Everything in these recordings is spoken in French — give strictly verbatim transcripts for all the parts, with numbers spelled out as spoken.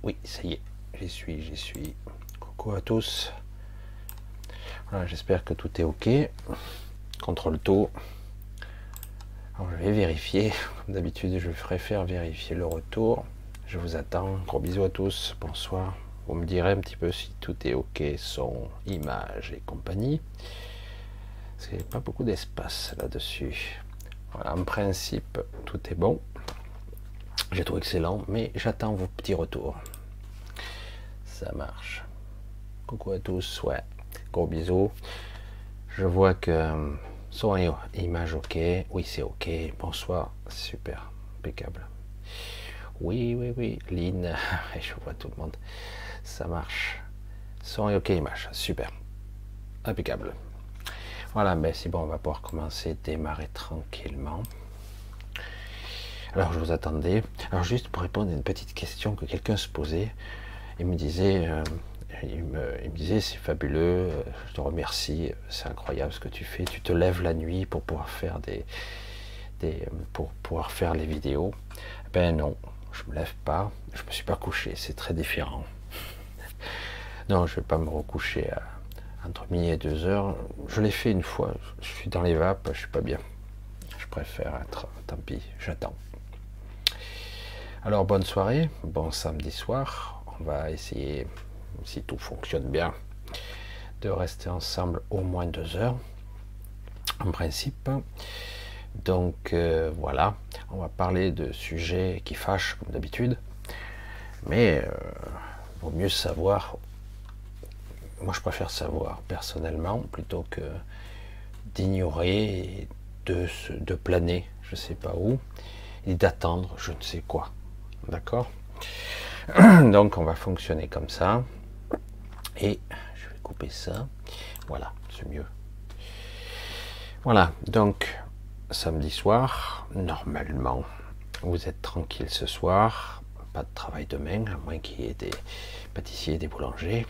Oui, ça y est, j'y suis, j'y suis. Coucou à tous. Voilà, j'espère que tout est OK. Contrôle taux. Alors, je vais vérifier. Comme d'habitude, je préfère vérifier le retour. Je vous attends. Gros bisous à tous. Bonsoir. Vous me direz un petit peu si tout est OK, son, image et compagnie. Parce qu'il n'y a pas beaucoup d'espace là-dessus. Voilà, en principe, tout est bon. J'ai trouvé excellent, mais j'attends vos petits retours. Ça marche. Coucou à tous, ouais. Gros bisous. Je vois que son et image OK. Oui, c'est OK. Bonsoir. Super. Impeccable. Oui, oui, oui. Lynn. Je vois tout le monde. Ça marche. Son et OK image. Super. Impeccable. Voilà, mais c'est bon, on va pouvoir commencer, démarrer tranquillement. Alors, je vous attendais. Alors, juste pour répondre à une petite question que quelqu'un se posait, il me disait... Euh, Il me, il me disait c'est fabuleux, je te remercie, c'est incroyable ce que tu fais, tu te lèves la nuit pour pouvoir faire des, des pour pouvoir faire les vidéos. Ben non, je me lève pas, je me suis pas couché, c'est très différent. Non, je vais pas me recoucher à, entre minuit et deux heures. Je l'ai fait une fois, je suis dans les vapes, je suis pas bien. Je préfère être, tant pis, j'attends. Alors bonne soirée, bon samedi soir, on va essayer, si tout fonctionne bien, de rester ensemble au moins deux heures en principe. Donc euh, voilà, on va parler de sujets qui fâchent comme d'habitude, mais euh, vaut mieux savoir. Moi je préfère savoir personnellement plutôt que d'ignorer et de, de planer je sais pas où et d'attendre je ne sais quoi, d'accord. Donc on va fonctionner comme ça. Et je vais couper ça. Voilà, c'est mieux. Voilà, donc samedi soir, normalement, vous êtes tranquille ce soir. Pas de travail demain, à moins qu'il y ait des pâtissiers et des boulangers.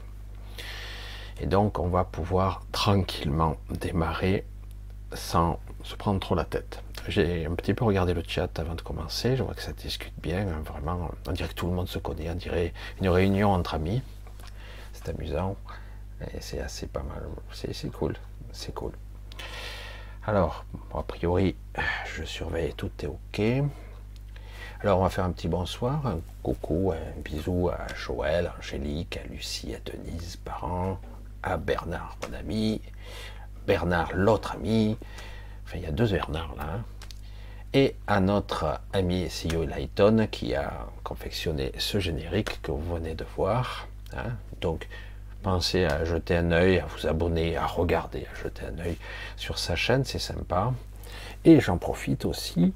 Et donc on va pouvoir tranquillement démarrer sans se prendre trop la tête. J'ai un petit peu regardé le chat avant de commencer. Je vois que ça discute bien, hein, vraiment. On dirait que tout le monde se connaît. On dirait une réunion entre amis. C'est amusant. Et c'est assez pas mal, c'est cool, c'est cool. Alors, bon, a priori, je surveille, tout est OK. Alors, on va faire un petit bonsoir, un coucou, un bisou à Joël, à Angélique, à Lucie, à Denise, parents, à Bernard, mon ami, Bernard, l'autre ami, enfin, il y a deux Bernard là, hein, et à notre ami S E O Lighton qui a confectionné ce générique que vous venez de voir. Hein, donc, pensez à jeter un œil, à vous abonner, à regarder, à jeter un œil sur sa chaîne, c'est sympa. Et j'en profite aussi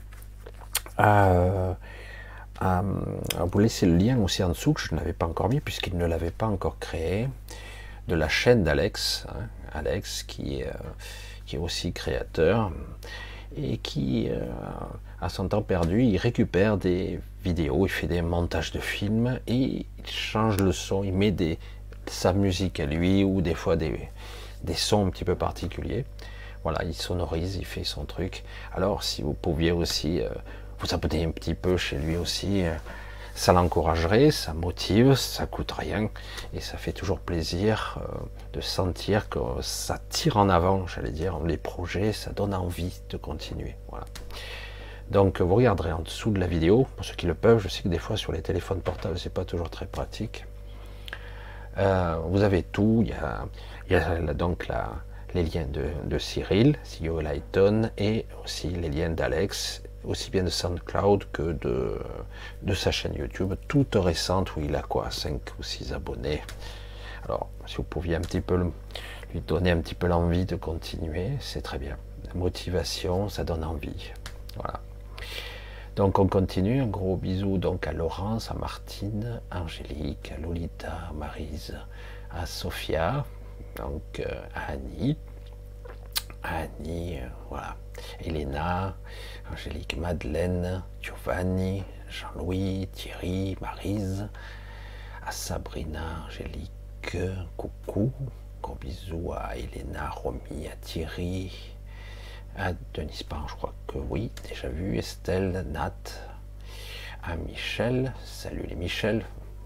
à, à, à vous laisser le lien aussi en dessous, que je n'avais pas encore mis, puisqu'il ne l'avait pas encore créé, de la chaîne d'Alex, hein, Alex, qui est, euh, qui est aussi créateur, et qui, euh, à son temps perdu, il récupère des vidéos, il fait des montages de films, et il change le son, il met des sa musique à lui, ou des fois des, des sons un petit peu particuliers. Voilà, il sonorise, il fait son truc. Alors si vous pouviez aussi euh, vous abonner un petit peu chez lui aussi, euh, ça l'encouragerait, ça motive, ça coûte rien, et ça fait toujours plaisir euh, de sentir que ça tire en avant, j'allais dire, les projets, ça donne envie de continuer. Voilà. Donc vous regarderez en dessous de la vidéo, pour ceux qui le peuvent. Je sais que des fois sur les téléphones portables, c'est pas toujours très pratique. Euh, vous avez tout, il y a, il y a donc la, les liens de, de Cyril, S E O Lighton, et aussi les liens d'Alex, aussi bien de SoundCloud que de, de sa chaîne YouTube, toute récente, où il a quoi, cinq ou six abonnés. Alors, si vous pouviez un petit peu le, lui donner un petit peu l'envie de continuer, c'est très bien. La motivation, ça donne envie. Voilà. Donc on continue, un gros bisou donc à Laurence, à Martine, à Angélique, à Lolita, à Maryse, à Sophia, donc euh, à Annie, à Annie, euh, voilà, Elena, Angélique, Madeleine, Giovanni, Jean-Louis, Thierry, Maryse, à Sabrina, Angélique, coucou, gros bisous à Elena, Romy, à Thierry, à Denise Parent, je crois que oui, déjà vu, Estelle, Nat, à Michel, salut les Michel,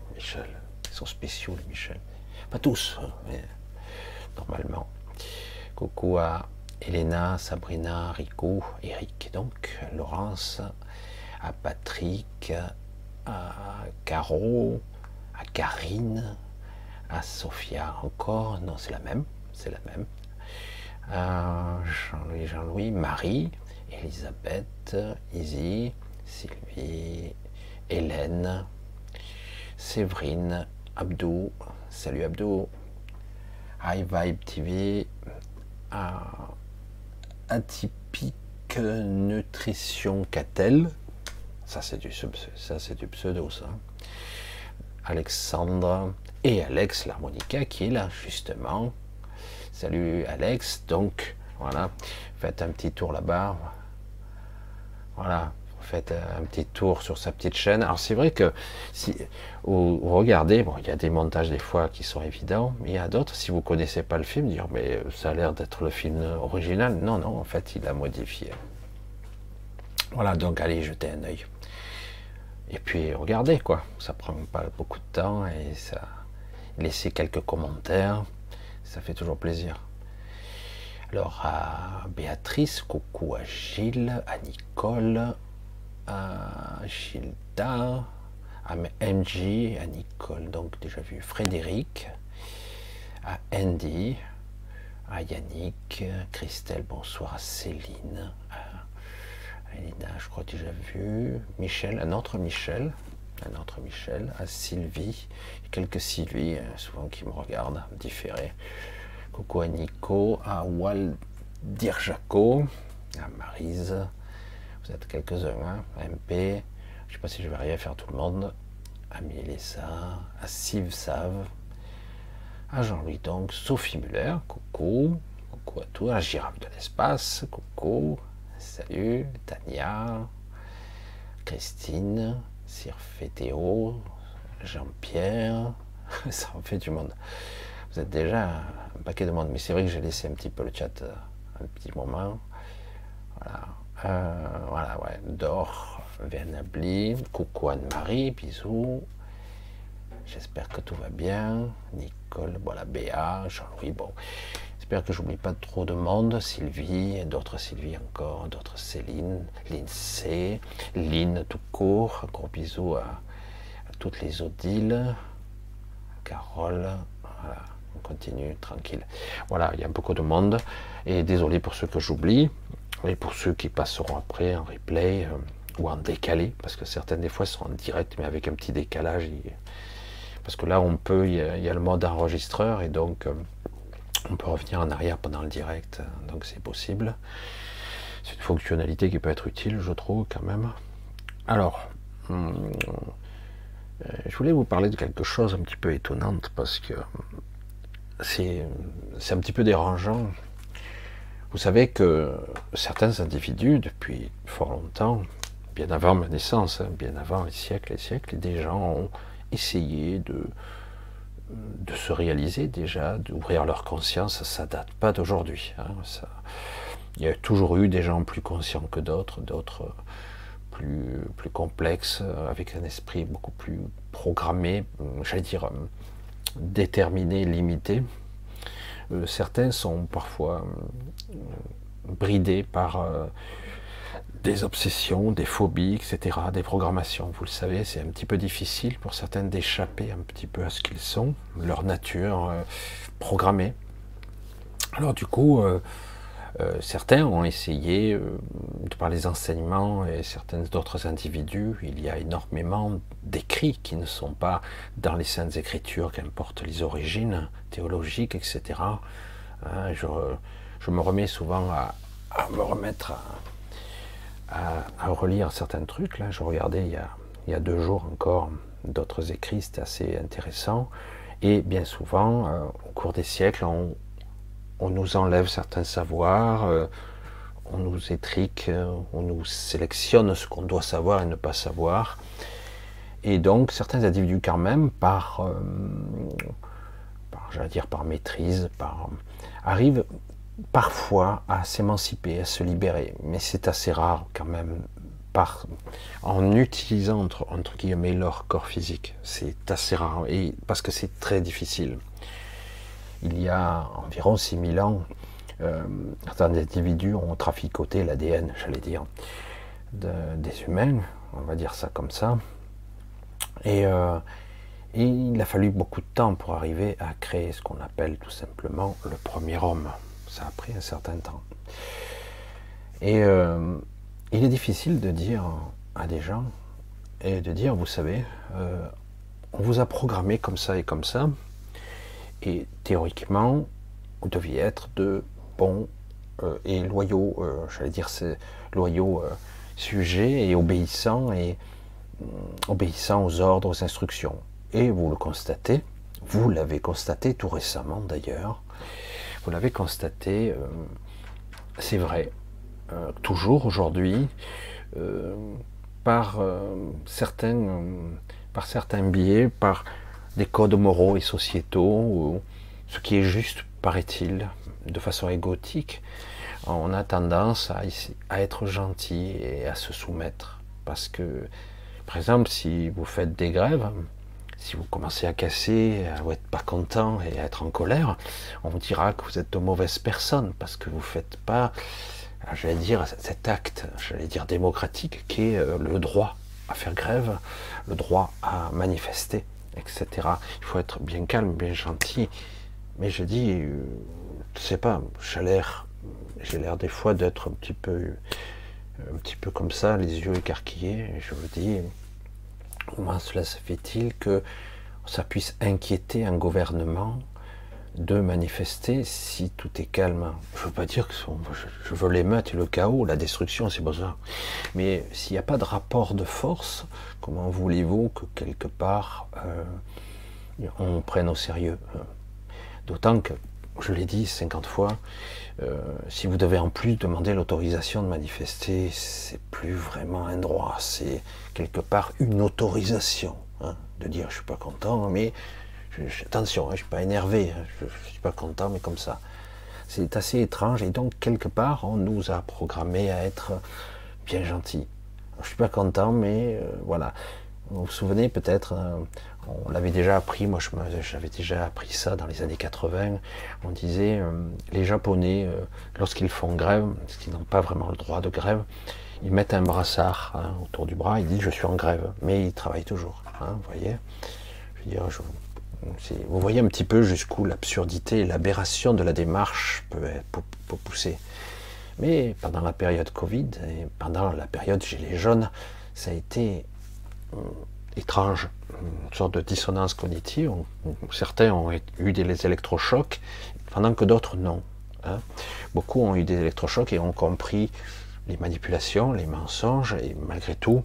Michel. Ils sont spéciaux, les Michel. Pas tous, hein, mais normalement. Coucou à Elena, Sabrina, Rico, Eric, donc, Laurence, à Patrick, à Caro, à Karine, à Sophia encore, non, c'est la même, c'est la même. À Jean-Louis, Jean-Louis, Marie, Elisabeth, Izzy, Sylvie, Hélène, Séverine, Abdou, salut Abdou, High Vibe T V, à Atypique Nutrition Catel, ça c'est du ça c'est du pseudo ça. Alexandre et Alex l'harmonica qui est là justement. Salut Alex, donc voilà, faites un petit tour là-bas. Voilà, faites un petit tour sur sa petite chaîne. Alors c'est vrai que si vous regardez, bon, il y a des montages des fois qui sont évidents, mais il y a d'autres, si vous connaissez pas le film, dire mais ça a l'air d'être le film original. Non, non, en fait, il l'a modifié. Voilà, donc allez jeter un œil. Et puis regardez quoi, ça prend pas beaucoup de temps et ça laissez quelques commentaires, ça fait toujours plaisir. Alors à Béatrice, coucou à Gilles, à Nicole, à Gilda, à M J, à Nicole, donc déjà vu Frédéric, à Andy, à Yannick, Christelle, bonsoir, à Céline, à Elina, je crois déjà vu, Michel, un autre Michel, un autre Michel, à Sylvie, quelques Sylvie, souvent qui me regardent, différés. Coucou à Nico, à Waldirjaco, à Maryse, vous êtes quelques-uns, hein, à M P, je ne sais pas si je vais arriver à faire tout le monde, à Mélissa, à Siv Save, à Jean-Louis donc, Sophie Muller, coucou, coucou à tous, à Girafe de l'espace, coucou, salut, Tania, Christine, Sirfétéo, Jean-Pierre, ça en fait du monde. Vous êtes déjà un paquet de monde, mais c'est vrai que j'ai laissé un petit peu le chat un petit moment. Voilà, euh, voilà, ouais, Dor, Vernabli, coucou Anne-Marie, bisous. J'espère que tout va bien. Nicole, voilà, Béa, Jean-Louis, bon. J'espère que j'oublie pas trop de monde. Sylvie, d'autres Sylvie encore, d'autres Céline, Lindsay, Lynn tout court. Un gros bisou à, à toutes les Odile, Carole, voilà. On continue tranquille. Voilà, il y a beaucoup de monde. Et désolé pour ceux que j'oublie. Et pour ceux qui passeront après en replay euh, ou en décalé. Parce que certaines des fois sont en direct, mais avec un petit décalage. Et... Parce que là, on peut, il y a, il y a le mode enregistreur. Et donc, euh, on peut revenir en arrière pendant le direct. Donc, c'est possible. C'est une fonctionnalité qui peut être utile, je trouve, quand même. Alors, hum, euh, je voulais vous parler de quelque chose un petit peu étonnante. Parce que c'est un petit peu dérangeant. Vous savez que certains individus, depuis fort longtemps, bien avant ma naissance, hein, bien avant les siècles et siècles, des gens ont essayé de, de se réaliser déjà, d'ouvrir leur conscience. Ça date pas d'aujourd'hui. Hein, ça... Il y a toujours eu des gens plus conscients que d'autres, d'autres plus, plus complexes, avec un esprit beaucoup plus programmé, j'allais dire déterminés, limités. Euh, certains sont parfois euh, bridés par euh, des obsessions, des phobies, et cetera, des programmations. Vous le savez, c'est un petit peu difficile pour certains d'échapper un petit peu à ce qu'ils sont, leur nature euh, programmée. Alors du coup, euh, Euh, certains ont essayé, euh, par les enseignements et certains d'autres individus, il y a énormément d'écrits qui ne sont pas dans les Saintes Écritures, qu'importe les origines théologiques, et cetera. Hein, je, je me remets souvent à, à me remettre à, à, à relire certains trucs. Là, je regardais il y a, il y a deux jours encore d'autres écrits, c'était assez intéressant. Et bien souvent, euh, au cours des siècles, on on nous enlève certains savoirs, euh, on nous étrique, euh, on nous sélectionne ce qu'on doit savoir et ne pas savoir. Et donc certains individus quand même, par, euh, par j'allais dire par maîtrise, par, arrivent parfois à s'émanciper, à se libérer. Mais c'est assez rare quand même, par, en utilisant entre, entre guillemets leur corps physique. C'est assez rare, et, parce que c'est très difficile. Il y a environ six mille ans, euh, certains individus ont traficoté l'A D N, j'allais dire, de, des humains, on va dire ça comme ça. Et, euh, et il a fallu beaucoup de temps pour arriver à créer ce qu'on appelle tout simplement le premier homme. Ça a pris un certain temps. Et euh, il est difficile de dire à des gens, et de dire, vous savez, euh, on vous a programmé comme ça et comme ça, et théoriquement, vous deviez être de bons euh, et loyaux, euh, j'allais dire, c'est loyaux euh, sujets et obéissants, et euh, obéissants aux ordres, aux instructions. Et vous le constatez, vous l'avez constaté tout récemment d'ailleurs, vous l'avez constaté, euh, c'est vrai, euh, toujours aujourd'hui, euh, par, euh, certains, euh, par certains biais, par des codes moraux et sociétaux, ou ce qui est juste, paraît-il, de façon égotique, on a tendance à, à être gentil et à se soumettre. Parce que, par exemple, si vous faites des grèves, si vous commencez à casser, à être pas content et à être en colère, on vous dira que vous êtes de mauvaises personnes parce que vous ne faites pas, j'allais dire, cet acte, j'allais dire démocratique, qui est le droit à faire grève, le droit à manifester, et cetera. Il faut être bien calme, bien gentil. Mais je dis, je sais pas, j'ai l'air, j'ai l'air des fois d'être un petit peu, un petit peu comme ça, les yeux écarquillés. Et je me dis, comment cela se fait-il que ça puisse inquiéter un gouvernement de manifester si tout est calme? Je ne veux pas dire que je veux l'émeute et le chaos, la destruction, c'est besoin. Mais s'il n'y a pas de rapport de force, comment voulez-vous que quelque part euh, on prenne au sérieux? D'autant que, je l'ai dit cinquante fois, euh, si vous devez en plus demander l'autorisation de manifester, c'est plus vraiment un droit, c'est quelque part une autorisation, hein, de dire je suis pas content, mais je, je, attention, hein, je suis pas énervé, hein, je, je suis pas content, mais comme ça. C'est assez étrange, et donc quelque part on nous a programmé à être bien gentil. Je suis pas content, mais euh, voilà. Vous vous souvenez peut-être, euh, on l'avait déjà appris, moi j'avais déjà appris ça dans les années quatre-vingts, on disait, euh, les Japonais, euh, lorsqu'ils font grève, parce qu'ils n'ont pas vraiment le droit de grève, ils mettent un brassard, hein, autour du bras, ils disent je suis en grève, mais ils travaillent toujours, hein, vous voyez. Je veux dire, je, vous voyez un petit peu jusqu'où l'absurdité et l'aberration de la démarche peut, être, peut, peut pousser. Mais pendant la période Covid, et pendant la période Gilets jaunes, ça a été étrange, une sorte de dissonance cognitive. Certains ont eu des électrochocs, pendant que d'autres non. Hein. Beaucoup ont eu des électrochocs et ont compris les manipulations, les mensonges, et malgré tout,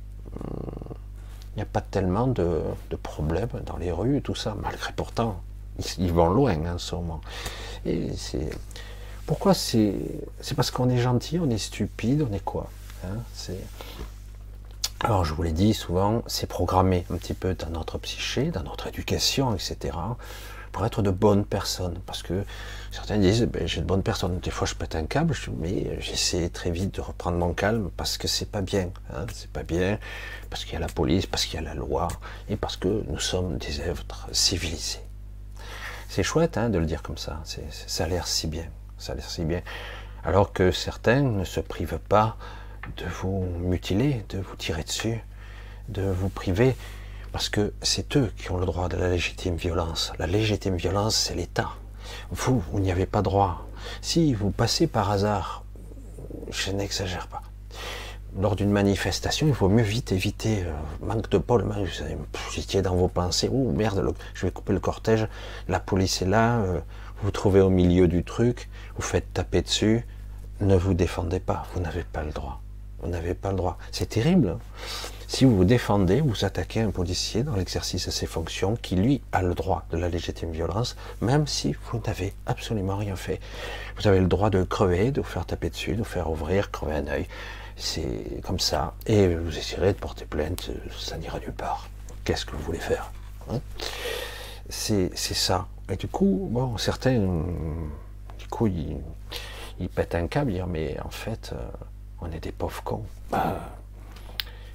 il n'y a pas tellement de, de problèmes dans les rues et tout ça, malgré pourtant, ils, ils vont loin hein, en ce moment. Et c'est... Pourquoi c'est... C'est parce qu'on est gentil, on est stupide, on est quoi hein, c'est... Alors je vous l'ai dit souvent, c'est programmé un petit peu dans notre psyché, dans notre éducation, et cetera, pour être de bonnes personnes. Parce que certains disent, ben, j'ai de bonnes personnes. Des fois je pète un câble, mais j'essaie très vite de reprendre mon calme parce que c'est pas bien. Hein, c'est pas bien, parce qu'il y a la police, parce qu'il y a la loi, et parce que nous sommes des êtres civilisés. C'est chouette hein, de le dire comme ça, c'est, ça a l'air si bien. Ça a l'air si bien. Alors que certains ne se privent pas de vous mutiler, de vous tirer dessus, de vous priver, parce que c'est eux qui ont le droit de la légitime violence. La légitime violence, c'est l'État. Vous, vous n'y avez pas droit. Si vous passez par hasard, je n'exagère pas, lors d'une manifestation, il vaut mieux vite éviter, euh, manque de bol, vous étiez dans vos pensées, oh merde, le, je vais couper le cortège, la police est là, euh, vous vous trouvez au milieu du truc, vous faites taper dessus, ne vous défendez pas, vous n'avez pas le droit. Vous n'avez pas le droit. C'est terrible. Si vous vous défendez, vous attaquez un policier dans l'exercice de ses fonctions, qui lui a le droit de la légitime violence, même si vous n'avez absolument rien fait. Vous avez le droit de crever, de vous faire taper dessus, de vous faire ouvrir, crever un œil. C'est comme ça. Et vous essayerez de porter plainte, ça n'ira nulle part. Qu'est-ce que vous voulez faire hein? C'est ça. Et du coup, bon, certains, du coup, ils, ils pètent un câble, ils disent, mais en fait, euh, on est des pauvres cons. Bah,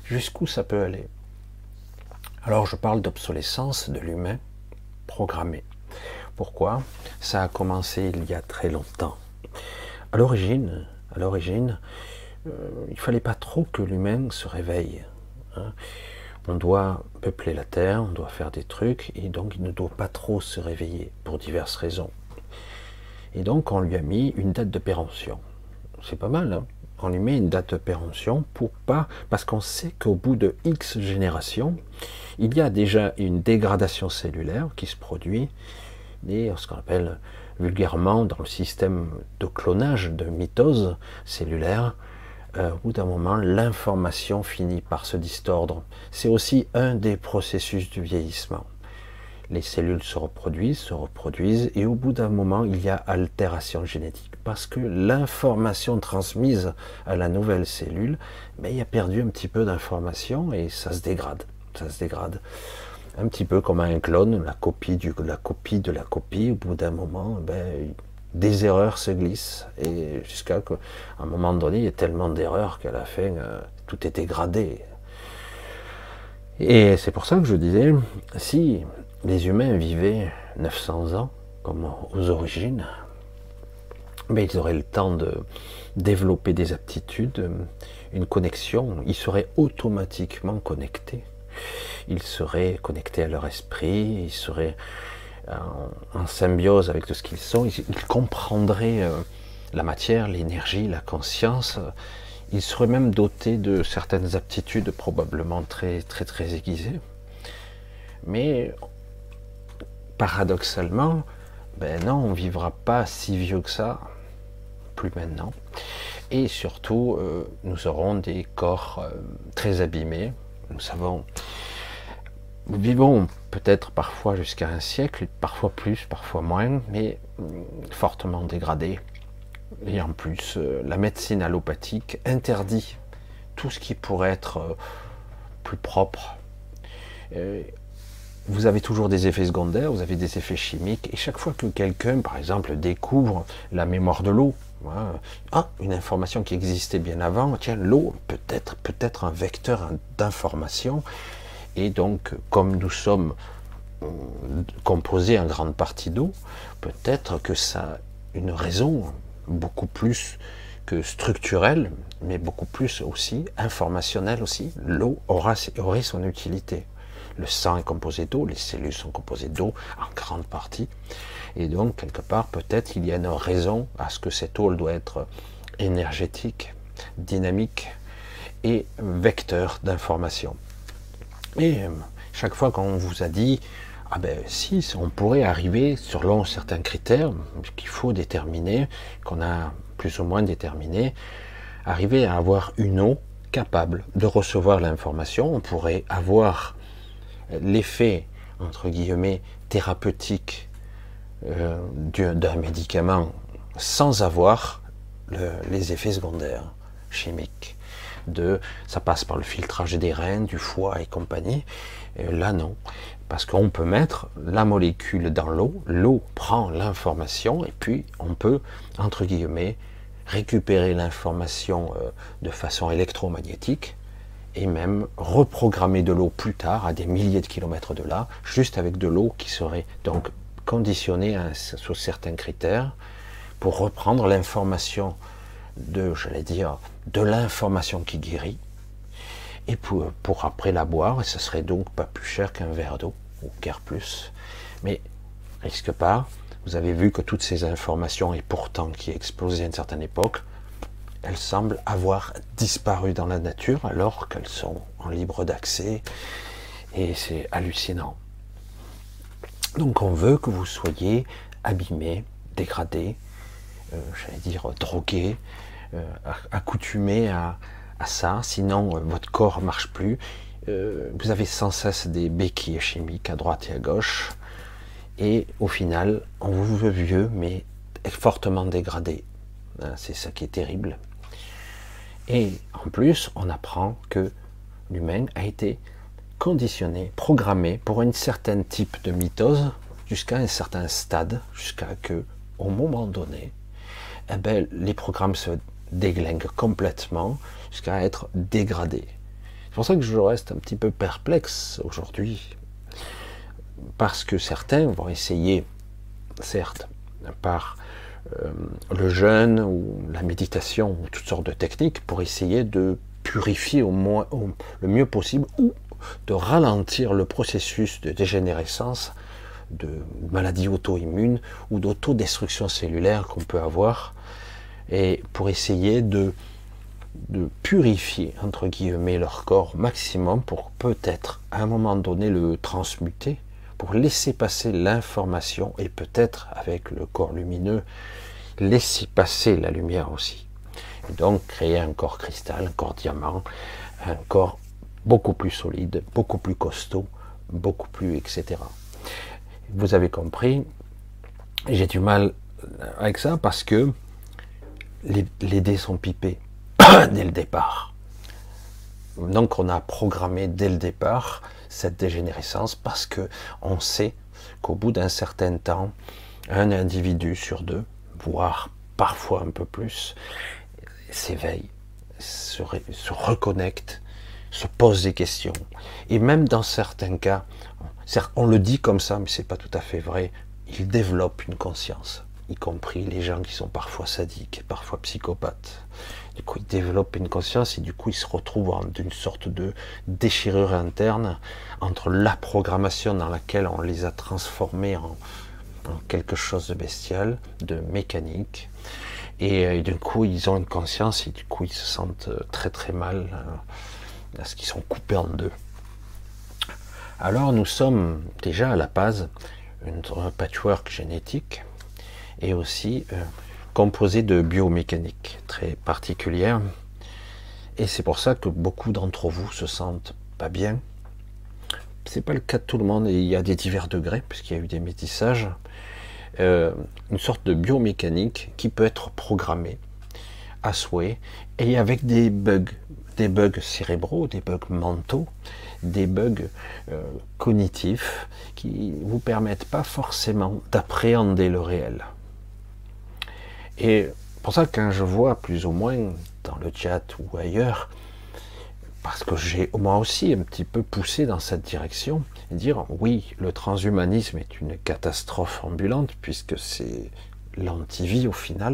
jusqu'où ça peut aller. Alors je parle d'obsolescence de l'humain programmé. Pourquoi? Ça a commencé il y a très longtemps. À l'origine, à l'origine, euh, il fallait pas trop que l'humain se réveille. Hein. On doit peupler la Terre, on doit faire des trucs, et donc il ne doit pas trop se réveiller pour diverses raisons. Et donc on lui a mis une date de péremption. C'est pas mal, hein? On lui met une date de péremption pour pas, parce qu'on sait qu'au bout de X générations, il y a déjà une dégradation cellulaire qui se produit, et ce qu'on appelle vulgairement dans le système de clonage, de mitose cellulaire, euh, au bout d'un moment, l'information finit par se distordre. C'est aussi un des processus du vieillissement. Les cellules se reproduisent, se reproduisent, et au bout d'un moment, il y a altération génétique, parce que l'information transmise à la nouvelle cellule, ben, il a perdu un petit peu d'information, et ça se dégrade, ça se dégrade. Un petit peu comme un clone, la copie, du, la copie de la copie, au bout d'un moment, ben, des erreurs se glissent, et jusqu'à qu'à un moment donné, il y a tellement d'erreurs qu'à la fin, euh, tout est dégradé. Et c'est pour ça que je disais, si les humains vivaient neuf cents ans, comme aux origines, mais ils auraient le temps de développer des aptitudes, une connexion, ils seraient automatiquement connectés. Ils seraient connectés à leur esprit, ils seraient en, en symbiose avec tout ce qu'ils sont, ils, ils comprendraient euh, la matière, l'énergie, la conscience, ils seraient même dotés de certaines aptitudes probablement très très très aiguisées. Mais paradoxalement, ben non, on ne vivra pas si vieux que ça, plus maintenant. Et surtout, euh, nous aurons des corps euh, très abîmés. Nous savons, nous vivons peut-être parfois jusqu'à un siècle, parfois plus, parfois moins, mais euh, fortement dégradés. Et en plus, euh, la médecine allopathique interdit tout ce qui pourrait être euh, plus propre. Euh, Vous avez toujours des effets secondaires, vous avez des effets chimiques, et chaque fois que quelqu'un, par exemple, découvre la mémoire de l'eau, hein, ah, une information qui existait bien avant, tiens, l'eau peut être peut-être un vecteur d'information, et donc, comme nous sommes composés en grande partie d'eau, peut-être que ça a une raison beaucoup plus que structurelle, mais beaucoup plus aussi informationnelle aussi. L'eau aura, aurait son utilité. Le sang est composé d'eau, les cellules sont composées d'eau en grande partie. Et donc, quelque part, peut-être il y a une raison à ce que cette eau doit être énergétique, dynamique et vecteur d'information. Et chaque fois qu'on vous a dit, ah ben si, on pourrait arriver, selon certains critères qu'il faut déterminer, qu'on a plus ou moins déterminés, arriver à avoir une eau capable de recevoir l'information, on pourrait avoir l'effet, entre guillemets, thérapeutique euh, d'un médicament sans avoir le, les effets secondaires chimiques. De, ça passe par le filtrage des reins, du foie et compagnie. Et là, non. Parce qu'on peut mettre la molécule dans l'eau, l'eau prend l'information et puis on peut, entre guillemets, récupérer l'information euh, de façon électromagnétique et même reprogrammer de l'eau plus tard, à des milliers de kilomètres de là, juste avec de l'eau qui serait donc conditionnée à, sur certains critères, pour reprendre l'information de, j'allais dire, de l'information qui guérit, et pour, pour après la boire, et ce serait donc pas plus cher qu'un verre d'eau, ou guère plus. Mais, risque pas, vous avez vu que toutes ces informations, et pourtant qui explosaient à une certaine époque, elles semblent avoir disparu dans la nature alors qu'elles sont en libre d'accès, et c'est hallucinant. Donc on veut que vous soyez abîmés, dégradés, euh, j'allais dire drogués, euh, accoutumés à, à ça, sinon euh, votre corps ne marche plus, euh, vous avez sans cesse des béquilles chimiques à droite et à gauche, et au final on vous veut vieux mais fortement dégradé. C'est ça qui est terrible. Et en plus, on apprend que l'humain a été conditionné, programmé pour un certain type de mitose jusqu'à un certain stade, jusqu'à que, au moment donné, eh ben, les programmes se déglinguent complètement jusqu'à être dégradés. C'est pour ça que je reste un petit peu perplexe aujourd'hui, parce que certains vont essayer, certes, par euh, le jeûne ou la méditation ou toutes sortes de techniques pour essayer de purifier au moins, au, le mieux possible ou de ralentir le processus de dégénérescence, de maladie auto-immune ou d'autodestruction cellulaire qu'on peut avoir, et pour essayer de, de purifier, entre guillemets, leur corps au maximum pour peut-être, à un moment donné, le transmuter, pour laisser passer l'information et peut-être, avec le corps lumineux, laisser passer la lumière aussi. Et donc, créer un corps cristal, un corps diamant, un corps beaucoup plus solide, beaucoup plus costaud, beaucoup plus, et cetera. Vous avez compris, j'ai du mal avec ça parce que les, les dés sont pipés dès le départ. Donc on a programmé dès le départ cette dégénérescence parce que on sait qu'au bout d'un certain temps, un individu sur deux, voire parfois un peu plus, s'éveille, se, se reconnecte, se pose des questions. Et même dans certains cas, on le dit comme ça, mais c'est pas tout à fait vrai, il développe une conscience, y compris les gens qui sont parfois sadiques, parfois psychopathes. Du coup, ils développent une conscience et du coup, ils se retrouvent en une sorte de déchirure interne entre la programmation dans laquelle on les a transformés en, en quelque chose de bestial, de mécanique. Et, et du coup, ils ont une conscience et du coup, ils se sentent très très mal parce qu'ils sont coupés en deux. Alors, nous sommes déjà à la base un patchwork génétique et aussi euh, composé de biomécanique très particulière. Et c'est pour ça que beaucoup d'entre vous se sentent pas bien. C'est pas le cas de tout le monde et il y a des divers degrés puisqu'il y a eu des métissages. Euh, une sorte de biomécanique qui peut être programmée à souhait et avec des bugs, des bugs cérébraux, des bugs mentaux, des bugs euh, cognitifs qui vous permettent pas forcément d'appréhender le réel. Et pour ça, quand je vois plus ou moins dans le chat ou ailleurs, parce que j'ai moi aussi un petit peu poussé dans cette direction, dire oui, le transhumanisme est une catastrophe ambulante puisque c'est l'antivie au final.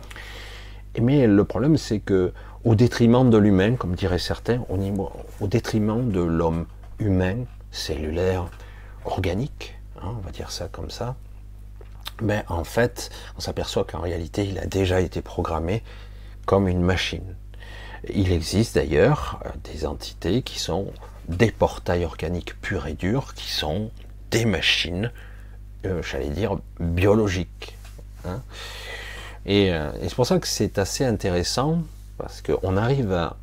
Mais le problème, c'est que au détriment de l'humain, comme diraient certains, au, niveau, au détriment de l'homme humain, cellulaire, organique, hein, on va dire ça comme ça, mais en fait, on s'aperçoit qu'en réalité, il a déjà été programmé comme une machine. Il existe d'ailleurs des entités qui sont des portails organiques purs et durs, qui sont des machines, euh, j'allais dire, biologiques. Hein. Et, euh, et c'est pour ça que c'est assez intéressant, parce qu'on arrive à,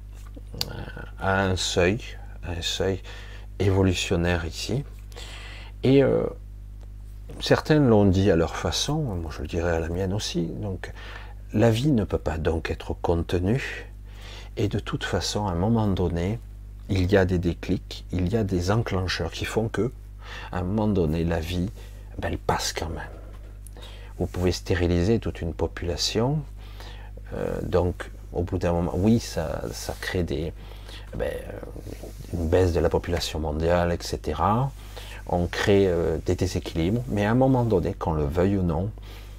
à un seuil, un seuil évolutionnaire ici, et euh, certains l'ont dit à leur façon, moi je le dirais à la mienne aussi, donc la vie ne peut pas donc être contenue, et de toute façon, à un moment donné, il y a des déclics, il y a des enclencheurs qui font que, à un moment donné, la vie, ben, elle passe quand même. Vous pouvez stériliser toute une population, euh, donc au bout d'un moment, oui, ça, ça crée des, ben, une baisse de la population mondiale, et cetera. On crée euh, des déséquilibres, mais à un moment donné, qu'on le veuille ou non,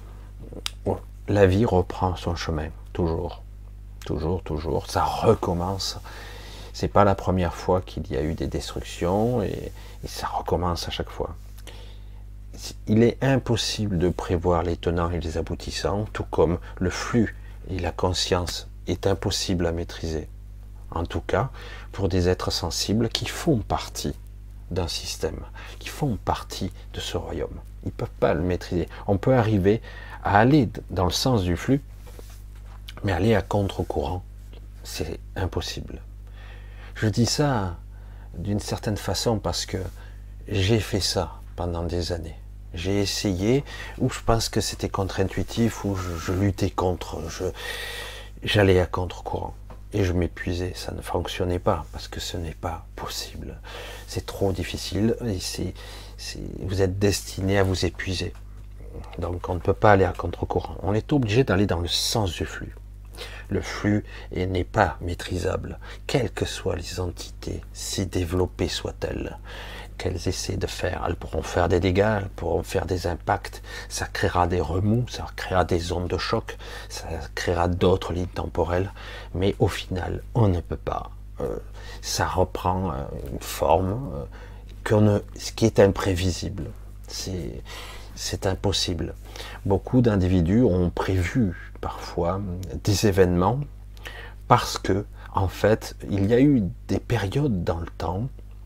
la vie reprend son chemin, toujours, toujours, toujours, ça recommence. C'est pas la première fois qu'il y a eu des destructions et, et ça recommence à chaque fois. Il est impossible de prévoir les tenants et les aboutissants, tout comme le flux et la conscience est impossible à maîtriser. En tout cas, pour des êtres sensibles qui font partie d'un système, qui font partie de ce royaume. Ils ne peuvent pas le maîtriser. On peut arriver à aller dans le sens du flux, mais aller à contre-courant, c'est impossible. Je dis ça d'une certaine façon parce que j'ai fait ça pendant des années. J'ai essayé, où je pense que c'était contre-intuitif, où je, je luttais contre, je, j'allais à contre-courant. Et je m'épuisais, ça ne fonctionnait pas, parce que ce n'est pas possible. C'est trop difficile, et c'est, c'est, vous êtes destiné à vous épuiser. Donc on ne peut pas aller à contre-courant. On est obligé d'aller dans le sens du flux. Le flux n'est pas maîtrisable, quelles que soient les entités, si développées soient-elles, qu'elles essaient de faire. Elles pourront faire des dégâts, elles pourront faire des impacts, ça créera des remous, ça créera des ondes de choc, ça créera d'autres lignes temporelles, mais au final, on ne peut pas. Euh, ça reprend euh, une forme euh, qu'on ne, ce qui est imprévisible. C'est, c'est impossible. Beaucoup d'individus ont prévu parfois des événements parce que, en fait, il y a eu des périodes dans le temps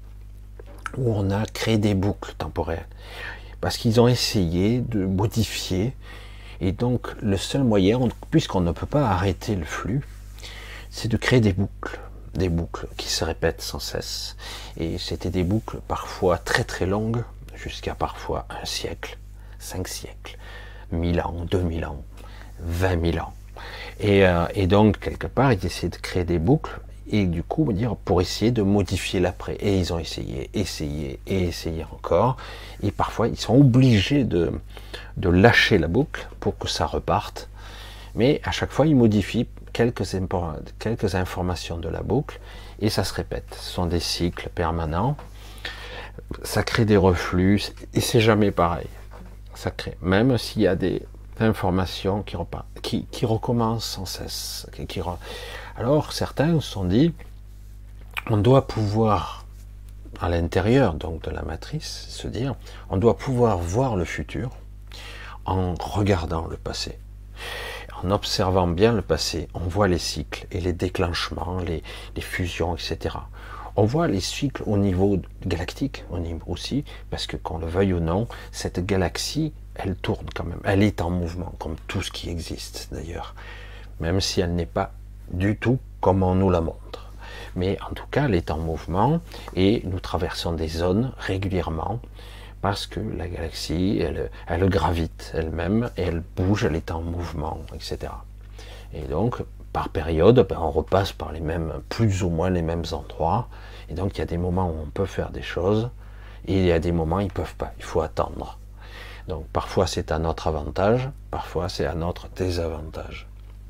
où on a créé des boucles temporelles parce qu'ils ont essayé de modifier, et donc le seul moyen, puisqu'on ne peut pas arrêter le flux, c'est de créer des boucles, des boucles qui se répètent sans cesse, et c'était des boucles parfois très très longues, jusqu'à parfois un siècle, cinq siècles, mille ans, deux mille ans, vingt mille ans. Et, euh, et donc, quelque part, ils essaient de créer des boucles, et du coup, dire, pour essayer de modifier l'après. Et ils ont essayé, essayé, et essayé encore. Et parfois, ils sont obligés de, de lâcher la boucle pour que ça reparte. Mais à chaque fois, ils modifient quelques, quelques informations de la boucle, et ça se répète. Ce sont des cycles permanents. Ça crée des reflux, et c'est jamais pareil. Ça crée, même s'il y a des informations qui, qui, qui recommencent sans cesse. Qui, qui, alors certains se sont dit, on doit pouvoir, à l'intérieur donc de la matrice, se dire, on doit pouvoir voir le futur en regardant le passé. En observant bien le passé, on voit les cycles et les déclenchements, les, les fusions, et cetera. On voit les cycles au niveau galactique, au niveau aussi, parce que qu'on le veuille ou non, cette galaxie, elle tourne quand même, elle est en mouvement, comme tout ce qui existe d'ailleurs, même si elle n'est pas du tout comme on nous la montre. Mais en tout cas, elle est en mouvement, et nous traversons des zones régulièrement, parce que la galaxie, elle, elle gravite elle-même, et elle bouge, elle est en mouvement, et cetera. Et donc, par période, ben, on repasse par les mêmes, plus ou moins les mêmes endroits, et donc il y a des moments où on peut faire des choses, et il y a des moments où ils ne peuvent pas, il faut attendre. Donc parfois c'est à notre avantage, parfois c'est à notre désavantage.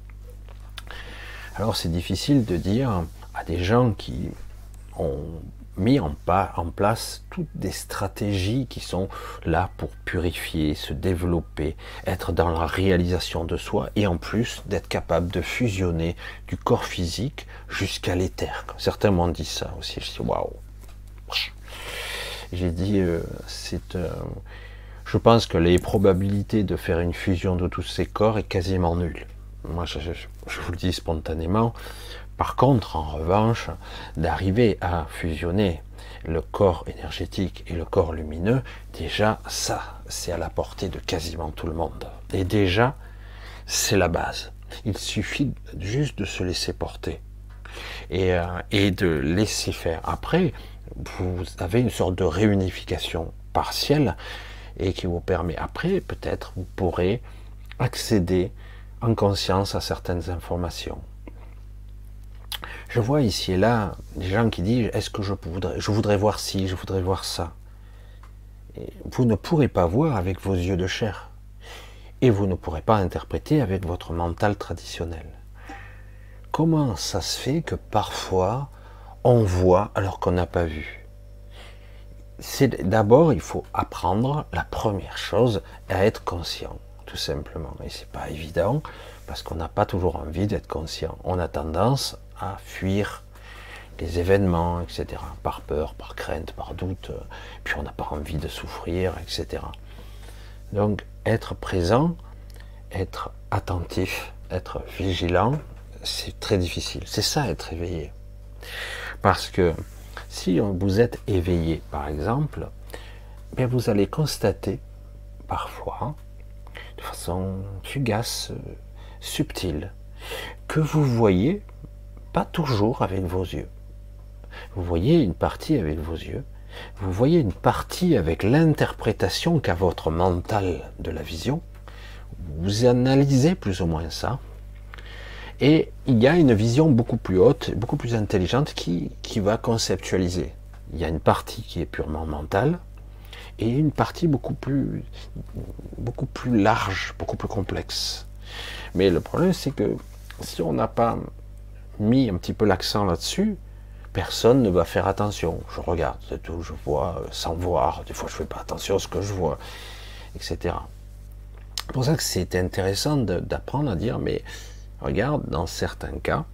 Alors c'est difficile de dire à des gens qui ont mis en, pas, en place toutes des stratégies qui sont là pour purifier, se développer, être dans la réalisation de soi, et en plus d'être capable de fusionner du corps physique jusqu'à l'éther. Certains m'ont dit ça aussi, je dis waouh. J'ai dit, euh, c'est, euh, je pense que les probabilités de faire une fusion de tous ces corps est quasiment nulle. Moi, je, je, je vous le dis spontanément. Par contre, en revanche, d'arriver à fusionner le corps énergétique et le corps lumineux, déjà, ça, c'est à la portée de quasiment tout le monde. Et déjà, c'est la base. Il suffit juste de se laisser porter et, euh, et de laisser faire. Après, vous avez une sorte de réunification partielle et qui vous permet, après, peut-être, vous pourrez accéder en conscience à certaines informations. Je vois ici et là des gens qui disent, est-ce que je voudrais, je voudrais voir ci, je voudrais voir ça. Et vous ne pourrez pas voir avec vos yeux de chair. Et vous ne pourrez pas interpréter avec votre mental traditionnel. Comment ça se fait que parfois on voit alors qu'on n'a pas vu? C'est d'abord, il faut apprendre la première chose à être conscient, tout simplement. Et c'est pas évident parce qu'on n'a pas toujours envie d'être conscient. On a tendance à fuir les événements, et cetera. Par peur, par crainte, par doute. Puis on n'a pas envie de souffrir, et cetera. Donc être présent, être attentif, être vigilant, c'est très difficile. C'est ça, être éveillé. Parce que si vous êtes éveillé, par exemple, bien vous allez constater parfois, de façon fugace, subtile, que vous voyez pas toujours avec vos yeux. Vous voyez une partie avec vos yeux, vous voyez une partie avec l'interprétation qu'a votre mental de la vision, vous analysez plus ou moins ça, et il y a une vision beaucoup plus haute, beaucoup plus intelligente qui, qui va conceptualiser. Il y a une partie qui est purement mentale, et une partie beaucoup plus, beaucoup plus large, beaucoup plus complexe. Mais le problème, c'est que si on n'a pas mis un petit peu l'accent là-dessus, personne ne va faire attention. Je regarde, c'est tout, je vois sans voir, des fois je fais pas attention à ce que je vois, et cetera. C'est pour ça que c'est intéressant d'apprendre à dire, mais regarde, dans certains cas,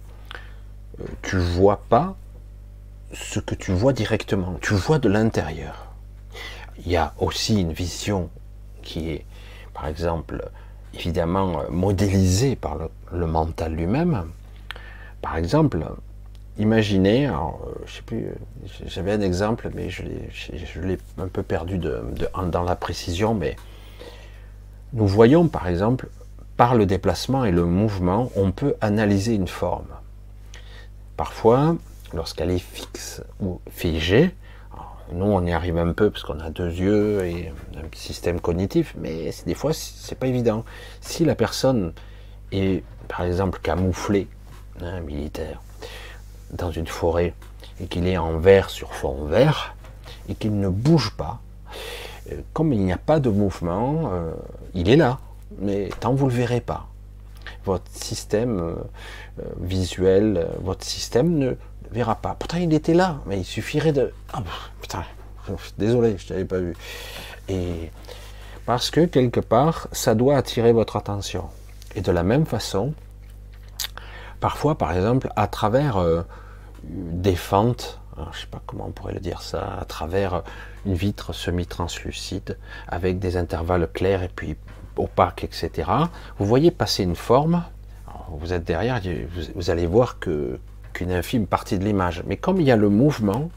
tu vois pas ce que tu vois directement, tu vois de l'intérieur. Il y a aussi une vision qui est, par exemple, évidemment modélisée par le, le mental lui-même. Par exemple, imaginez, alors, je sais plus, j'avais un exemple, mais je l'ai, je l'ai un peu perdu de, de, dans la précision, mais nous voyons par exemple, par le déplacement et le mouvement, on peut analyser une forme. Parfois, lorsqu'elle est fixe ou figée, nous on y arrive un peu parce qu'on a deux yeux et un système cognitif, mais des fois c'est pas évident. Si la personne est par exemple camouflée, hein, militaire, dans une forêt et qu'il est en vert sur fond vert et qu'il ne bouge pas, comme il n'y a pas de mouvement, euh, il est là, mais tant vous le verrez pas. Votre système euh, visuel, euh, votre système ne le verra pas. Pourtant il était là, mais il suffirait de... Ah, putain, désolé, je t'avais pas vu. Et parce que quelque part, ça doit attirer votre attention. Et de la même façon, parfois, par exemple, à travers euh, des fentes, alors, je sais pas comment on pourrait le dire ça, à travers une vitre semi-translucide, avec des intervalles clairs et puis opaques, et cetera. Vous voyez passer une forme, alors, vous êtes derrière, vous, vous allez voir que qu'une infime partie de l'image. Mais comme il y a le mouvement,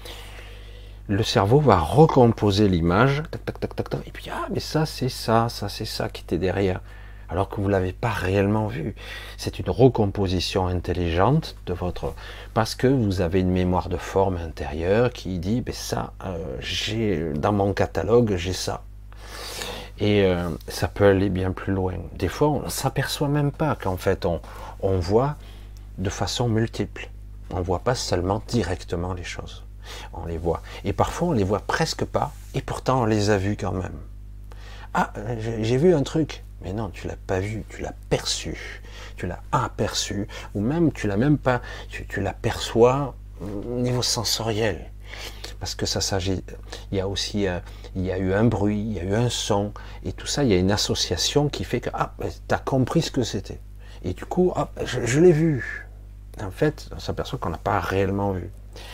le cerveau va recomposer l'image, tac, tac, tac, tac, tac, et puis ah mais ça c'est ça, ça c'est ça qui était derrière, alors que vous l'avez pas réellement vu. C'est une recomposition intelligente de votre, parce que vous avez une mémoire de forme intérieure qui dit ben ça, euh, j'ai dans mon catalogue j'ai ça. Et euh, ça peut aller bien plus loin. Des fois on ne s'aperçoit même pas qu'en fait on, on voit de façon multiple. On ne voit pas seulement directement les choses. On les voit. Et parfois, on les voit presque pas, et pourtant, on les a vus quand même. Ah, j'ai vu un truc. Mais non, tu l'as pas vu, tu l'as perçu. Tu l'as aperçu, ou même, tu l'as même pas, tu, tu l'aperçois au niveau sensoriel. Parce que ça s'agit, il y a aussi, euh, il y a eu un bruit, il y a eu un son, et tout ça, il y a une association qui fait que, ah, tu as compris ce que c'était. Et du coup, ah, je, je l'ai vu. En fait, on s'aperçoit qu'on n'a pas réellement vu.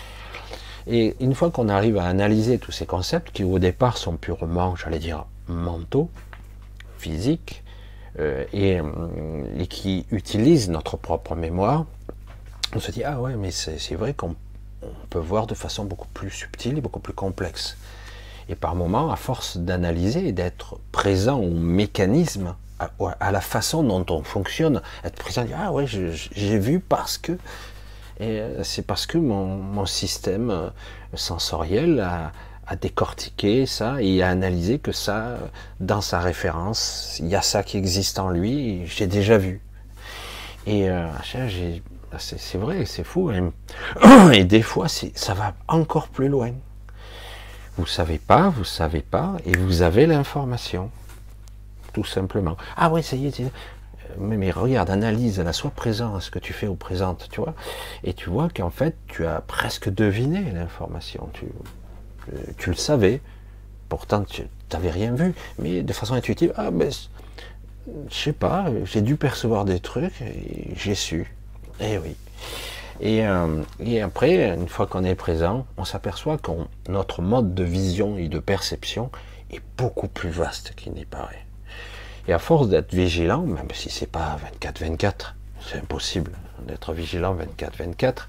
Et une fois qu'on arrive à analyser tous ces concepts, qui au départ sont purement, j'allais dire, mentaux, physiques, euh, et, et qui utilisent notre propre mémoire, on se dit, ah ouais, mais c'est vrai qu'on peut voir de façon beaucoup plus subtile et beaucoup plus complexe. Et par moments, à force d'analyser et d'être présent au mécanisme, à, à la façon dont on fonctionne, être présent, dire, ah ouais, j'ai vu parce que... Et c'est parce que mon, mon système sensoriel a, a décortiqué ça et a analysé que ça, dans sa référence, il y a ça qui existe en lui, j'ai déjà vu. Et euh, c'est vrai, c'est fou. Hein. Et des fois, ça va encore plus loin. Vous savez pas, vous savez pas, et vous avez l'information. Tout simplement. Ah oui, ça y est, Mais, mais regarde, analyse, là, sois présent à ce que tu fais au présent, tu vois, et tu vois qu'en fait, tu as presque deviné l'information, tu, tu le savais, pourtant tu n'avais rien vu, mais de façon intuitive, ah ben, je sais pas, j'ai dû percevoir des trucs, et j'ai su, et oui. Et, euh, et après, une fois qu'on est présent, on s'aperçoit que notre mode de vision et de perception est beaucoup plus vaste qu'il n'y paraît. Et à force d'être vigilant, même si c'est pas vingt-quatre vingt-quatre, c'est impossible d'être vigilant vingt-quatre vingt-quatre.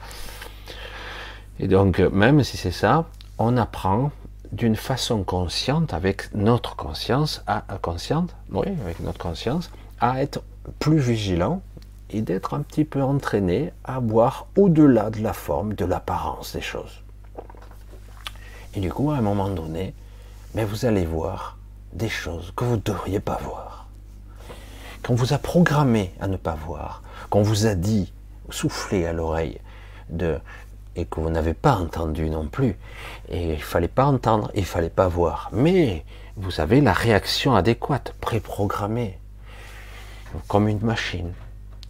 Et donc, même si c'est ça, on apprend d'une façon consciente, avec notre conscience, à, à consciente, oui, avec notre conscience, à être plus vigilant et d'être un petit peu entraîné à voir au-delà de la forme, de l'apparence des choses. Et du coup, à un moment donné, mais vous allez voir des choses que vous ne devriez pas voir. Qu'on vous a programmé à ne pas voir, qu'on vous a dit, soufflé à l'oreille, de, et que vous n'avez pas entendu non plus, et il ne fallait pas entendre, il ne fallait pas voir, mais vous avez la réaction adéquate, préprogrammée, comme une machine.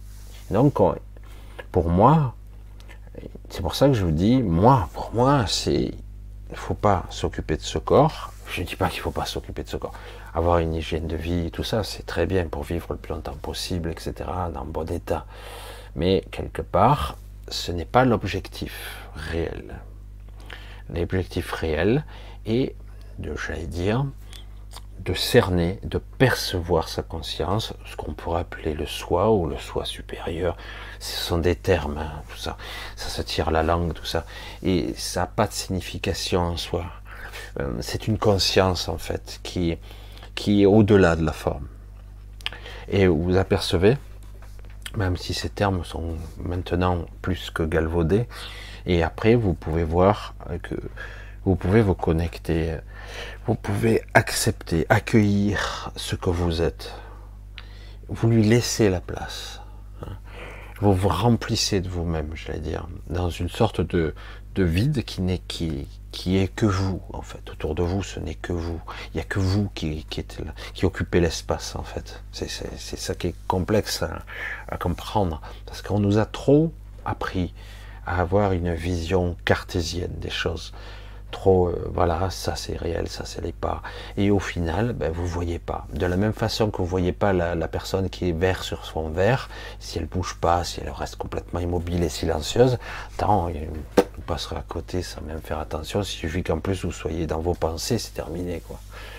Donc, on, pour moi, c'est pour ça que je vous dis, moi, pour moi, c'est, il faut pas s'occuper de ce corps. Je ne dis pas qu'il faut pas s'occuper de ce corps. Avoir une hygiène de vie, tout ça, c'est très bien pour vivre le plus longtemps possible, et cetera, dans bon état. Mais quelque part, ce n'est pas l'objectif réel. L'objectif réel est de, j'allais dire, de cerner, de percevoir sa conscience, ce qu'on pourrait appeler le soi ou le soi supérieur. Ce sont des termes, hein, tout ça. Ça se tire la langue, tout ça. Et ça n'a pas de signification en soi. Euh, c'est une conscience, en fait, qui, qui est au-delà de la forme. Et vous apercevez, même si ces termes sont maintenant plus que galvaudés, et après vous pouvez voir que vous pouvez vous connecter, vous pouvez accepter, accueillir ce que vous êtes, vous lui laissez la place, vous vous remplissez de vous-même, j'allais dire, dans une sorte de, de vide qui n'est qui, qui est que vous, en fait. Autour de vous, ce n'est que vous. Il n'y a que vous qui, qui, êtes là, qui occupez l'espace, en fait. C'est ça qui est complexe à, à comprendre, parce qu'on nous a trop appris à avoir une vision cartésienne des choses. Trop, euh, voilà, ça c'est réel, ça c'est les pas. Et au final, ben, vous voyez pas. De la même façon que vous voyez pas la, la personne qui est vert sur son verre, si elle bouge pas, si elle reste complètement immobile et silencieuse, tant, vous passerez à côté sans même faire attention. Il suffit qu'en plus vous soyez dans vos pensées, c'est terminé, quoi.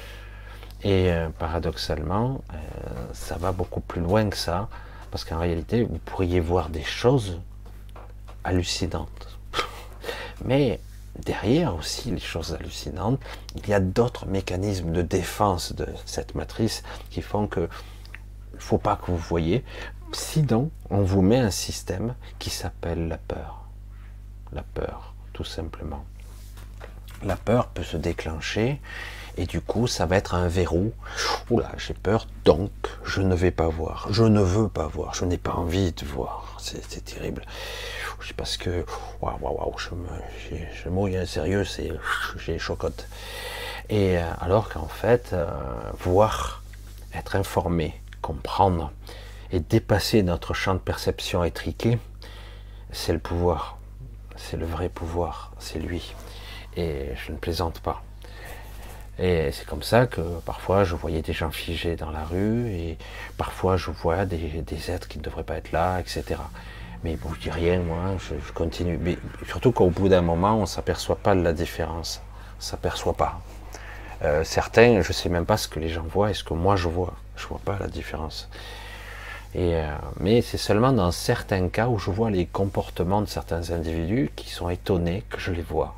Et euh, paradoxalement, euh, ça va beaucoup plus loin que ça, parce qu'en réalité, vous pourriez voir des choses hallucinantes. Mais derrière aussi les choses hallucinantes, il y a d'autres mécanismes de défense de cette matrice qui font que il ne faut pas que vous voyez, sinon on vous met un système qui s'appelle la peur. La peur, tout simplement. La peur peut se déclencher et du coup ça va être un verrou. Oula, j'ai peur, donc je ne vais pas voir, je ne veux pas voir, je n'ai pas envie de voir, c'est terrible. C'est parce que waouh waouh waouh, je me je mouille un sérieux, c'est j'ai chocotte. Et euh, alors qu'en fait euh, voir, être informé, comprendre et dépasser notre champ de perception étriqué, c'est le pouvoir, c'est le vrai pouvoir, c'est lui. Et je ne plaisante pas. Et c'est comme ça que parfois je voyais des gens figés dans la rue et parfois je vois des, des êtres qui ne devraient pas être là, et cetera. Mais bon, je dis rien, moi, je, je continue. Mais surtout qu'au bout d'un moment, on ne s'aperçoit pas de la différence. On ne s'aperçoit pas. Euh, certains, je ne sais même pas ce que les gens voient et ce que moi je vois. Je ne vois pas la différence. Et, euh, mais c'est seulement dans certains cas où je vois les comportements de certains individus qui sont étonnés que je les vois.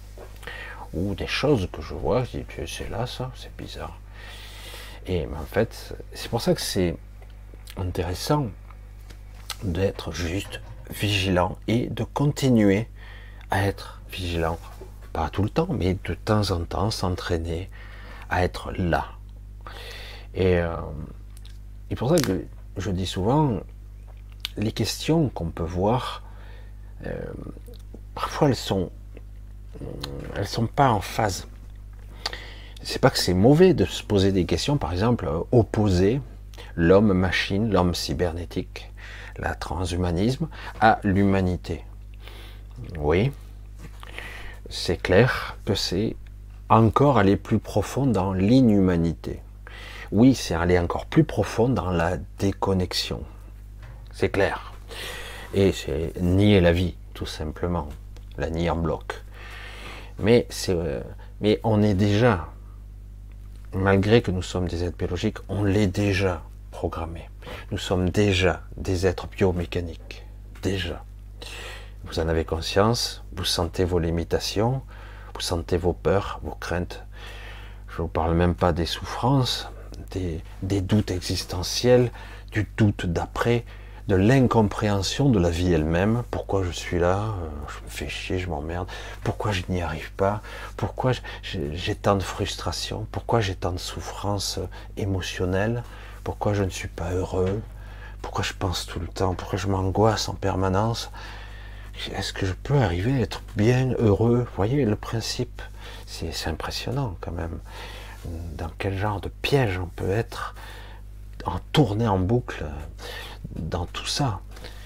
Ou des choses que je vois, je dis, c'est là ça, c'est bizarre. Et en fait, c'est pour ça que c'est intéressant d'être juste vigilant et de continuer à être vigilant. Pas tout le temps, mais de temps en temps, s'entraîner à être là. Et, euh, et pour ça que je dis souvent, les questions qu'on peut voir, euh, parfois elles sont, elles sont pas en phase. C'est pas que c'est mauvais de se poser des questions, par exemple, opposer l'homme-machine, l'homme cybernétique, la transhumanisme à l'humanité. Oui, c'est clair que c'est encore aller plus profond dans l'inhumanité. Oui, c'est aller encore plus profond dans la déconnexion. C'est clair. Et c'est nier la vie, tout simplement. La nier en bloc. Mais, c'est, euh, mais on est déjà, malgré que nous sommes des êtres biologiques, on l'est déjà programmé. Nous sommes déjà des êtres biomécaniques. Déjà. Vous en avez conscience, vous sentez vos limitations, vous sentez vos peurs, vos craintes. Je ne vous parle même pas des souffrances, des, des doutes existentiels, du doute d'après, de l'incompréhension de la vie elle-même. Pourquoi je suis là? Je me fais chier, je m'emmerde. Pourquoi je n'y arrive pas? Pourquoi j'ai tant de frustration? Pourquoi j'ai tant de souffrance émotionnelle? Pourquoi je ne suis pas heureux? Pourquoi je pense tout le temps? Pourquoi je m'angoisse en permanence? Est-ce que je peux arriver à être bien heureux? Vous voyez le principe, c'est impressionnant quand même. Dans quel genre de piège on peut être en tourné en boucle dans tout ça.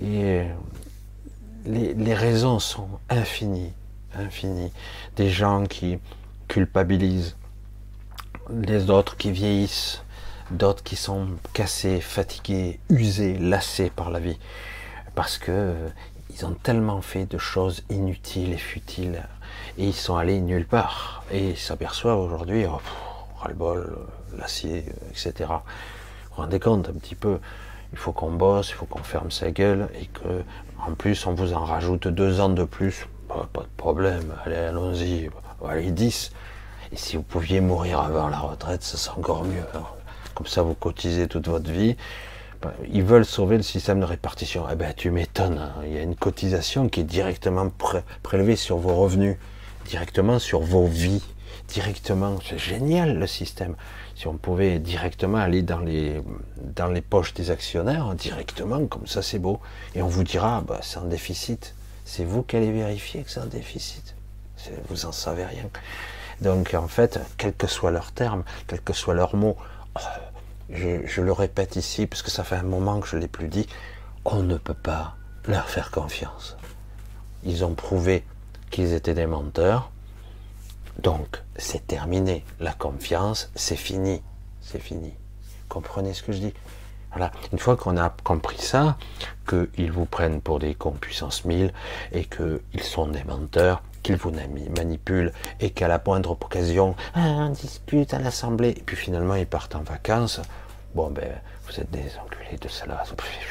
Et les, les raisons sont infinies, infinies. Des gens qui culpabilisent, les autres qui vieillissent, d'autres qui sont cassés, fatigués, usés, lassés par la vie, parce que euh, ils ont tellement fait de choses inutiles et futiles, et ils sont allés nulle part, et ils s'aperçoivent aujourd'hui, oh, ras-le-bol, l'acier, et cetera. Vous vous rendez compte un petit peu, il faut qu'on bosse, il faut qu'on ferme sa gueule, et que en plus on vous en rajoute deux ans de plus, bah, pas de problème, allez, allons-y, allez, dix. Et si vous pouviez mourir avant la retraite, ça serait encore mieux. Alors, comme ça, vous cotisez toute votre vie. Ben, ils veulent sauver le système de répartition. Eh ben, tu m'étonnes. Hein. Il y a une cotisation qui est directement pré prélevée sur vos revenus, directement sur vos vies, directement. C'est génial le système. Si on pouvait directement aller dans les dans les poches des actionnaires, directement, comme ça, c'est beau. Et on vous dira, ben, c'est un déficit. C'est vous qui allez vérifier que c'est un déficit. Vous en savez rien. Donc en fait, quel que soit leur terme, quel que soit leur mot, je, je le répète ici, parce que ça fait un moment que je ne l'ai plus dit, on ne peut pas leur faire confiance. Ils ont prouvé qu'ils étaient des menteurs, donc c'est terminé. La confiance, c'est fini. C'est fini. Comprenez ce que je dis? Voilà. Une fois qu'on a compris ça, qu'ils vous prennent pour des cons puissance mille, et qu'ils sont des menteurs, qu'ils vous manipulent, et qu'à la moindre occasion, ah, on discute à l'Assemblée, et puis finalement ils partent en vacances, bon ben, vous êtes des enculés de cela,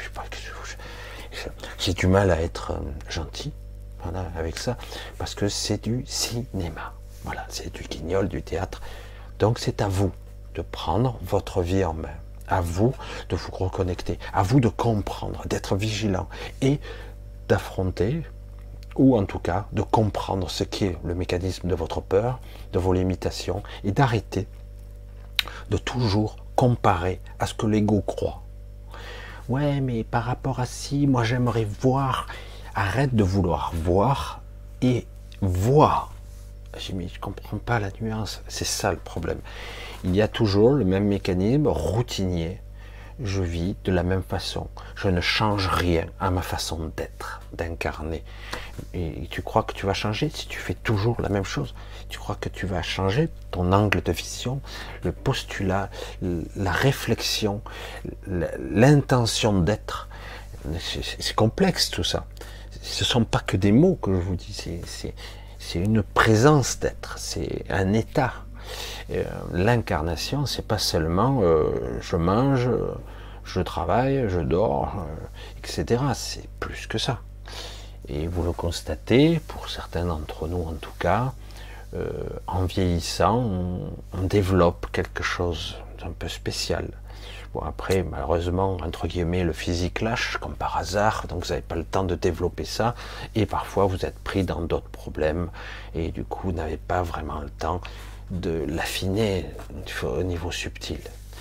j'ai du mal à être gentil, voilà, avec ça, parce que c'est du cinéma, voilà, c'est du guignol, du théâtre, donc c'est à vous de prendre votre vie en main, à vous de vous reconnecter, à vous de comprendre, d'être vigilant, et d'affronter, ou en tout cas de comprendre ce qu'est le mécanisme de votre peur, de vos limitations, et d'arrêter de toujours comparer à ce que l'ego croit. Ouais, mais par rapport à ci, moi j'aimerais voir. Arrête de vouloir voir et voir. J'ai mis, je comprends pas la nuance, c'est ça le problème. Il y a toujours le même mécanisme routinier. Je vis de la même façon. Je ne change rien à ma façon d'être, d'incarner. Et tu crois que tu vas changer si tu fais toujours la même chose? Tu crois que tu vas changer ton angle de vision, le postulat, la réflexion, l'intention d'être? C'est complexe tout ça. Ce ne sont pas que des mots que je vous dis, c'est une présence d'être, c'est un état. Euh, L'incarnation, c'est pas seulement euh, je mange, euh, je travaille, je dors, euh, et cetera. C'est plus que ça. Et vous le constatez, pour certains d'entre nous en tout cas, euh, en vieillissant, on, on développe quelque chose d'un peu spécial. Bon, après, malheureusement, entre guillemets, le physique lâche, comme par hasard, donc vous n'avez pas le temps de développer ça, et parfois vous êtes pris dans d'autres problèmes, et du coup, vous n'avez pas vraiment le temps de l'affiner au niveau subtil.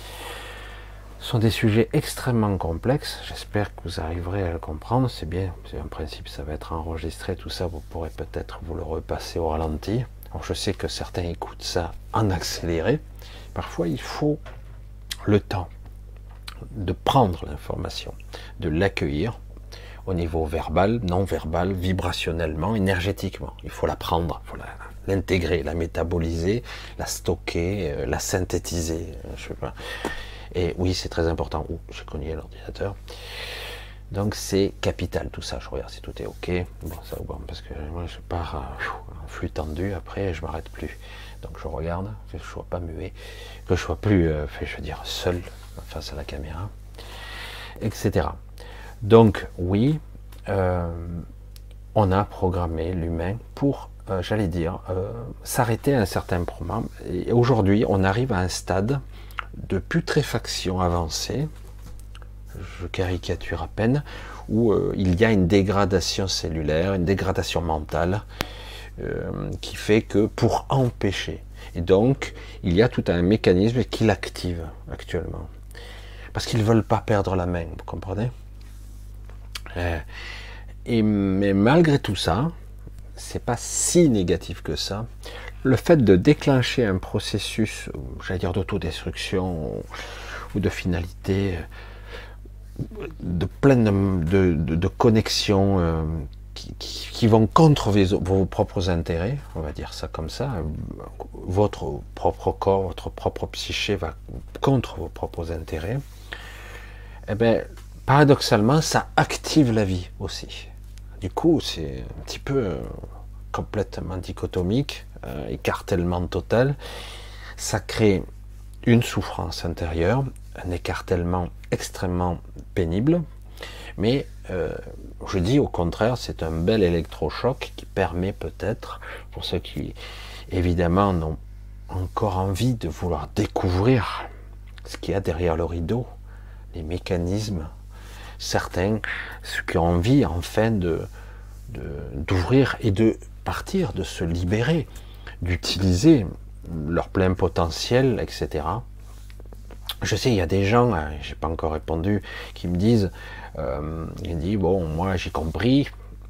Ce sont des sujets extrêmement complexes, j'espère que vous arriverez à le comprendre, c'est bien, en principe ça va être enregistré, tout ça, vous pourrez peut-être vous le repasser au ralenti. Alors je sais que certains écoutent ça en accéléré, parfois il faut le temps de prendre l'information, de l'accueillir au niveau verbal, non verbal, vibrationnellement, énergétiquement. Il faut la prendre, il faut l'intégrer, la, la métaboliser, la stocker, euh, la synthétiser, je sais pas. Et oui, c'est très important. Ouh, j'ai cogné l'ordinateur. Donc c'est capital tout ça. Je regarde si tout est ok. Bon, ça bon, parce que moi je pars en flux tendu. Après, je m'arrête plus. Donc je regarde, que je sois pas muet, que je sois plus, euh, je veux dire, seul face à la caméra, et cetera. Donc oui, euh, on a programmé l'humain pour, euh, j'allais dire, euh, s'arrêter à un certain programme. Et aujourd'hui, on arrive à un stade de putréfaction avancée, je caricature à peine, où euh, il y a une dégradation cellulaire, une dégradation mentale, euh, qui fait que pour empêcher, et donc il y a tout un mécanisme qui l'active actuellement, parce qu'ils ne veulent pas perdre la main, vous comprenez? euh, et, mais malgré tout ça, c'est pas si négatif que ça. Le fait de déclencher un processus, j'allais dire d'autodestruction ou de finalité, de plein de, de, de, de connexions euh, qui, qui, qui vont contre vos, vos propres intérêts, on va dire ça comme ça. Votre propre corps, votre propre psyché va contre vos propres intérêts. Eh bien, paradoxalement, ça active la vie aussi. Du coup, c'est un petit peu euh, complètement dichotomique, euh, écartèlement total. Ça crée une souffrance intérieure, un écartèlement extrêmement pénible, mais euh, je dis au contraire, c'est un bel électrochoc qui permet peut-être, pour ceux qui évidemment n'ont encore envie de vouloir découvrir ce qu'il y a derrière le rideau, les mécanismes, certains, ceux qui ont envie enfin de, de, d'ouvrir et de partir, de se libérer, d'utiliser leur plein potentiel, et cetera. Je sais, il y a des gens, hein, j'ai pas encore répondu, qui me disent, euh, ils disent, bon, moi j'ai compris,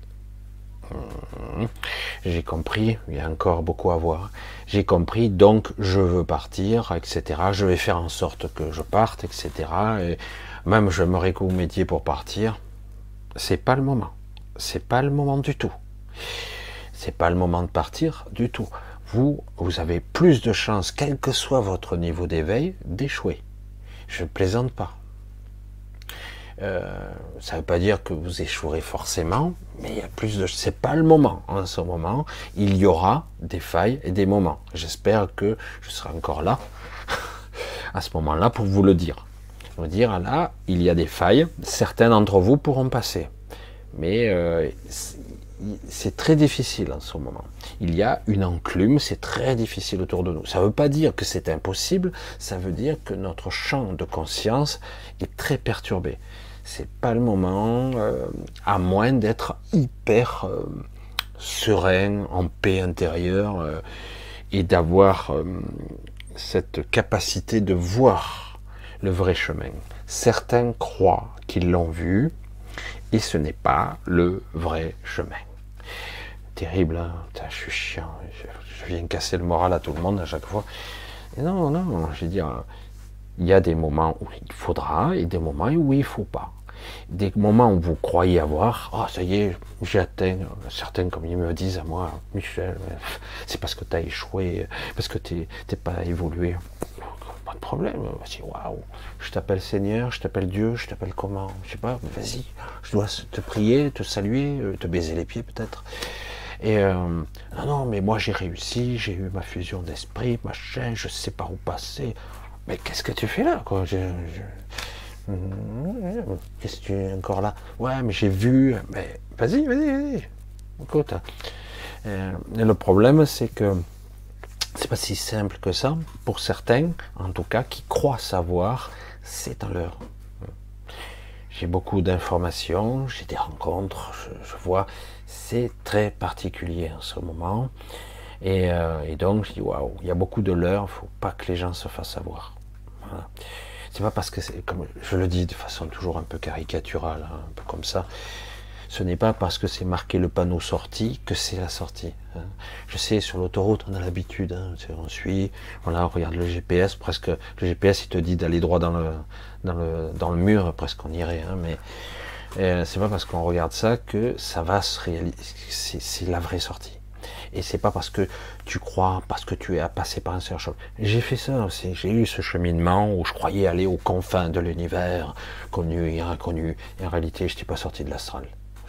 j'ai compris, il y a encore beaucoup à voir, j'ai compris, donc je veux partir, et cetera. Je vais faire en sorte que je parte, et cetera. Et même je me récouvre métier pour partir. C'est pas le moment. C'est pas le moment du tout. C'est pas le moment de partir du tout. Vous, vous avez plus de chances, quel que soit votre niveau d'éveil, d'échouer. Je ne plaisante pas. Euh, ça ne veut pas dire que vous échouerez forcément, mais il y a plus de... C'est pas le moment. En ce moment, il y aura des failles et des moments. J'espère que je serai encore là, à ce moment-là, pour vous le dire. Vous dire, là, il y a des failles. Certains d'entre vous pourront passer. Mais euh, c'est très difficile en ce moment. Il y a une enclume, c'est très difficile autour de nous. Ça ne veut pas dire que c'est impossible, ça veut dire que notre champ de conscience est très perturbé. C'est pas le moment, euh, à moins d'être hyper euh, serein, en paix intérieure, euh, et d'avoir euh, cette capacité de voir le vrai chemin. Certains croient qu'ils l'ont vu, et ce n'est pas le vrai chemin. Terrible, hein. Putain, je suis chiant, je, je viens casser le moral à tout le monde à chaque fois. Et non, non, je veux dire, il y a des moments où il faudra et des moments où il ne faut pas. Des moments où vous croyez avoir, ah oh, ça y est, j'ai atteint, certains comme ils me disent à moi, Michel, c'est parce que tu as échoué, parce que tu n'es pas évolué. Pas de problème, vas-y, waouh, je t'appelle Seigneur, je t'appelle Dieu, je t'appelle comment, je sais pas, vas-y, je dois te prier, te saluer, te baiser les pieds peut-être. Et euh, non, non, mais moi j'ai réussi, j'ai eu ma fusion d'esprit, machin, je sais par où passer. Mais qu'est-ce que tu fais là, quoi? je, je... Qu'est-ce que tu es encore là? Ouais, mais j'ai vu. Mais vas-y, vas-y, vas-y. Écoute. Euh, et le problème, c'est que c'est pas si simple que ça. Pour certains, en tout cas, qui croient savoir, c'est un leurre. J'ai beaucoup d'informations, j'ai des rencontres, je, je vois, c'est très particulier en ce moment. Et, euh, et donc, je dis, waouh, il y a beaucoup de leurres, il ne faut pas que les gens se fassent avoir. Voilà. C'est pas parce que, c'est comme je le dis de façon toujours un peu caricaturale, hein, un peu comme ça, ce n'est pas parce que c'est marqué le panneau sortie que c'est la sortie. Hein. Je sais, sur l'autoroute, on a l'habitude, hein, on suit, voilà, on regarde le G P S, presque, le G P S il te dit d'aller droit dans le, dans le, dans le mur, presque on irait, hein, mais euh, c'est pas parce qu'on regarde ça que ça va se réaliser, c'est la vraie sortie. Et c'est pas parce que tu crois, parce que tu es passé par un certain chemin. J'ai fait ça aussi, j'ai eu ce cheminement où je croyais aller aux confins de l'univers, connu et inconnu, et en réalité je n'étais pas sorti de l'astral.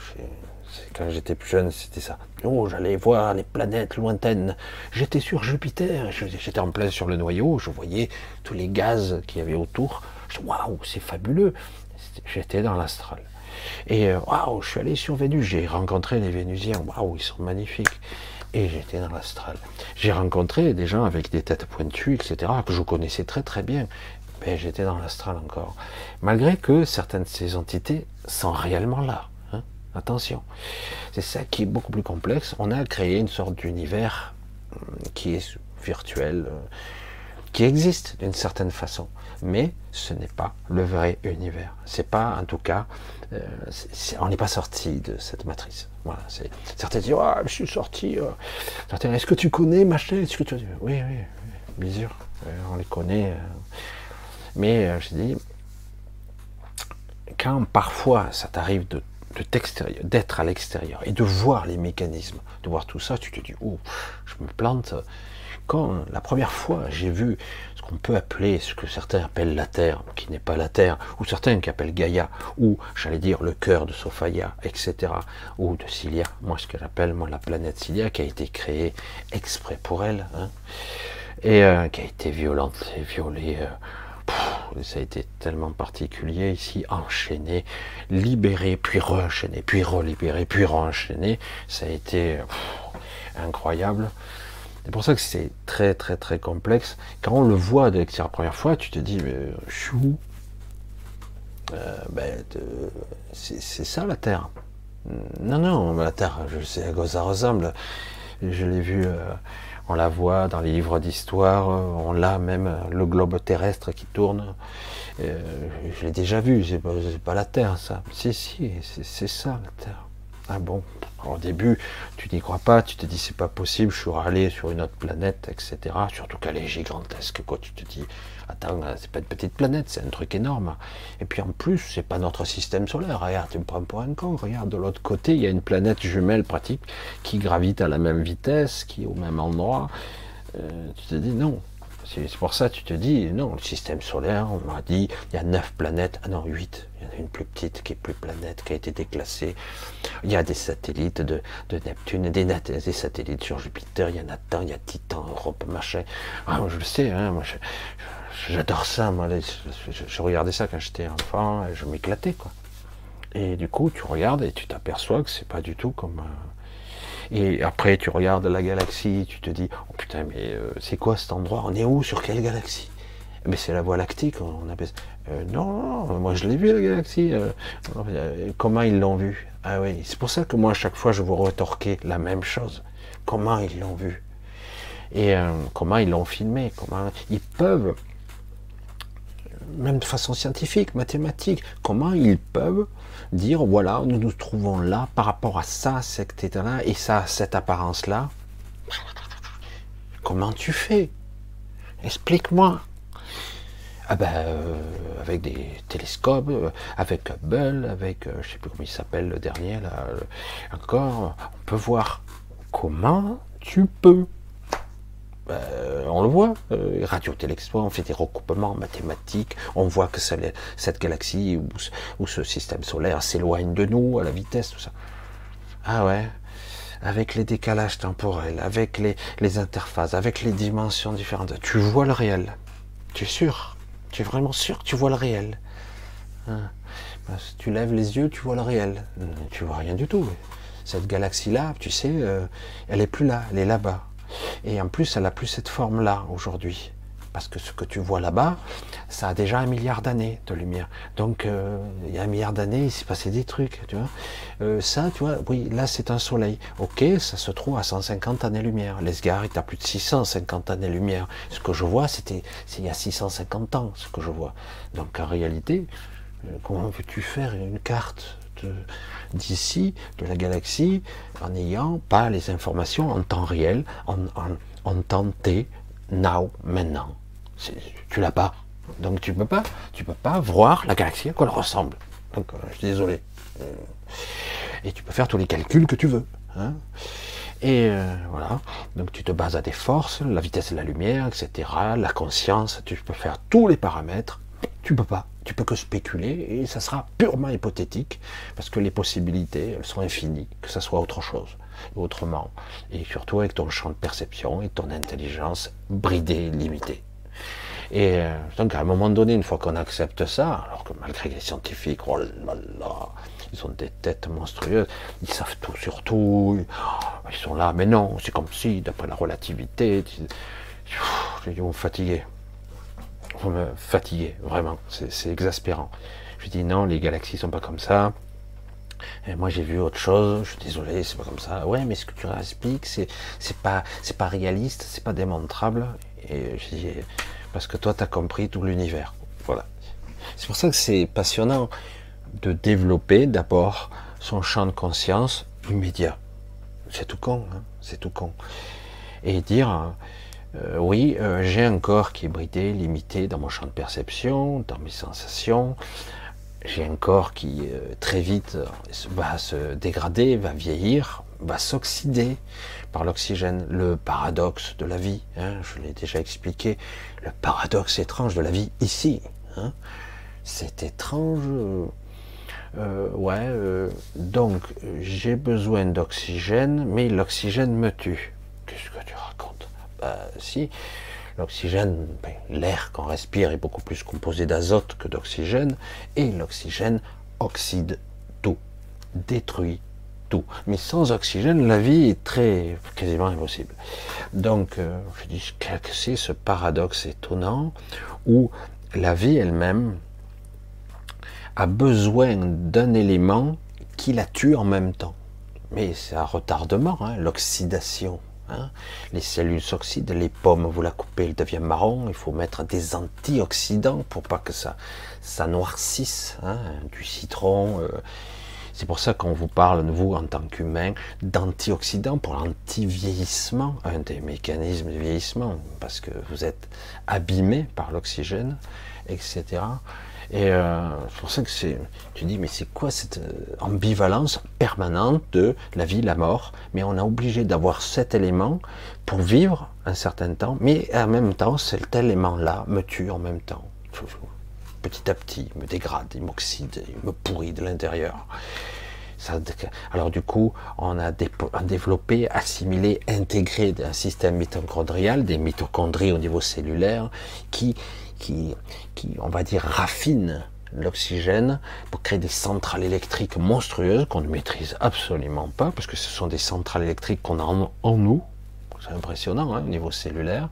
Quand j'étais plus jeune, c'était ça. Oh, j'allais voir les planètes lointaines. J'étais sur Jupiter, j'étais en plein sur le noyau, je voyais tous les gaz qu'il y avait autour. Je dis, waouh, c'est fabuleux. J'étais dans l'astral. Et waouh, je suis allé sur Vénus, j'ai rencontré les Vénusiens. Waouh, ils sont magnifiques. Et j'étais dans l'astral. J'ai rencontré des gens avec des têtes pointues, et cetera, que je connaissais très très bien. Mais j'étais dans l'astral encore. Malgré que certaines de ces entités sont réellement là. Hein. Attention. C'est ça qui est beaucoup plus complexe. On a créé une sorte d'univers qui est virtuel, qui existe d'une certaine façon. Mais ce n'est pas le vrai univers. C'est pas, en tout cas, euh, c'est, c'est, on n'est pas sorti de cette matrice. Voilà, c'est, certains disent, ah, oh, je suis sorti. Euh. Certains, est-ce que tu connais machin? Est-ce que tu... Oui, oui, oui, bien sûr, euh, on les connaît. Euh. Mais euh, je dis, quand parfois ça t'arrive de, de t'extérieur, d'être à l'extérieur et de voir les mécanismes, de voir tout ça, tu te dis, oh, je me plante. Quand la première fois j'ai vu ce qu'on peut appeler, ce que certains appellent la Terre, qui n'est pas la Terre, ou certains qui appellent Gaïa, ou j'allais dire le cœur de Sophia, et cetera, ou de Cilia, moi ce que j'appelle moi la planète Cilia, qui a été créée exprès pour elle, hein, et euh, qui a été violente et violée. Euh, pff, ça a été tellement particulier ici, enchaîné, libéré, puis re-enchaîné, puis relibéré, puis re-enchaîné. Ça a été pff, incroyable. C'est pour ça que c'est très très très complexe. Quand on le voit de l'extérieur la première fois, tu te dis, mais je suis où euh, ben, c'est ça la Terre. Non, non, la Terre, je sais à quoi ça ressemble. Je l'ai vu, euh, on la voit dans les livres d'histoire, on l'a même, le globe terrestre qui tourne. Euh, je l'ai déjà vu, c'est pas, pas la Terre ça. Si, si, c'est ça la Terre. Ah bon, alors, au début, tu n'y crois pas, tu te dis c'est pas possible, je suis allé sur une autre planète, et cetera. Surtout qu'elle est gigantesque, quoi. Tu te dis, attends, c'est pas une petite planète, c'est un truc énorme. Et puis en plus, c'est pas notre système solaire. Regarde, tu me prends pour un con. Regarde, de l'autre côté, il y a une planète jumelle pratique qui gravite à la même vitesse, qui est au même endroit. Euh, tu te dis non. C'est pour ça que tu te dis, non, le système solaire, on m'a dit, il y a neuf planètes, ah non, huit, il y en a une plus petite qui est plus planète, qui a été déclassée. Il y a des satellites de, de Neptune, des, des satellites sur Jupiter, il y en a tant, il y a Titan, Europe, machin. Ah, je le sais, hein, moi, j'adore ça, moi, je, je, je regardais ça quand j'étais enfant, et je m'éclatais, quoi. Et du coup, tu regardes et tu t'aperçois que c'est pas du tout comme... Euh, Et après, tu regardes la galaxie, tu te dis, oh putain, mais euh, c'est quoi cet endroit? On est où? Sur quelle galaxie? Mais c'est la Voie lactée qu'on appelle. Euh, non, non, moi je l'ai vu la galaxie. Euh, comment ils l'ont vu? Ah oui, c'est pour ça que moi à chaque fois je vous retorquais la même chose. Comment ils l'ont vu? Et euh, comment ils l'ont filmé? Comment ils peuvent, même de façon scientifique, mathématique, comment ils peuvent dire, voilà, nous nous trouvons là par rapport à ça, cet état-là, et ça, cette apparence-là. Comment tu fais? Explique-moi. Ah ben, euh, avec des télescopes, euh, avec Hubble, avec, euh, je sais plus comment il s'appelle le dernier, là, euh, encore, on peut voir. Comment tu peux? Euh, on le voit, euh, radio-télescope, on fait des recoupements mathématiques, on voit que ça, cette galaxie ou, ou ce système solaire s'éloigne de nous à la vitesse, tout ça. Ah ouais, avec les décalages temporels, avec les, les interfaces, avec les dimensions différentes, tu vois le réel. Tu es sûr? Tu es vraiment sûr que tu vois le réel? Hein? Si tu lèves les yeux, tu vois le réel. Tu vois rien du tout. Cette galaxie-là, tu sais, euh, elle est plus là, elle est là-bas. Et en plus, elle a plus cette forme-là aujourd'hui. Parce que ce que tu vois là-bas, ça a déjà un milliard d'années de lumière. Donc, euh, il y a un milliard d'années, il s'est passé des trucs, tu vois. Euh, ça, tu vois, oui, là, c'est un soleil. Ok, ça se trouve à cent cinquante années-lumière. L'Esgard est à plus de six cent cinquante années-lumière. Ce que je vois, c'était il y a six cent cinquante ans, ce que je vois. Donc, en réalité, comment veux-tu faire une carte d'ici, de la galaxie, en n'ayant pas les informations en temps réel, en, en, en temps T, now, maintenant. Tu l'as pas. Donc tu peux pas, tu peux pas voir la galaxie à quoi elle ressemble. Donc euh, je suis désolé. Euh, et tu peux faire tous les calculs que tu veux. Hein. Et euh, voilà. Donc tu te bases à des forces, la vitesse de la lumière, et cetera. La conscience, tu peux faire tous les paramètres. Tu peux pas. Tu peux que spéculer et ça sera purement hypothétique parce que les possibilités, elles sont infinies, que ça soit autre chose, autrement. Et surtout avec ton champ de perception et ton intelligence bridée, limitée. Et euh, donc à un moment donné, une fois qu'on accepte ça, alors que malgré les scientifiques, oh là là, ils ont des têtes monstrueuses, ils savent tout sur tout, ils sont là, mais non, c'est comme si, d'après la relativité, ils vont me fatiguer. Vous me fatiguez, vraiment, c'est exaspérant. Je dis non, les galaxies sont pas comme ça. Et moi j'ai vu autre chose, je suis désolé, c'est pas comme ça. Ouais, mais ce que tu expliques, c'est c'est pas c'est pas réaliste, c'est pas démontrable. Et je dis parce que toi t'as compris tout l'univers. Voilà. C'est pour ça que c'est passionnant de développer d'abord son champ de conscience immédiat. C'est tout con, hein, c'est tout con. Et dire Euh, oui, euh, j'ai un corps qui est bridé, limité dans mon champ de perception, dans mes sensations. j'ai un corps qui euh, très vite va se dégrader, va vieillir, va s'oxyder par l'oxygène. Le paradoxe de la vie, hein, je l'ai déjà expliqué, le paradoxe étrange de la vie ici. Hein, c'est étrange. Euh, ouais, euh, donc j'ai besoin d'oxygène, mais l'oxygène me tue. Qu'est-ce que tu racontes? Bah si, l'oxygène, ben, l'air qu'on respire est beaucoup plus composé d'azote que d'oxygène, et l'oxygène oxyde tout, détruit tout. Mais sans oxygène, la vie est très, quasiment impossible. Donc, euh, je dis, qu'est-ce que c'est ce paradoxe étonnant où la vie elle-même a besoin d'un élément qui la tue en même temps. Mais c'est un retardement, hein, l'oxydation. Hein. Les cellules s'oxydent, les pommes, vous la coupez, elles deviennent marron, il faut mettre des antioxydants pour pas que ça, ça noircisse, hein, du citron. Euh, c'est pour ça qu'on vous parle, vous, en tant qu'humain, d'antioxydants pour l'anti-vieillissement, un des mécanismes de vieillissement, parce que vous êtes abîmé par l'oxygène, et cetera. Et euh, c'est pour ça que c'est, tu dis, mais c'est quoi cette ambivalence permanente de la vie, la mort? Mais on est obligé d'avoir cet élément pour vivre un certain temps, mais en même temps, cet élément-là me tue en même temps. Petit à petit, il me dégrade, il m'oxyde, il me pourrit de l'intérieur. Ça, alors du coup, on a développé, assimilé, intégré un système mitochondrial, des mitochondries au niveau cellulaire, qui, qui, qui on va dire, raffinent l'oxygène pour créer des centrales électriques monstrueuses qu'on ne maîtrise absolument pas, parce que ce sont des centrales électriques qu'on a en, en nous, c'est impressionnant, hein, au niveau cellulaire,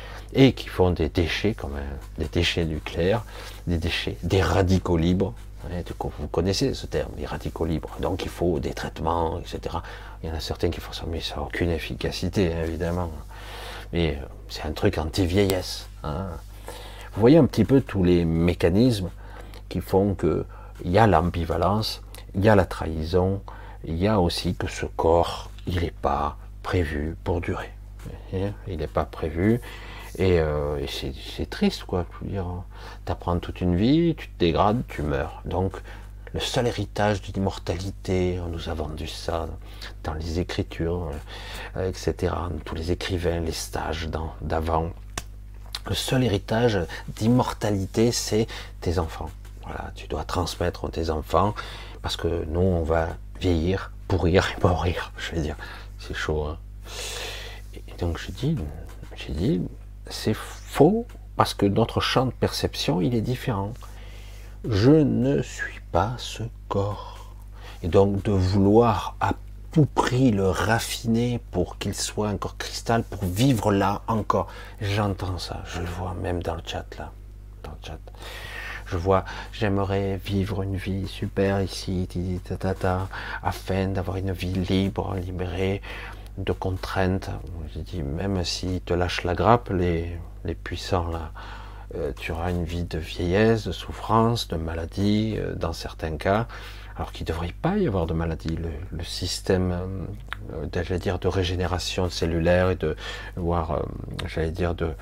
et qui font des déchets, comme un, des déchets nucléaires, des déchets, des radicaux libres. Vous connaissez ce terme, les radicaux libres. Donc il faut des traitements, et cetera. Il y en a certains qui font ça, mais ça n'a aucune efficacité, hein, évidemment. Mais c'est un truc anti-vieillesse. Hein. Vous voyez un petit peu tous les mécanismes qui font qu'il y a l'ambivalence, il y a la trahison, il y a aussi que ce corps, il n'est pas prévu pour durer. Il n'est pas prévu. Et, euh, et c'est triste, quoi. Je veux dire, t'apprends toute une vie, tu te dégrades, tu meurs. Donc, le seul héritage de l'immortalité, on nous a vendu ça dans les écritures, euh, et cetera. Tous les écrivains, les sages d'avant. Le seul héritage d'immortalité, c'est tes enfants. Voilà, tu dois transmettre à tes enfants, parce que nous, on va vieillir, pourrir et mourir. Je veux dire, c'est chaud. Hein. Et donc, j'ai dit, j'ai dit. C'est faux parce que notre champ de perception il est différent. Je ne suis pas ce corps. Et donc de vouloir à tout prix le raffiner pour qu'il soit encore cristal, pour vivre là encore. J'entends ça, je le vois même dans le chat là. Dans le chat. Je vois, j'aimerais vivre une vie super ici, tata, afin d'avoir une vie libre, libérée de contraintes. J'ai dit, même s'ils te lâchent la grappe, les, les puissants là, euh, tu auras une vie de vieillesse, de souffrance, de maladie, euh, dans certains cas, alors qu'il ne devrait pas y avoir de maladie. Le, le système, euh, j'allais dire, de régénération cellulaire et de, voire, euh, j'allais dire, de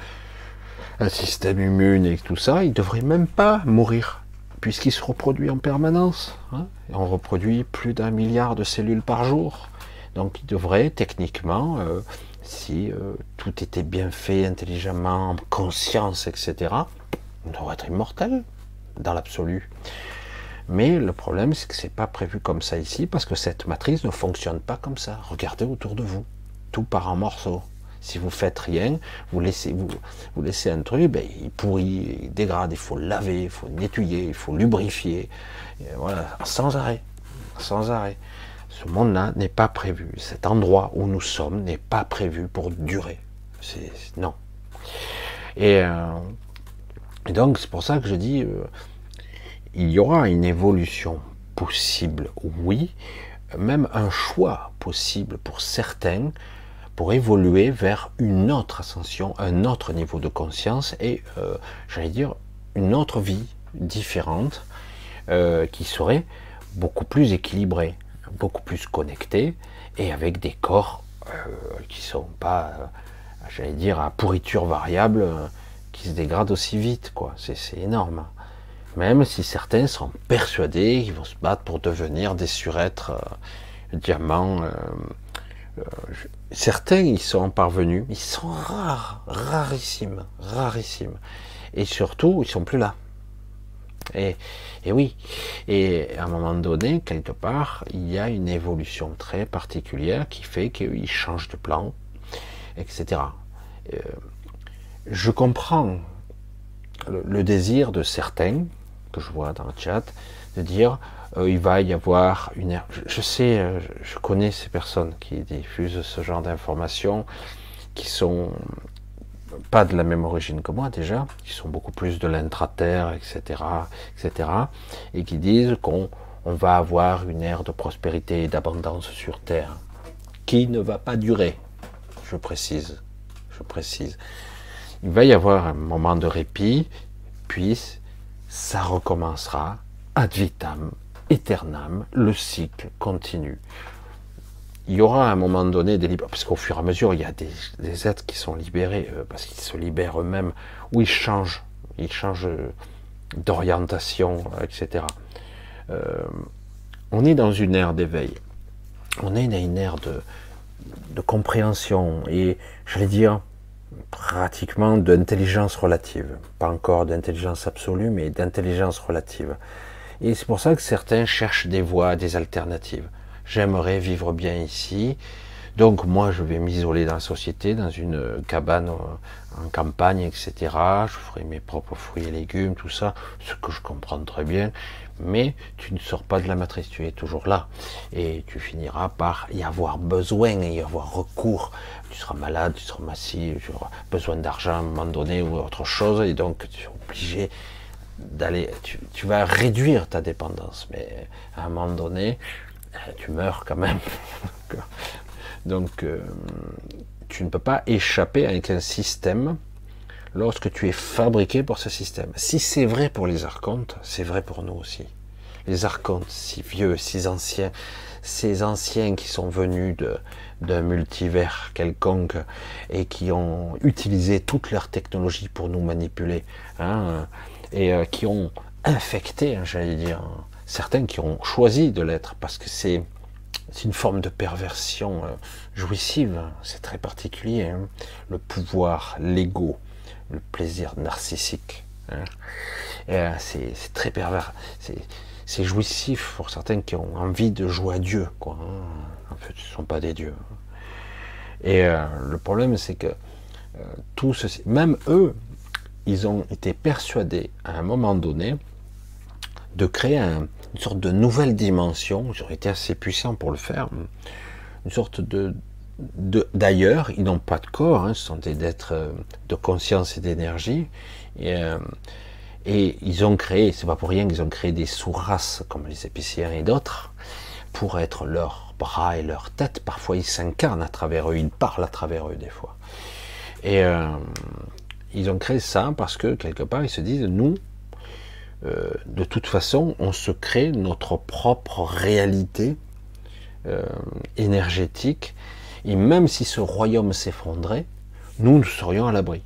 un système immune et tout ça, il ne devrait même pas mourir, puisqu'il se reproduit en permanence. Hein, et on reproduit plus d'un milliard de cellules par jour. Donc il devrait techniquement, euh, si euh, tout était bien fait, intelligemment, en conscience, et cetera, on devrait être immortel, dans l'absolu. Mais le problème, c'est que c'est pas prévu comme ça ici, parce que cette matrice ne fonctionne pas comme ça. Regardez autour de vous, tout part en morceaux. Si vous faites rien, vous laissez, vous, vous laissez un truc, ben, il pourrit, il dégrade, il faut le laver, il faut nettoyer, il faut lubrifier, et voilà, sans arrêt, sans arrêt. Ce monde-là n'est pas prévu. Cet endroit où nous sommes n'est pas prévu pour durer. C'est non. Et, euh, et donc c'est pour ça que je dis, euh, il y aura une évolution possible, oui, même un choix possible pour certains, pour évoluer vers une autre ascension, un autre niveau de conscience et, euh, j'allais dire, une autre vie différente euh, qui serait beaucoup plus équilibrée, beaucoup plus connectés et avec des corps euh, qui sont pas, euh, j'allais dire, à pourriture variable, euh, qui se dégradent aussi vite, quoi. C'est énorme. Même si certains sont persuadés qu'ils vont se battre pour devenir des surêtres euh, diamants. Euh, euh, je- certains y sont parvenus, ils sont rares, rarissimes, rarissimes. Et surtout, ils sont plus là. Et, et oui, et à un moment donné, quelque part, il y a une évolution très particulière qui fait qu'ils changent de plan, et cetera. Euh, je comprends le, le désir de certains, que je vois dans le chat, de dire euh, il va y avoir une ère. Je, je sais, euh, je connais ces personnes qui diffusent ce genre d'informations, qui sont pas de la même origine que moi déjà, qui sont beaucoup plus de l'intra-terre, et cetera, et cetera, et qui disent qu'on on va avoir une ère de prospérité et d'abondance sur Terre, qui ne va pas durer. Je précise, je précise. Il va y avoir un moment de répit, puis ça recommencera ad vitam aeternam, le cycle continue. Il y aura à un moment donné des libérations, parce qu'au fur et à mesure, il y a des, des êtres qui sont libérés, euh, parce qu'ils se libèrent eux-mêmes, ou ils changent, ils changent d'orientation, et cetera. Euh, on est dans une ère d'éveil, on est dans une ère de, de compréhension, et j'allais dire, pratiquement d'intelligence relative. Pas encore d'intelligence absolue, mais d'intelligence relative. Et c'est pour ça que certains cherchent des voies, des alternatives. J'aimerais vivre bien ici, donc moi je vais m'isoler dans la société, dans une cabane en campagne, et cetera. Je ferai mes propres fruits et légumes, tout ça, ce que je comprends très bien, mais tu ne sors pas de la matrice, tu es toujours là. Et tu finiras par y avoir besoin, et y avoir recours. Tu seras malade, tu seras massif, tu auras besoin d'argent à un moment donné ou autre chose, et donc tu es obligé d'aller, tu, tu vas réduire ta dépendance, mais à un moment donné, tu meurs quand même. Donc, euh, tu ne peux pas échapper avec un système lorsque tu es fabriqué pour ce système. Si c'est vrai pour les archontes, c'est vrai pour nous aussi. Les archontes, si vieux, si anciens, ces anciens qui sont venus de, d'un multivers quelconque et qui ont utilisé toute leur technologie pour nous manipuler, hein, et euh, qui ont infecté, hein, j'allais dire, certains qui ont choisi de l'être, parce que c'est c'est une forme de perversion euh, jouissive, c'est très particulier, hein. Le pouvoir, l'ego, le plaisir narcissique, hein. Euh, c'est très pervers, c'est jouissif pour certains qui ont envie de jouer à Dieu, quoi, hein. En fait, ce ne sont pas des dieux. Et euh, le problème, c'est que euh, tout ceci, même eux, ils ont été persuadés à un moment donné de créer un, une sorte de nouvelle dimension. Ils auraient été assez puissants pour le faire, une sorte de d'ailleurs, ils n'ont pas de corps, hein, ce sont des êtres de conscience et d'énergie, et, euh, et ils ont créé, c'est pas pour rien qu'ils ont créé des sous-races comme les épiciers et d'autres, pour être leurs bras et leur tête. Parfois ils s'incarnent à travers eux, ils parlent à travers eux des fois. Et euh, ils ont créé ça parce que quelque part ils se disent, nous, euh, de toute façon, on se crée notre propre réalité euh, énergétique. Et même si ce royaume s'effondrait, nous, nous serions à l'abri.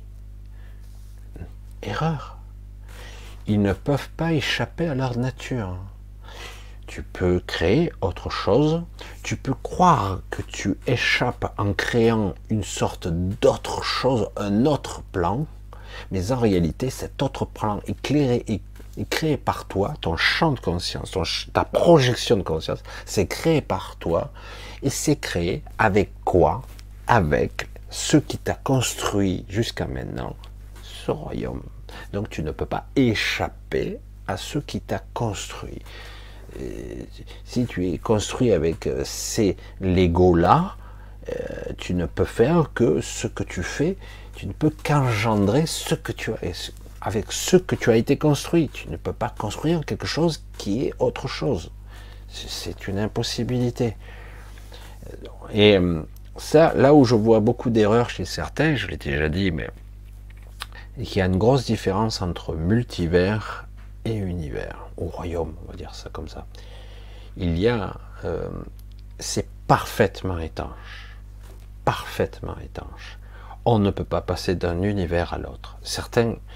Erreur. Ils ne peuvent pas échapper à leur nature. Tu peux créer autre chose, tu peux croire que tu échappes en créant une sorte d'autre chose, un autre plan, mais en réalité, cet autre plan éclairé et créé par toi, ton champ de conscience, ton, ta projection de conscience, c'est créé par toi, et c'est créé avec quoi? Avec ce qui t'a construit jusqu'à maintenant, ce royaume. Donc tu ne peux pas échapper à ce qui t'a construit. Et si tu es construit avec ces Legos-là, euh, tu ne peux faire que ce que tu fais, tu ne peux qu'engendrer ce que tu as, avec ce que tu as été construit. Tu ne peux pas construire quelque chose qui est autre chose. C'est une impossibilité. Et ça, là où je vois beaucoup d'erreurs chez certains, je l'ai déjà dit, mais il y a une grosse différence entre multivers et univers, ou royaume, on va dire ça comme ça. Il y a, euh, c'est parfaitement étanche, parfaitement étanche. On ne peut pas passer d'un univers à l'autre. Certains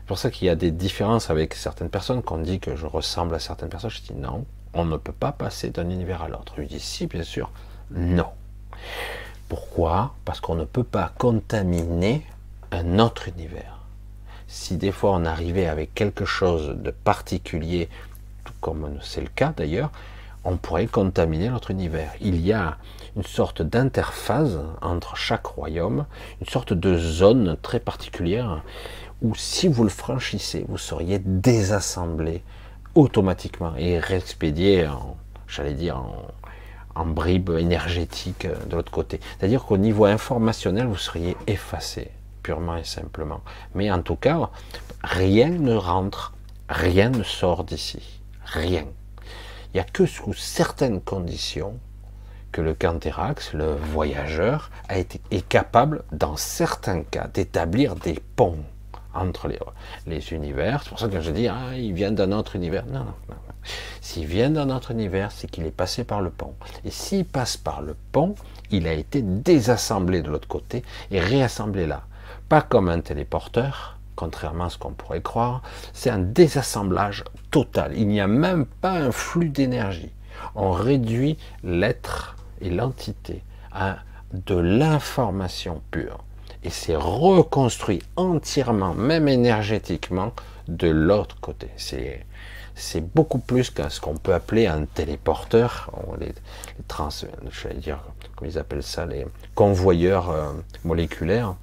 C'est pour ça qu'il y a des différences avec certaines personnes, qu'on dit que je ressemble à certaines personnes. Je dis non, on ne peut pas passer d'un univers à l'autre. Je dis si, bien sûr, non. Pourquoi? Parce qu'on ne peut pas contaminer un autre univers. Si des fois on arrivait avec quelque chose de particulier, tout comme c'est le cas d'ailleurs, on pourrait contaminer notre univers. Il y a une sorte d'interface entre chaque royaume, une sorte de zone très particulière, où si vous le franchissez, vous seriez désassemblé automatiquement et expédié en, j'allais dire, en, en bribes énergétiques de l'autre côté. C'est-à-dire qu'au niveau informationnel, vous seriez effacé, purement et simplement. Mais en tout cas, rien ne rentre, rien ne sort d'ici. Rien. Il n'y a que sous certaines conditions que le Canthérax, le voyageur, a été, est capable, dans certains cas, d'établir des ponts entre les, les univers. C'est pour ça que je dis, ah, il vient d'un autre univers. Non, non, non. S'il vient d'un autre univers, c'est qu'il est passé par le pont. Et s'il passe par le pont, il a été désassemblé de l'autre côté et réassemblé là. Pas comme un téléporteur, contrairement à ce qu'on pourrait croire, c'est un désassemblage total. Il n'y a même pas un flux d'énergie. On réduit l'être et l'entité à de l'information pure. Et c'est reconstruit entièrement, même énergétiquement, de l'autre côté. C'est, c'est beaucoup plus qu'à ce qu'on peut appeler un téléporteur, les, les trans, je vais dire, comment ils appellent ça, les convoyeurs euh, moléculaires.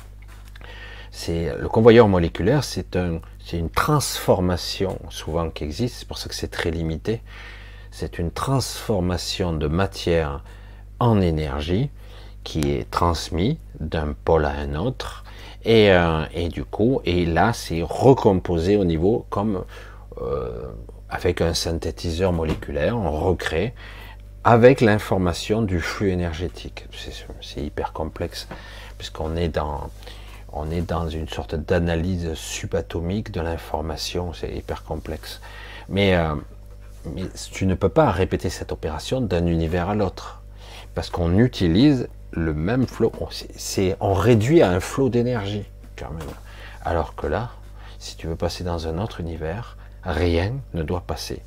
C'est, le convoyeur moléculaire, c'est un, c'est une transformation souvent qui existe, c'est pour ça que c'est très limité. C'est une transformation de matière en énergie qui est transmise d'un pôle à un autre, et, euh, et du coup, et là, c'est recomposé au niveau comme euh, avec un synthétiseur moléculaire, on recrée avec l'information du flux énergétique. C'est, c'est hyper complexe puisqu'on est dans on est dans une sorte d'analyse subatomique de l'information, c'est hyper complexe. Mais, euh, mais tu ne peux pas répéter cette opération d'un univers à l'autre parce qu'on utilise le même flot, on, c'est, on réduit à un flot d'énergie quand même. Alors que là, si tu veux passer dans un autre univers, rien ne doit passer.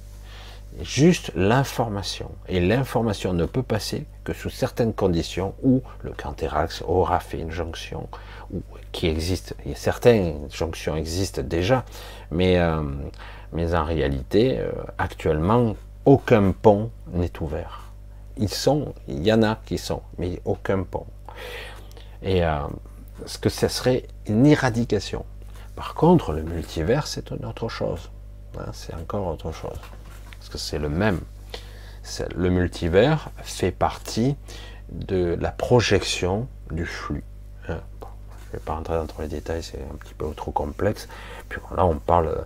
Juste l'information. Et l'information ne peut passer que sous certaines conditions où le Canthérax aura fait une jonction, ou, qui existe. Et certaines jonctions existent déjà, mais, euh, mais en réalité, euh, actuellement, aucun pont n'est ouvert. Ils sont, il y en a qui sont, mais aucun pont. Et euh, ce que ce serait une éradication. Par contre, le multivers, c'est une autre chose. Hein, c'est encore autre chose. Parce que c'est le même. C'est, le multivers fait partie de la projection du flux. Hein, bon, je ne vais pas rentrer dans tous les détails, c'est un petit peu trop complexe. Puis là, on parle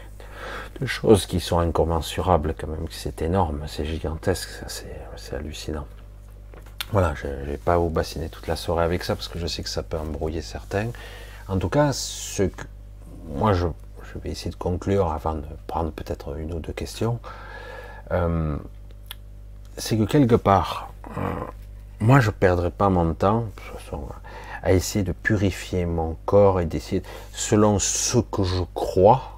de choses qui sont incommensurables quand même, c'est énorme, c'est gigantesque, c'est, c'est hallucinant. Voilà, je ne vais pas vous bassiner toute la soirée avec ça parce que je sais que ça peut embrouiller certains. En tout cas, ce que, moi je, je vais essayer de conclure avant de prendre peut-être une ou deux questions. Euh, c'est que quelque part, euh, moi je ne perdrai pas mon temps de toute façon, à essayer de purifier mon corps et d'essayer, selon ce que je crois,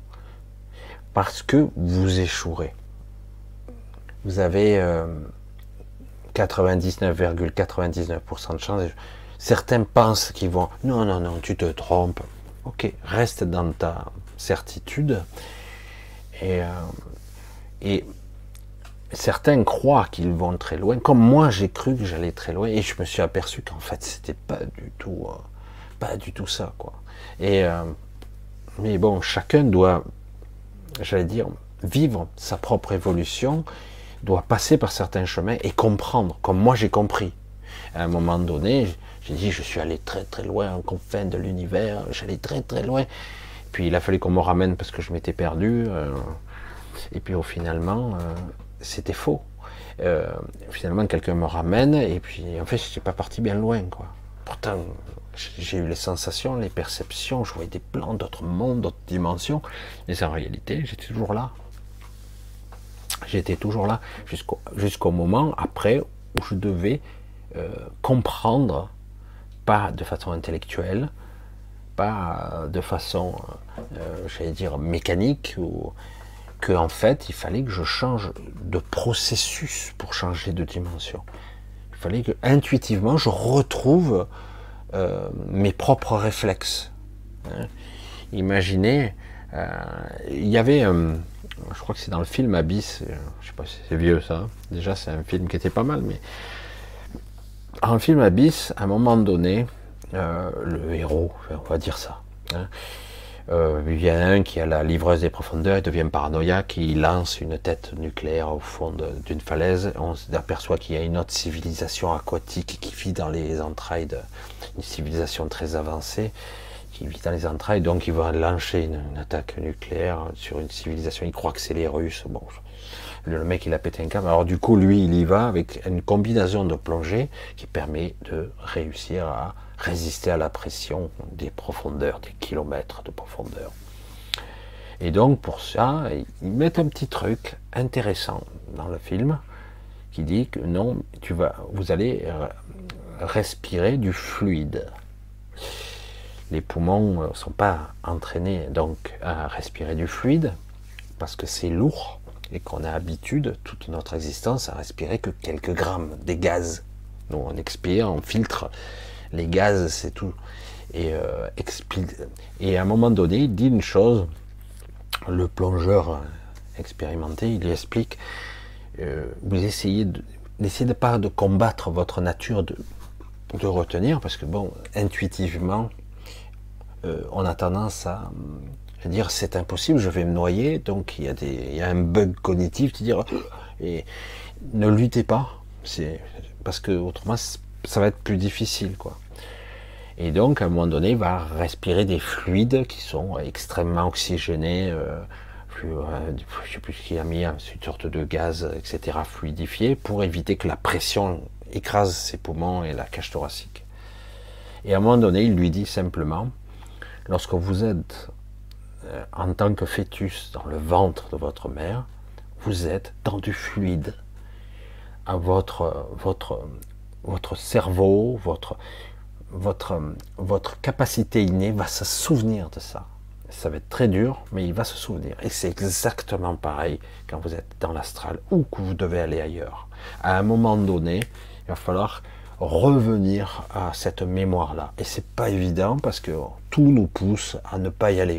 parce que vous échouerez. Vous avez euh, quatre-vingt-dix-neuf virgule quatre-vingt-dix-neuf pour cent de chance. Certains pensent qu'ils vont... Non, non, non, tu te trompes. Ok, reste dans ta certitude. Et, euh, et certains croient qu'ils vont très loin. Comme moi, j'ai cru que j'allais très loin. Et je me suis aperçu qu'en fait, c'était pas du tout... Euh, pas du tout ça, quoi. Et, euh, mais bon, chacun doit... j'allais dire, vivre sa propre évolution, doit passer par certains chemins et comprendre, comme moi j'ai compris. À un moment donné, j'ai dit, je suis allé très très loin, en confins de l'univers, j'allais très très loin. Puis il a fallu qu'on me ramène parce que je m'étais perdu. Euh, et puis au finalement, euh, c'était faux. Euh, finalement, quelqu'un me ramène et puis en fait, je n'étais pas parti bien loin, quoi. Pourtant, j'ai eu les sensations, les perceptions, je voyais des plans d'autres mondes, d'autres dimensions, mais en réalité, j'étais toujours là. J'étais toujours là, jusqu'au jusqu'au moment après où je devais euh, comprendre, pas de façon intellectuelle, pas de façon, euh, j'allais dire, mécanique, ou que en fait, il fallait que je change de processus pour changer de dimension. Il fallait que, intuitivement, je retrouve euh, mes propres réflexes. Hein. Imaginez, euh, il y avait, euh, je crois que c'est dans le film Abyss, euh, je sais pas si c'est vieux ça, déjà c'est un film qui était pas mal, mais dans le film Abyss, à un moment donné, euh, le héros, on va dire ça, hein, euh, il y en a un qui a la livreuse des profondeurs, il devient paranoïaque, il lance une tête nucléaire au fond d'une falaise, on s'aperçoit qu'il y a une autre civilisation aquatique qui vit dans les entrailles d'une civilisation très avancée, qui vit dans les entrailles, donc il va lancer une, une attaque nucléaire sur une civilisation, il croit que c'est les Russes, bon, le mec il a pété un câble, alors du coup lui il y va avec une combinaison de plongée qui permet de réussir à résister à la pression des profondeurs, des kilomètres de profondeur. Et donc pour ça, ils mettent un petit truc intéressant dans le film qui dit que non, tu vas, vous allez respirer du fluide. Les poumons ne sont pas entraînés donc à respirer du fluide parce que c'est lourd et qu'on a habitude toute notre existence à respirer que quelques grammes des gaz. Nous on expire, on filtre les gaz, c'est tout. Et, euh, et à un moment donné, il dit une chose, le plongeur expérimenté, il lui explique, euh, vous essayez de, n'essayez pas de combattre votre nature de, de retenir, parce que bon, intuitivement, euh, on a tendance à dire c'est impossible, je vais me noyer, donc il y a, des, il y a un bug cognitif qui dit et ne luttez pas, c'est parce que autrement ça va être plus difficile, quoi. Et donc, à un moment donné, il va respirer des fluides qui sont extrêmement oxygénés, euh, plus, euh, je ne sais plus ce qu'il a mis, une sorte de gaz, et cetera, fluidifié, pour éviter que la pression écrase ses poumons et la cage thoracique. Et à un moment donné, il lui dit simplement, lorsque vous êtes euh, en tant que fœtus dans le ventre de votre mère, vous êtes dans du fluide. À votre, votre, votre cerveau, votre... Votre, votre capacité innée va se souvenir de ça. Ça va être très dur, mais il va se souvenir. Et c'est exactement pareil quand vous êtes dans l'astral ou que vous devez aller ailleurs. À un moment donné, il va falloir revenir à cette mémoire-là. Et c'est pas évident parce que tout nous pousse à ne pas y aller.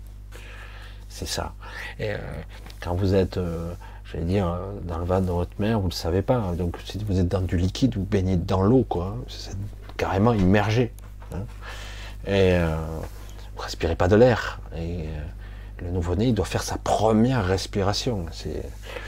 C'est ça. Et euh, quand vous êtes, euh, j'allais dire, dans le ventre de votre mère, vous ne le savez pas. Donc si vous êtes dans du liquide, vous baignez dans l'eau, quoi. C'est carrément immergé. Hein. Et euh, vous respirez pas de l'air. Et euh, le nouveau-né, il doit faire sa première respiration. C'est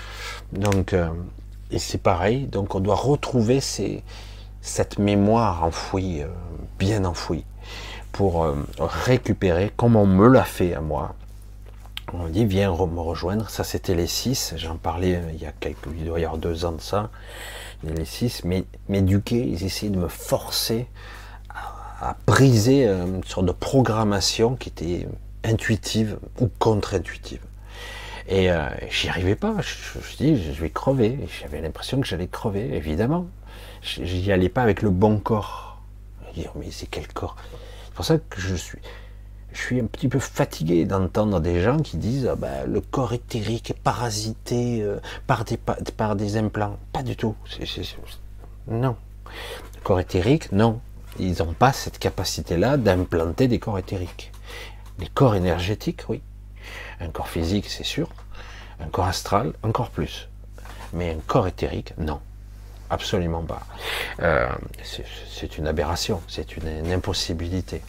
donc euh, et c'est pareil. Donc on doit retrouver ces, cette mémoire enfouie, euh, bien enfouie, pour euh, récupérer, comme on me l'a fait à moi. On dit viens me rejoindre. Ça c'était les six. J'en parlais il y a quelques, il doit y avoir deux ans de ça. Les six, m'éduquer, ils essayaient de me forcer à, à briser une sorte de programmation qui était intuitive ou contre-intuitive. Et euh, j'y arrivais pas, je me suis dit, je vais crever. J'avais l'impression que j'allais crever, évidemment. J'y allais pas avec le bon corps. Dire, mais c'est quel corps? C'est pour ça que je suis, je suis un petit peu fatigué d'entendre des gens qui disent ah ben, le corps éthérique est parasité euh, par, des, par des implants. Pas du tout. C'est, c'est, c'est... Non. Le corps éthérique, non. Ils n'ont pas cette capacité-là d'implanter des corps éthériques. Les corps énergétiques, oui. Un corps physique, c'est sûr. Un corps astral, encore plus. Mais un corps éthérique, non. Absolument pas. Euh, c'est, c'est une aberration. C'est une, une impossibilité.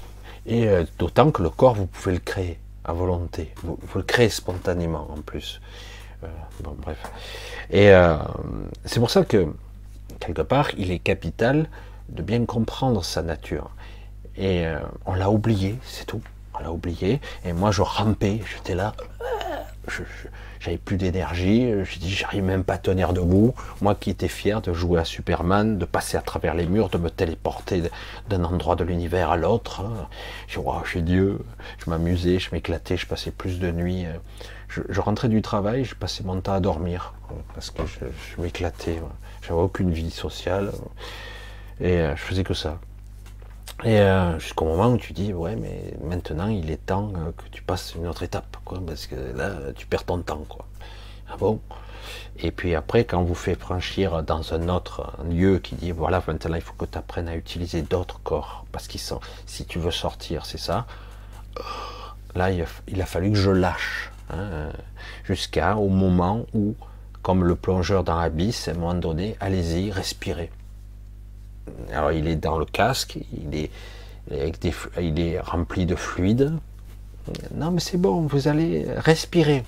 Et euh, d'autant que le corps, vous pouvez le créer à volonté. Vous, vous le créez spontanément en plus. Euh, bon, bref. Et euh, c'est pour ça que, quelque part, il est capital de bien comprendre sa nature. Et euh, on l'a oublié, c'est tout. On l'a oublié. Et moi, je rampais, j'étais là. Je, je, j'avais plus d'énergie. Je dis, j'arrive même pas à tenir debout. Moi qui étais fier de jouer à Superman, de passer à travers les murs, de me téléporter d'un endroit de l'univers à l'autre. Je dis, wow, je suis Dieu. Je m'amusais, je m'éclatais, je passais plus de nuits. Je, je rentrais du travail, je passais mon temps à dormir parce que je, je m'éclatais. J'avais aucune vie sociale et je faisais que ça. Et euh, jusqu'au moment où tu dis, ouais, mais maintenant il est temps euh, que tu passes une autre étape, quoi, parce que là, tu perds ton temps, quoi. Ah bon? Et puis après, quand on vous fait franchir dans un autre lieu qui dit, voilà, maintenant il faut que tu apprennes à utiliser d'autres corps, parce qu'ils sont, si tu veux sortir, c'est ça. Là, il a, il a fallu que je lâche, hein, jusqu'à au moment où, comme le plongeur dans l'abysse, à un moment donné, allez-y, respirez. Alors il est dans le casque, il est, avec des, il est rempli de fluide. Non mais c'est bon, vous allez respirer.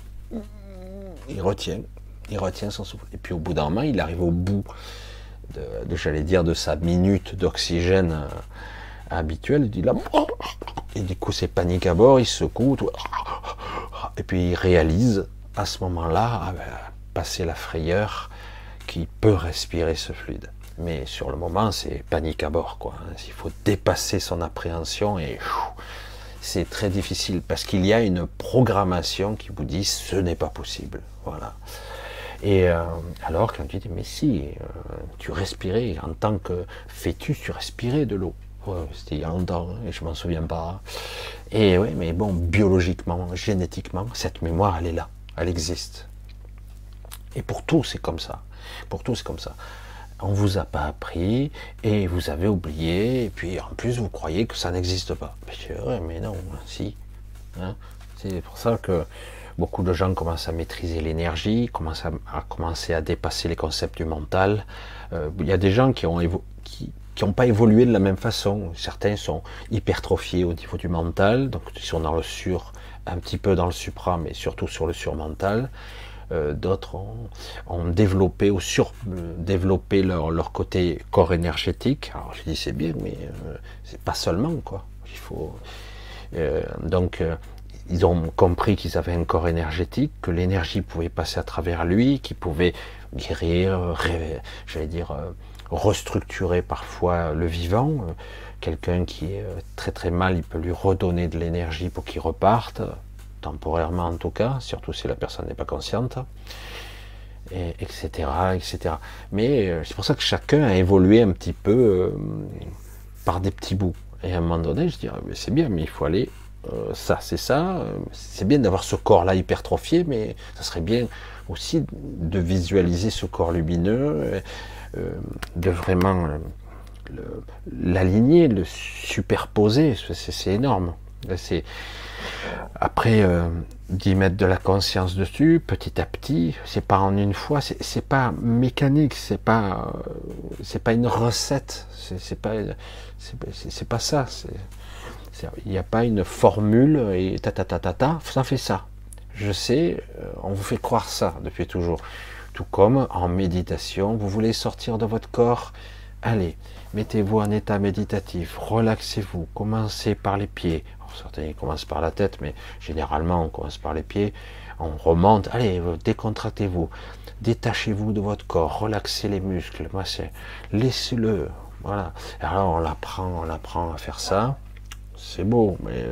Il retient, il retient son souffle. Et puis au bout d'un moment, il arrive au bout de, de j'allais dire, de sa minute d'oxygène euh, habituelle. Il dit là, et du coup c'est panique à bord, il secoue, tout, et puis il réalise à ce moment-là, ah ben, passer la frayeur, qu'il peut respirer ce fluide. Mais sur le moment, c'est panique à bord, quoi. Il faut dépasser son appréhension et c'est très difficile parce qu'il y a une programmation qui vous dit ce n'est pas possible. Voilà. Et euh, alors, quand tu dis, mais si, euh, tu respirais en tant que fœtus, tu respirais de l'eau. Ouais, c'était il y a longtemps hein, et je m'en souviens pas. Et oui, mais bon, biologiquement, génétiquement, cette mémoire, elle est là, elle existe. Et pour tout, c'est comme ça. Pour tout, c'est comme ça. On vous a pas appris et vous avez oublié et puis en plus vous croyez que ça n'existe pas. Mais, vrai, mais non, si. Hein, c'est pour ça que beaucoup de gens commencent à maîtriser l'énergie, commencent à, à commencer à dépasser les concepts du mental. Euh, il y a des gens qui ont qui qui n'ont pas évolué de la même façon. Certains sont hypertrophiés au niveau du mental, donc ils sont dans le sur, un petit peu dans le supra, mais surtout sur le surmental. Euh, d'autres ont, ont développé ou sur-développé leur, leur côté corps énergétique. Alors je dis c'est bien, mais euh, c'est pas seulement quoi. Il faut euh, donc euh, ils ont compris qu'ils avaient un corps énergétique, que l'énergie pouvait passer à travers lui, qu'il pouvait guérir, j'allais dire euh, restructurer parfois le vivant. Quelqu'un qui est très très mal, il peut lui redonner de l'énergie pour qu'il reparte. Temporairement en tout cas, surtout si la personne n'est pas consciente, et, etc., et cetera. Mais euh, c'est pour ça que chacun a évolué un petit peu euh, par des petits bouts. Et à un moment donné, je dis, c'est bien, mais il faut aller, euh, ça, c'est ça, euh, c'est bien d'avoir ce corps-là hypertrophié, mais ça serait bien aussi de visualiser ce corps lumineux, euh, de vraiment euh, l'aligner, le, le superposer, c'est énorme. C'est après euh, d'y mettre de la conscience dessus, petit à petit, c'est pas en une fois, c'est pas mécanique, c'est pas, euh, c'est pas une recette, c'est pas, c'est pas ça. Il n'y a pas une formule et ta ta ta ta ta, ça fait ça. Je sais, euh, on vous fait croire ça depuis toujours. Tout comme en méditation, vous voulez sortir de votre corps, allez, mettez-vous en état méditatif, relaxez-vous, commencez par les pieds. Certains commencent par la tête, mais généralement on commence par les pieds, on remonte, allez, décontractez-vous, détachez-vous de votre corps, relaxez les muscles, laissez-le, voilà. Alors on apprend, on apprend à faire ça, c'est beau, mais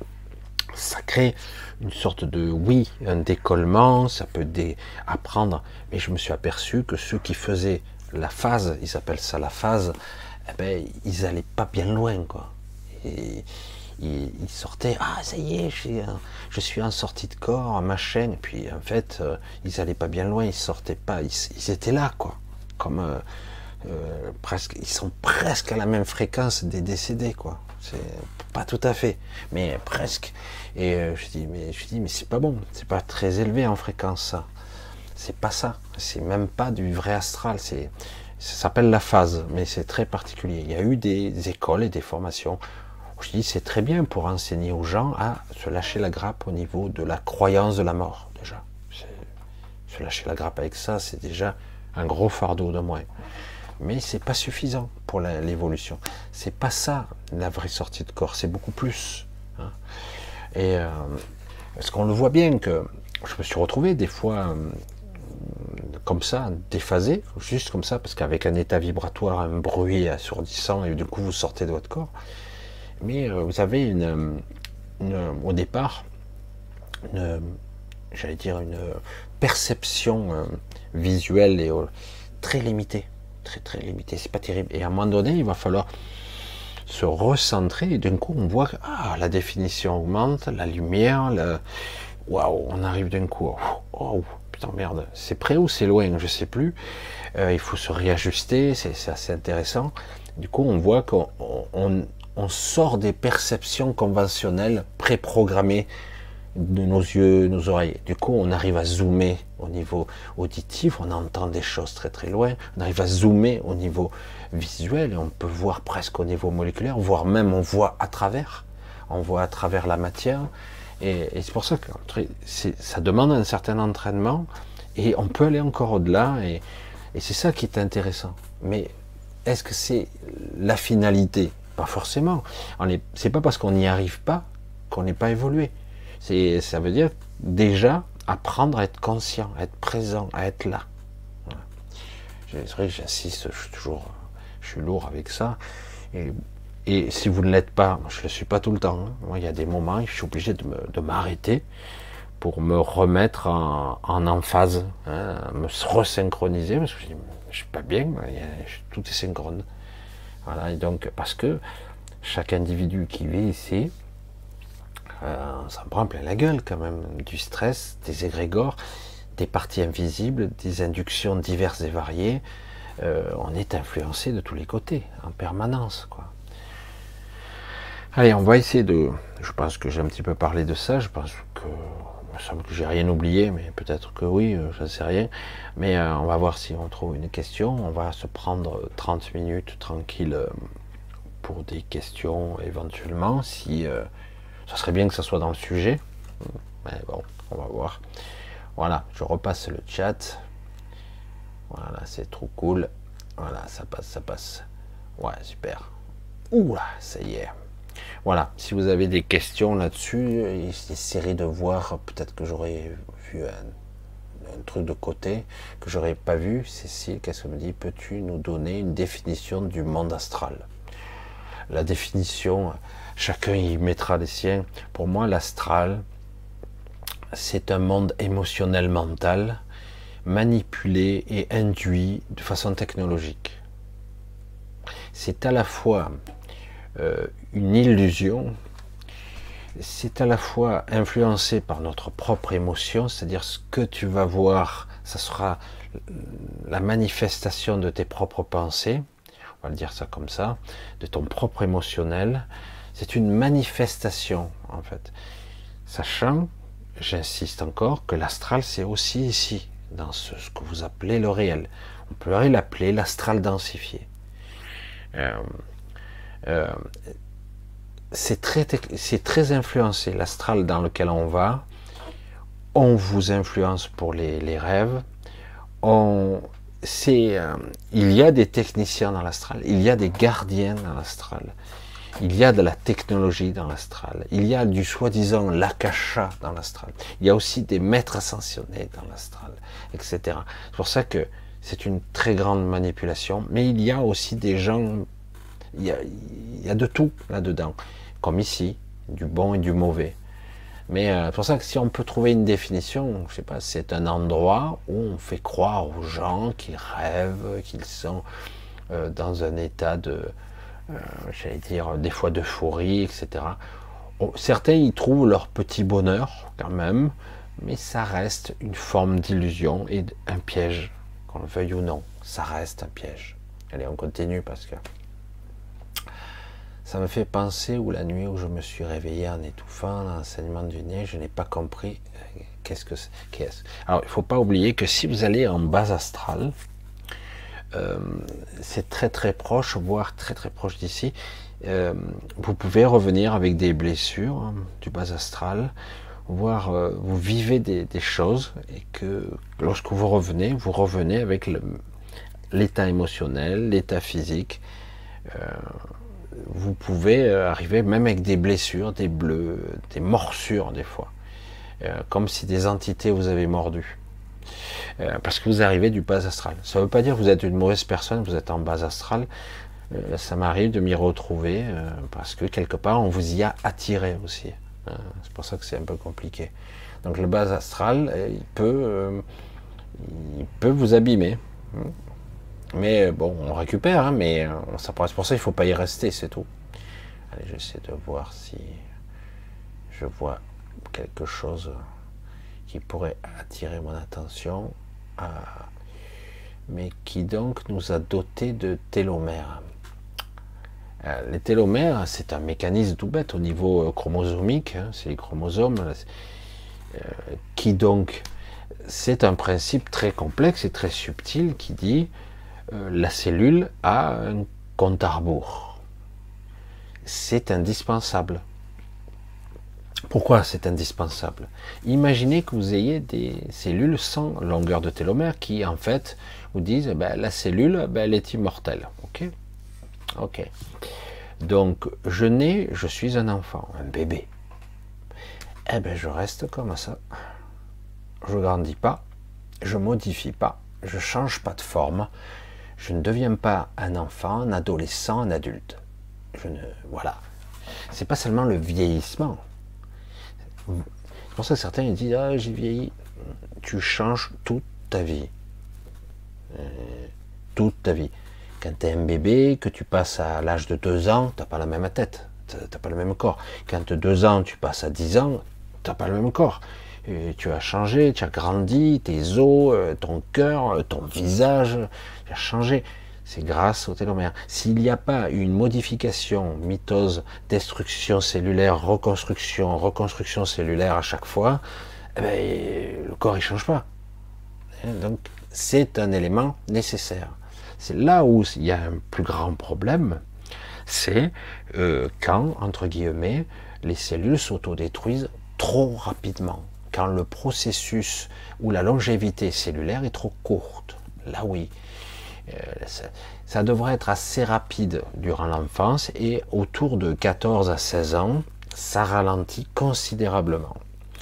ça crée une sorte de, oui, un décollement, ça peut dé apprendre, mais je me suis aperçu que ceux qui faisaient la phase, ils appellent ça la phase, eh ben, ils allaient pas bien loin, quoi. Et, ils sortaient, ah ça y est, je suis, je suis en sortie de corps, machin, et puis en fait, euh, ils allaient pas bien loin, ils sortaient pas, ils, ils étaient là, quoi, comme euh, euh, presque, ils sont presque à la même fréquence des décédés, quoi. C'est pas tout à fait, mais presque. Et euh, je dis, mais je dis, mais c'est pas bon, c'est pas très élevé en fréquence, ça. C'est pas ça, c'est même pas du vrai astral, c'est, ça s'appelle la phase, mais c'est très particulier. Il y a eu des écoles et des formations. Je dis c'est très bien pour enseigner aux gens à se lâcher la grappe au niveau de la croyance de la mort, déjà. Se lâcher la grappe avec ça, c'est déjà un gros fardeau de moins. Mais c'est pas suffisant pour l'évolution. C'est pas ça la vraie sortie de corps, c'est beaucoup plus. Hein. Et euh, parce qu'on le voit bien que je me suis retrouvé des fois euh, comme ça, déphasé, juste comme ça, parce qu'avec un état vibratoire, un bruit assourdissant, et du coup vous sortez de votre corps. Mais euh, vous avez une, une, au départ, j'allais dire une perception euh, visuelle et euh, très limitée, très très limitée. C'est pas terrible. Et à un moment donné, il va falloir se recentrer, et d'un coup on voit que ah, la définition augmente, la lumière, le... waouh, on arrive d'un coup, oh, putain merde, c'est près ou c'est loin, je sais plus, euh, il faut se réajuster, c'est assez intéressant. Du coup on voit qu'on on, on sort des perceptions conventionnelles préprogrammées de nos yeux, nos oreilles. Du coup, on arrive à zoomer au niveau auditif, on entend des choses très très loin, on arrive à zoomer au niveau visuel et on peut voir presque au niveau moléculaire, voire même on voit à travers, on voit à travers la matière. Et, et c'est pour ça que ça demande un certain entraînement et on peut aller encore au-delà et, et c'est ça qui est intéressant. Mais est-ce que c'est la finalité? Pas forcément. C'est pas parce qu'on n'y arrive pas qu'on n'est pas évolué. C'est, ça veut dire déjà apprendre à être conscient, à être présent, à être là. Voilà. C'est vrai que j'insiste, je suis toujours, je suis lourd avec ça. Et, et si vous ne l'êtes pas, je ne le suis pas tout le temps. Hein. Moi, il y a des moments, je suis obligé de, me, de m'arrêter pour me remettre en, en emphase, hein, me resynchroniser parce que je, dis, je suis pas bien, tout est synchrone. Voilà. Et donc parce que chaque individu qui vit ici, Euh, ça me prend plein la gueule quand même, du stress, des égrégores, des parties invisibles, des inductions diverses et variées. Euh, on est influencé de tous les côtés, en permanence, quoi. Allez, on va essayer de... Je pense que j'ai un petit peu parlé de ça, je pense que... Il me semble que j'ai rien oublié, mais peut-être que oui, euh, je ne sais rien. Mais euh, on va voir si on trouve une question. On va se prendre trente minutes tranquille euh, pour des questions éventuellement, si... Euh, ça serait bien que ça soit dans le sujet. Mais bon, on va voir. Voilà, je repasse le chat. Voilà, c'est trop cool. Voilà, ça passe, ça passe. Ouais, super. Ouh là, ça y est. Voilà, si vous avez des questions là-dessus, essayez de voir. Peut-être que j'aurais vu un, un truc de côté que j'aurais pas vu. Cécile, qu'est-ce qu'elle me dit? Peux-tu nous donner une définition du monde astral? La définition, chacun y mettra les siens. Pour moi, l'astral, c'est un monde émotionnel mental, manipulé et induit de façon technologique. C'est à la fois euh, une illusion, c'est à la fois influencé par notre propre émotion, c'est-à-dire ce que tu vas voir, ça sera la manifestation de tes propres pensées, on va le dire ça comme ça, de ton propre émotionnel. C'est une manifestation, en fait. Sachant, j'insiste encore, que l'astral, c'est aussi ici, dans ce, ce que vous appelez le réel. On pourrait l'appeler l'astral densifié. Euh, euh, c'est très, c'est très influencé, l'astral dans lequel on va. On vous influence pour les, les rêves. On... C'est, euh, il y a des techniciens dans l'astral, il y a des gardiens dans l'astral, il y a de la technologie dans l'astral, il y a du soi-disant l'akasha dans l'astral, il y a aussi des maîtres ascensionnés dans l'astral, et cetera. C'est pour ça que c'est une très grande manipulation, mais il y a aussi des gens, il y a, il y a de tout là-dedans, comme ici, du bon et du mauvais. Mais euh, c'est pour ça que si on peut trouver une définition, je sais pas, c'est un endroit où on fait croire aux gens qu'ils rêvent, qu'ils sont euh, dans un état de, euh, j'allais dire, des fois d'euphorie, et cetera. Bon, certains y trouvent leur petit bonheur quand même, mais ça reste une forme d'illusion et un piège, qu'on le veuille ou non, ça reste un piège. Allez, on continue parce que ça me fait penser où la nuit où je me suis réveillé en étouffant l'enseignement du nez, je n'ai pas compris qu'est-ce que c'est. Qu'est-ce Alors, il ne faut pas oublier que si vous allez en base astrale, euh, c'est très très proche, voire très très proche d'ici. Euh, vous pouvez revenir avec des blessures hein, du base astral, voire euh, vous vivez des, des choses et que lorsque vous revenez, vous revenez avec l'état émotionnel, l'état physique. Euh, vous pouvez arriver même avec des blessures, des bleus, des morsures des fois, euh, comme si des entités vous avaient mordu, euh, parce que vous arrivez du bas astral. Ça ne veut pas dire que vous êtes une mauvaise personne, vous êtes en bas astral. Euh, ça m'arrive de m'y retrouver euh, parce que quelque part on vous y a attiré aussi. Euh, c'est pour ça que c'est un peu compliqué. Donc le bas astral, il peut, euh, il peut vous abîmer. Mais bon, on récupère, hein, mais ça, c'est pour ça qu'il ne faut pas y rester, c'est tout. Allez, j'essaie de voir si je vois quelque chose qui pourrait attirer mon attention, euh, mais qui donc nous a doté de télomères. Euh, les télomères, c'est un mécanisme tout bête au niveau euh, chromosomique, hein, c'est les chromosomes, euh, qui donc, c'est un principe très complexe et très subtil qui dit euh, la cellule a un compte à rebours. C'est indispensable. Pourquoi c'est indispensable? Imaginez que vous ayez des cellules sans longueur de télomère qui, en fait, vous disent ben, la cellule, ben, elle est immortelle. Ok, ok. Donc, je nais, je suis un enfant, un bébé. Eh ben, je reste comme ça. Je grandis pas, je modifie pas, je change pas de forme. Je ne deviens pas un enfant, un adolescent, un adulte. Je ne, voilà. C'est pas seulement le vieillissement. C'est pour ça que certains ils disent ah j'ai vieilli. Tu changes toute ta vie, euh, toute ta vie. Quand tu es un bébé, que tu passes à l'âge de deux ans, t'as pas la même tête, t'as pas le même corps. Quand tu as deux ans, tu passes à dix ans, t'as pas le même corps. Et tu as changé, tu as grandi, tes os, ton cœur, ton visage, tu as changé. C'est grâce au télomère. S'il n'y a pas une modification, mitose, destruction cellulaire, reconstruction, reconstruction cellulaire à chaque fois, eh ben, le corps ne change pas. Donc c'est un élément nécessaire. C'est là où il y a un plus grand problème, c'est euh, quand, entre guillemets, les cellules s'autodétruisent trop rapidement. Quand le processus ou la longévité cellulaire est trop courte. Là oui. Ça, ça devrait être assez rapide durant l'enfance et autour de quatorze à seize ans, ça ralentit considérablement.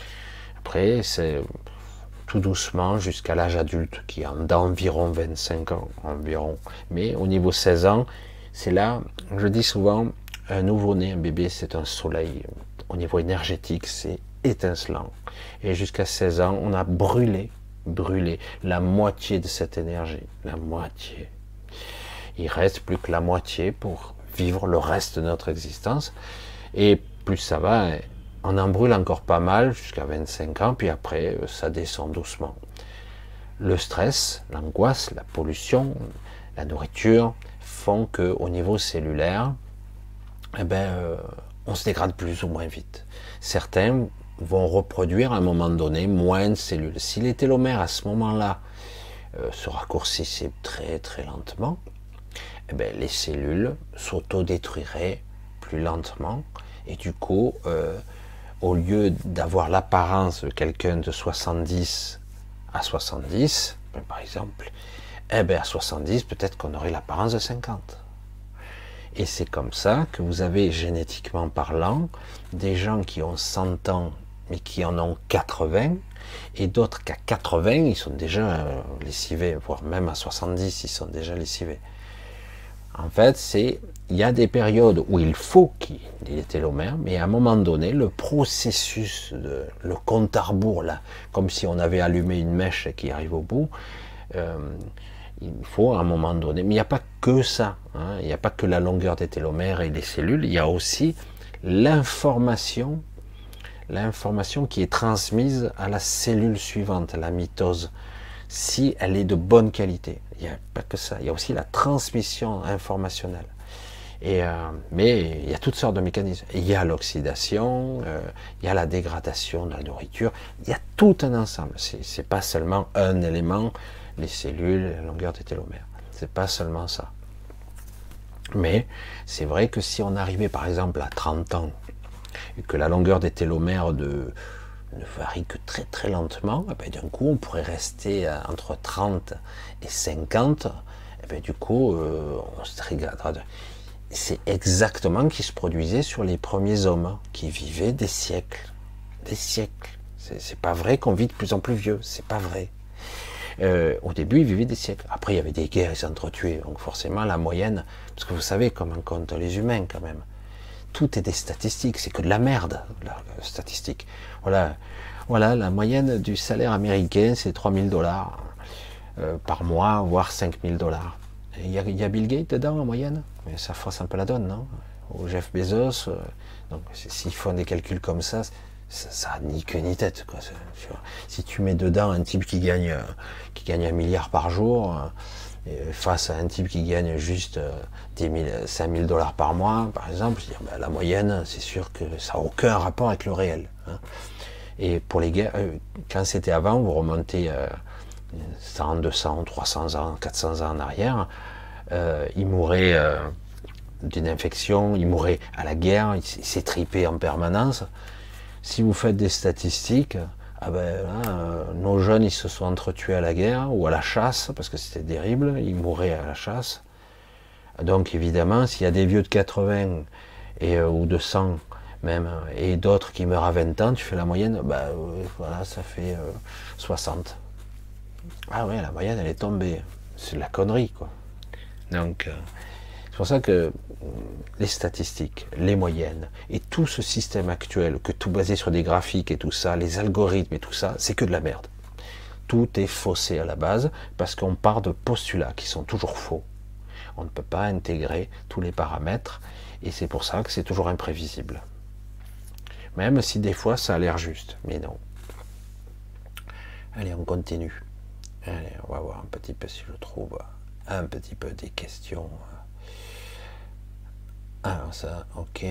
Après, c'est tout doucement jusqu'à l'âge adulte qui est d'environ vingt-cinq ans environ. Mais au niveau seize ans, c'est là, je dis souvent, un nouveau-né, un bébé, c'est un soleil. Au niveau énergétique, c'est étincelant. Et jusqu'à seize ans, on a brûlé brûler la moitié de cette énergie, la moitié. Il reste plus que la moitié pour vivre le reste de notre existence. Et plus ça va, on en brûle encore pas mal jusqu'à vingt-cinq ans, puis après ça descend doucement. Le stress, l'angoisse, la pollution, la nourriture font que au niveau cellulaire, eh ben, euh, on se dégrade plus ou moins vite. Certains vont reproduire à un moment donné moins de cellules. Si les télomères à ce moment-là euh, se raccourcissaient très très lentement, eh bien, les cellules s'autodétruiraient plus lentement et du coup, euh, au lieu d'avoir l'apparence de quelqu'un de soixante-dix à soixante-dix, ben, par exemple, eh bien, à soixante-dix, peut-être qu'on aurait l'apparence de cinquante. Et c'est comme ça que vous avez, génétiquement parlant, des gens qui ont cent ans mais qui en ont quatre-vingts, et d'autres qu'à quatre-vingts, ils sont déjà euh, lessivés, voire même à soixante-dix, ils sont déjà lessivés. En fait, c'est, il y a des périodes où il faut qu'il y ait des télomères, mais à un moment donné, le processus, de, le compte à rebours, là, comme si on avait allumé une mèche qui arrive au bout, euh, il faut à un moment donné, mais il n'y a pas que ça, hein, il n'y a pas que la longueur des télomères et des cellules, il y a aussi l'information l'information qui est transmise à la cellule suivante, la mitose, si elle est de bonne qualité. Il n'y a pas que ça, il y a aussi la transmission informationnelle. Et, euh, mais il y a toutes sortes de mécanismes. Il y a l'oxydation, euh, il y a la dégradation de la nourriture, il y a tout un ensemble. C'est, c'est pas seulement un élément, les cellules, la longueur des télomères. C'est pas seulement ça. Mais c'est vrai que si on arrivait par exemple à trente ans, et que la longueur des télomères de, ne varie que très très lentement, et bien d'un coup on pourrait rester entre trente et cinquante, et bien du coup euh, on se dégrade. C'est exactement ce qui se produisait sur les premiers hommes, qui vivaient des siècles, des siècles. C'est, c'est pas vrai qu'on vit de plus en plus vieux, c'est pas vrai. Euh, au début, ils vivaient des siècles. Après, il y avait des guerres, ils s'entretuaient, donc forcément la moyenne, parce que vous savez comment comptent les humains quand même. Tout est des statistiques, c'est que de la merde, la, la statistique. Voilà, voilà, la moyenne du salaire américain, c'est trois mille dollars euh, par mois, voire cinq mille dollars. Il y, a, il y a Bill Gates dedans en moyenne, mais ça force un peu la donne, non? ou Jeff Bezos. Donc s'ils font des calculs comme ça, ça, ça a ni queue ni tête, quoi. Si tu mets dedans un type qui gagne, qui gagne un milliard par jour, face à un type qui gagne juste cinq mille dollars par mois, par exemple, dire, ben, la moyenne, c'est sûr que ça n'a aucun rapport avec le réel. Hein. Et pour les guerres, quand c'était avant, vous remontez cent, deux cents, trois cents ans, quatre cents ans en arrière, euh, ils mouraient euh, d'une infection, ils mouraient à la guerre, ils s'étripaient en permanence. Si vous faites des statistiques, ah ben là, euh, nos jeunes ils se sont entretués à la guerre ou à la chasse, parce que c'était terrible, ils mouraient à la chasse. Donc évidemment, s'il y a des vieux de quatre-vingts et, euh, ou de cent même, et d'autres qui meurent à vingt ans, tu fais la moyenne, ben euh, voilà, ça fait euh, soixante. Ah ouais, la moyenne elle est tombée. C'est de la connerie, quoi. Donc, euh, c'est pour ça que les statistiques, les moyennes, et tout ce système actuel, que tout basé sur des graphiques et tout ça, les algorithmes et tout ça, c'est que de la merde. Tout est faussé à la base, parce qu'on part de postulats qui sont toujours faux. On ne peut pas intégrer tous les paramètres, et c'est pour ça que c'est toujours imprévisible. Même si des fois ça a l'air juste, mais non. Allez, on continue. Allez, on va voir un petit peu si je trouve un petit peu des questions. Alors ça, ok.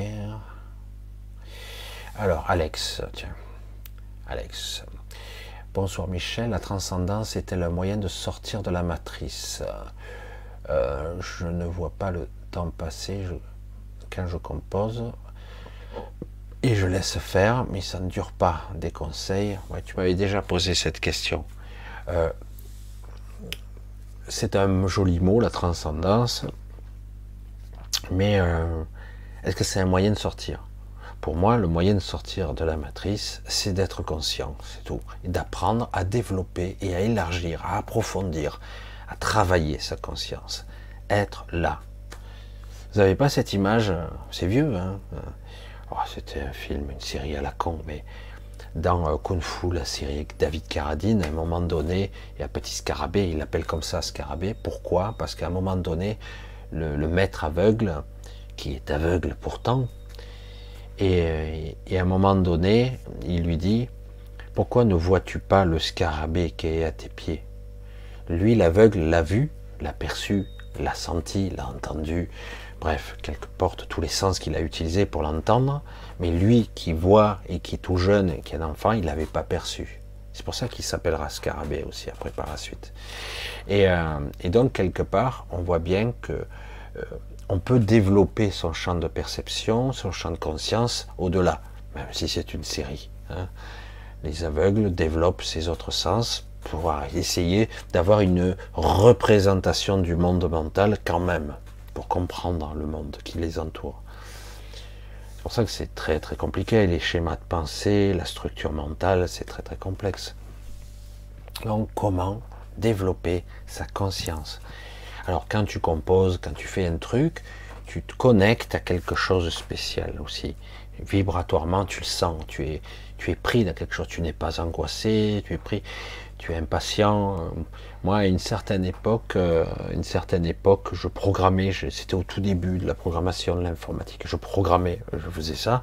Alors, Alex, tiens. Alex. Bonsoir Michel, la transcendance est-elle un moyen de sortir de la matrice? euh, Je ne vois pas le temps passer je, quand je compose. Et je laisse faire, mais ça ne dure pas. Des conseils? Ouais, tu m'avais déjà posé cette question. Euh, c'est un joli mot, la transcendance. Mais euh, est-ce que c'est un moyen de sortir? Pour moi, le moyen de sortir de la matrice, c'est d'être conscient, c'est tout. Et d'apprendre à développer et à élargir, à approfondir, à travailler sa conscience. Être là. Vous n'avez pas cette image, c'est vieux, hein? Oh, c'était un film, une série à la con, mais dans euh, Kung Fu, la série avec David Carradine, à un moment donné, il y a un petit scarabée, il l'appelle comme ça, scarabée. Pourquoi? Parce qu'à un moment donné, le, le maître aveugle, qui est aveugle pourtant, et, et à un moment donné, il lui dit, pourquoi ne vois-tu pas le scarabée qui est à tes pieds? Lui, l'aveugle, l'a vu, l'a perçu, l'a senti, l'a entendu, bref, quelque porte tous les sens qu'il a utilisés pour l'entendre, mais lui qui voit et qui est tout jeune et qui est un enfant, il l'avait pas perçu. C'est pour ça qu'il s'appellera scarabée aussi après par la suite. Et, euh, et donc quelque part, on voit bien que euh, on peut développer son champ de perception, son champ de conscience au-delà, même si c'est une série. Hein. Les aveugles développent ces autres sens pour pouvoir essayer d'avoir une représentation du monde mental quand même, pour comprendre le monde qui les entoure. C'est pour ça que c'est très très compliqué, les schémas de pensée, la structure mentale, c'est très très complexe. Donc comment développer sa conscience? Alors quand tu composes, quand tu fais un truc, tu te connectes à quelque chose de spécial aussi. Vibratoirement, tu le sens, tu es, tu es pris dans quelque chose, tu n'es pas angoissé, tu es pris, tu es impatient. Moi, à une certaine époque, euh, une certaine époque, je programmais, c'était au tout début de la programmation de l'informatique, je programmais, je faisais ça,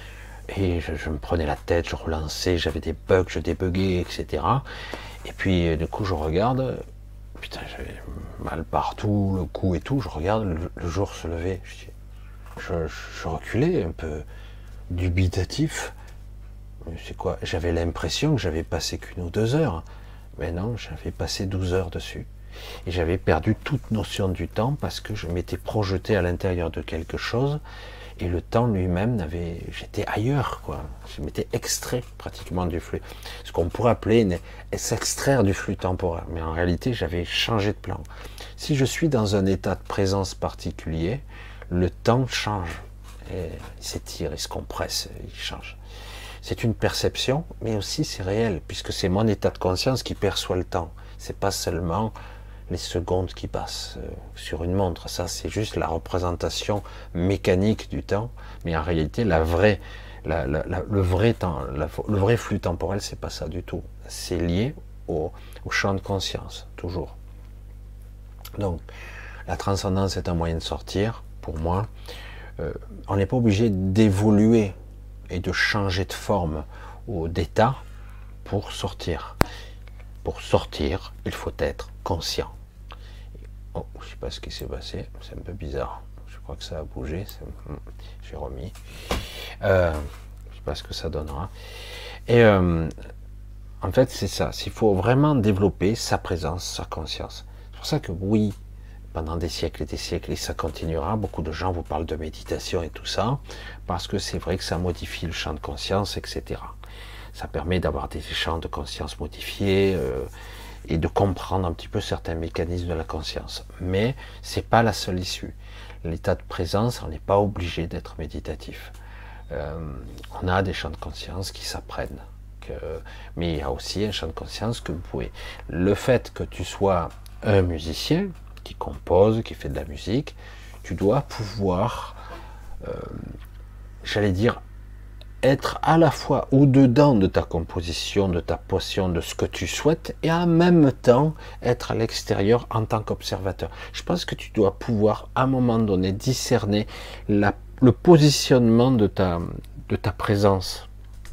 et je, je me prenais la tête, je relançais, j'avais des bugs, je débuguais, et cetera. Et puis, du coup, je regarde, putain, j'avais mal partout, le cou et tout, je regarde, le, le jour se levait, je, je, je reculais un peu dubitatif. C'est quoi? J'avais l'impression que j'avais passé qu'une ou deux heures. Mais non, j'avais passé douze heures dessus. Et j'avais perdu toute notion du temps parce que je m'étais projeté à l'intérieur de quelque chose et le temps lui-même n'avait... J'étais ailleurs, quoi. Je m'étais extrait pratiquement du flux. Ce qu'on pourrait appeler une... s'extraire du flux temporel. Mais en réalité, j'avais changé de plan. Si je suis dans un état de présence particulier, le temps change. Et il s'étire, il se compresse, il change. C'est une perception, mais aussi c'est réel, puisque c'est mon état de conscience qui perçoit le temps. C'est pas seulement les secondes qui passent euh, sur une montre. Ça, c'est juste la représentation mécanique du temps, mais en réalité, la vraie, la, la, la, le vrai temps, la, le vrai flux temporel, c'est pas ça du tout. C'est lié au, au champ de conscience, toujours. Donc, la transcendance est un moyen de sortir, pour moi. Euh, on n'est pas obligé d'évoluer et de changer de forme ou d'état pour sortir. Pour sortir, il faut être conscient. Oh, je sais pas ce qui s'est passé, c'est un peu bizarre. Je crois que ça a bougé, j'ai remis. Euh, je sais pas ce que ça donnera. Et euh, en fait, c'est ça. Il faut vraiment développer sa présence, sa conscience. C'est pour ça que oui, pendant des siècles et des siècles, et ça continuera. Beaucoup de gens vous parlent de méditation et tout ça, parce que c'est vrai que ça modifie le champ de conscience, et cetera. Ça permet d'avoir des champs de conscience modifiés euh, et de comprendre un petit peu certains mécanismes de la conscience. Mais c'est pas la seule issue. L'état de présence, on n'est pas obligé d'être méditatif. Euh, on a des champs de conscience qui s'apprennent. Que, mais il y a aussi un champ de conscience que vous pouvez. Le fait que tu sois un musicien qui compose, qui fait de la musique, tu dois pouvoir, euh, j'allais dire, être à la fois au-dedans de ta composition, de ta potion, de ce que tu souhaites, et en même temps être à l'extérieur en tant qu'observateur. Je pense que tu dois pouvoir, à un moment donné, discerner la, le positionnement de ta, de ta présence,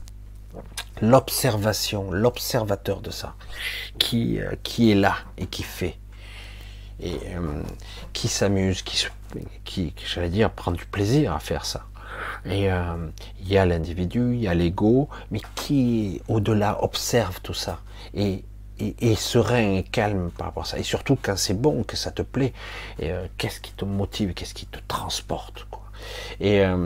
l'observation, l'observateur de ça, qui, euh, qui est là et qui fait, et euh, qui s'amuse, qui, qui, j'allais dire, prend du plaisir à faire ça. Et euh, il y a l'individu, il y a l'ego, mais qui au-delà observe tout ça et, et, et serein et calme par rapport à ça. Et surtout quand c'est bon, que ça te plaît, et euh, qu'est-ce qui te motive, qu'est-ce qui te transporte, quoi. Et euh,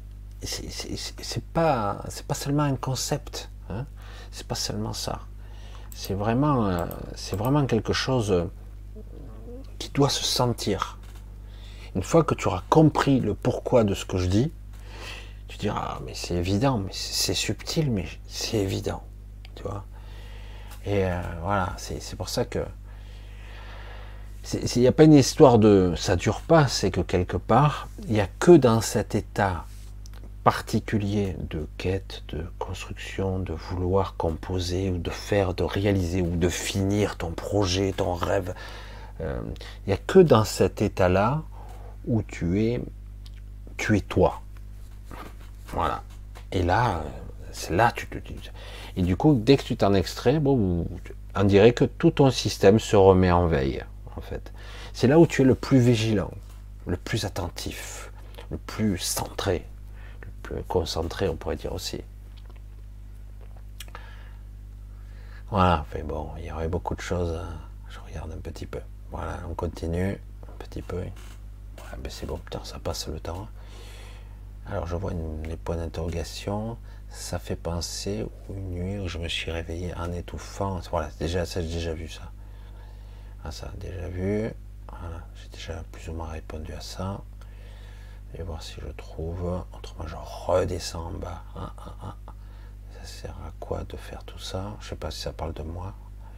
c'est pas c'est pas seulement un concept, hein, c'est pas seulement ça. C'est vraiment euh, c'est vraiment quelque chose qui doit se sentir. Une fois que tu auras compris le pourquoi de ce que je dis, tu diras, ah, mais c'est évident, mais c'est subtil, mais c'est évident, tu vois. Et euh, voilà, c'est pour ça que il n'y a pas une histoire de ça dure pas, c'est que quelque part, il n'y a que dans cet état particulier de quête, de construction, de vouloir composer, ou de faire, de réaliser, ou de finir ton projet, ton rêve, euh, il n'y a que dans cet état-là où tu es, tu es toi. Voilà. Et là, c'est là tu te dis. Et du coup, dès que tu t'en extrais, bon, on dirait que tout ton système se remet en veille, en fait. C'est là où tu es le plus vigilant, le plus attentif, le plus centré, le plus concentré, on pourrait dire aussi. Voilà. Enfin bon, il y aurait beaucoup de choses. Je regarde un petit peu. Voilà, on continue un petit peu. Ouais, ben c'est bon, putain, ça passe le temps. Alors je vois une, les points d'interrogation. Ça fait penser une nuit où je me suis réveillé en étouffant. Voilà, déjà ça j'ai déjà vu ça. Ah ça déjà vu. Voilà, j'ai déjà plus ou moins répondu à ça. Je vais voir si je trouve. Autrement je redescends en bas. Ah, ah, ah. Ça sert à quoi de faire tout ça? Je sais pas si ça parle de moi.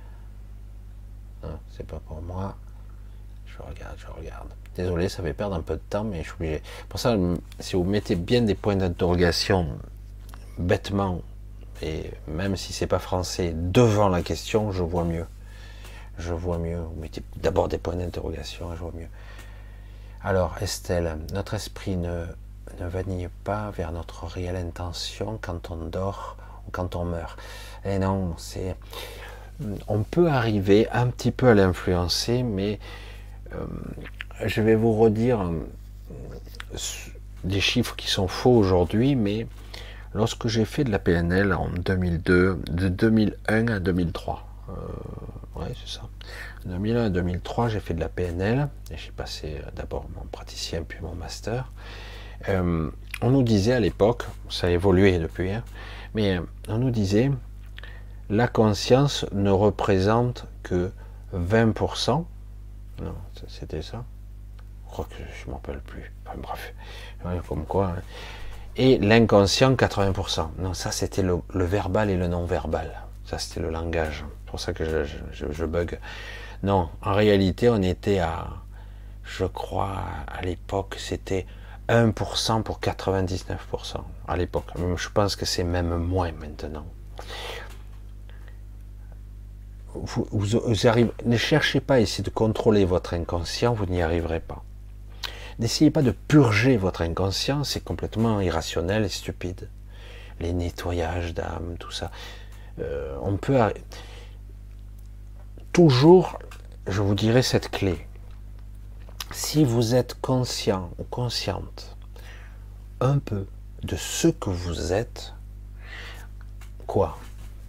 Non, c'est pas pour moi. Je regarde, je regarde. Désolé, ça fait perdre un peu de temps, mais je suis obligé. Pour ça, si vous mettez bien des points d'interrogation bêtement, et même si c'est pas français, devant la question, je vois mieux. Je vois mieux. Vous mettez d'abord des points d'interrogation et je vois mieux. Alors, Estelle, notre esprit ne, ne vanille pas vers notre réelle intention quand on dort ou quand on meurt. Et non, c'est... On peut arriver un petit peu à l'influencer, mais euh, je vais vous redire euh, des chiffres qui sont faux aujourd'hui, mais lorsque j'ai fait de la P N L en deux mille deux, de deux mille un à deux mille trois, euh, ouais c'est ça, de deux mille un à deux mille trois j'ai fait de la P N L, et j'ai passé d'abord mon praticien puis mon master. Euh, on nous disait à l'époque, ça a évolué depuis, hein, mais on nous disait la conscience ne représente que vingt pour cent. Non, c'était ça. Je crois que je ne m'en rappelle plus. Enfin, bref, comme quoi. Hein. Et l'inconscient, quatre-vingts pour cent. Non, ça c'était le, le verbal et le non-verbal. Ça c'était le langage. C'est pour ça que je, je, je bug. Non, en réalité, on était à, je crois, à l'époque, c'était un pour cent pour quatre-vingt-dix-neuf pour cent. À l'époque. Je pense que c'est même moins maintenant. Vous, vous, vous arrivez, ne cherchez pas à essayer de contrôler votre inconscient, vous n'y arriverez pas. N'essayez pas de purger votre inconscient, c'est complètement irrationnel et stupide. Les nettoyages d'âme, tout ça. Euh, on peut toujours, je vous dirai cette clé. Si vous êtes conscient ou consciente un peu de ce que vous êtes, quoi?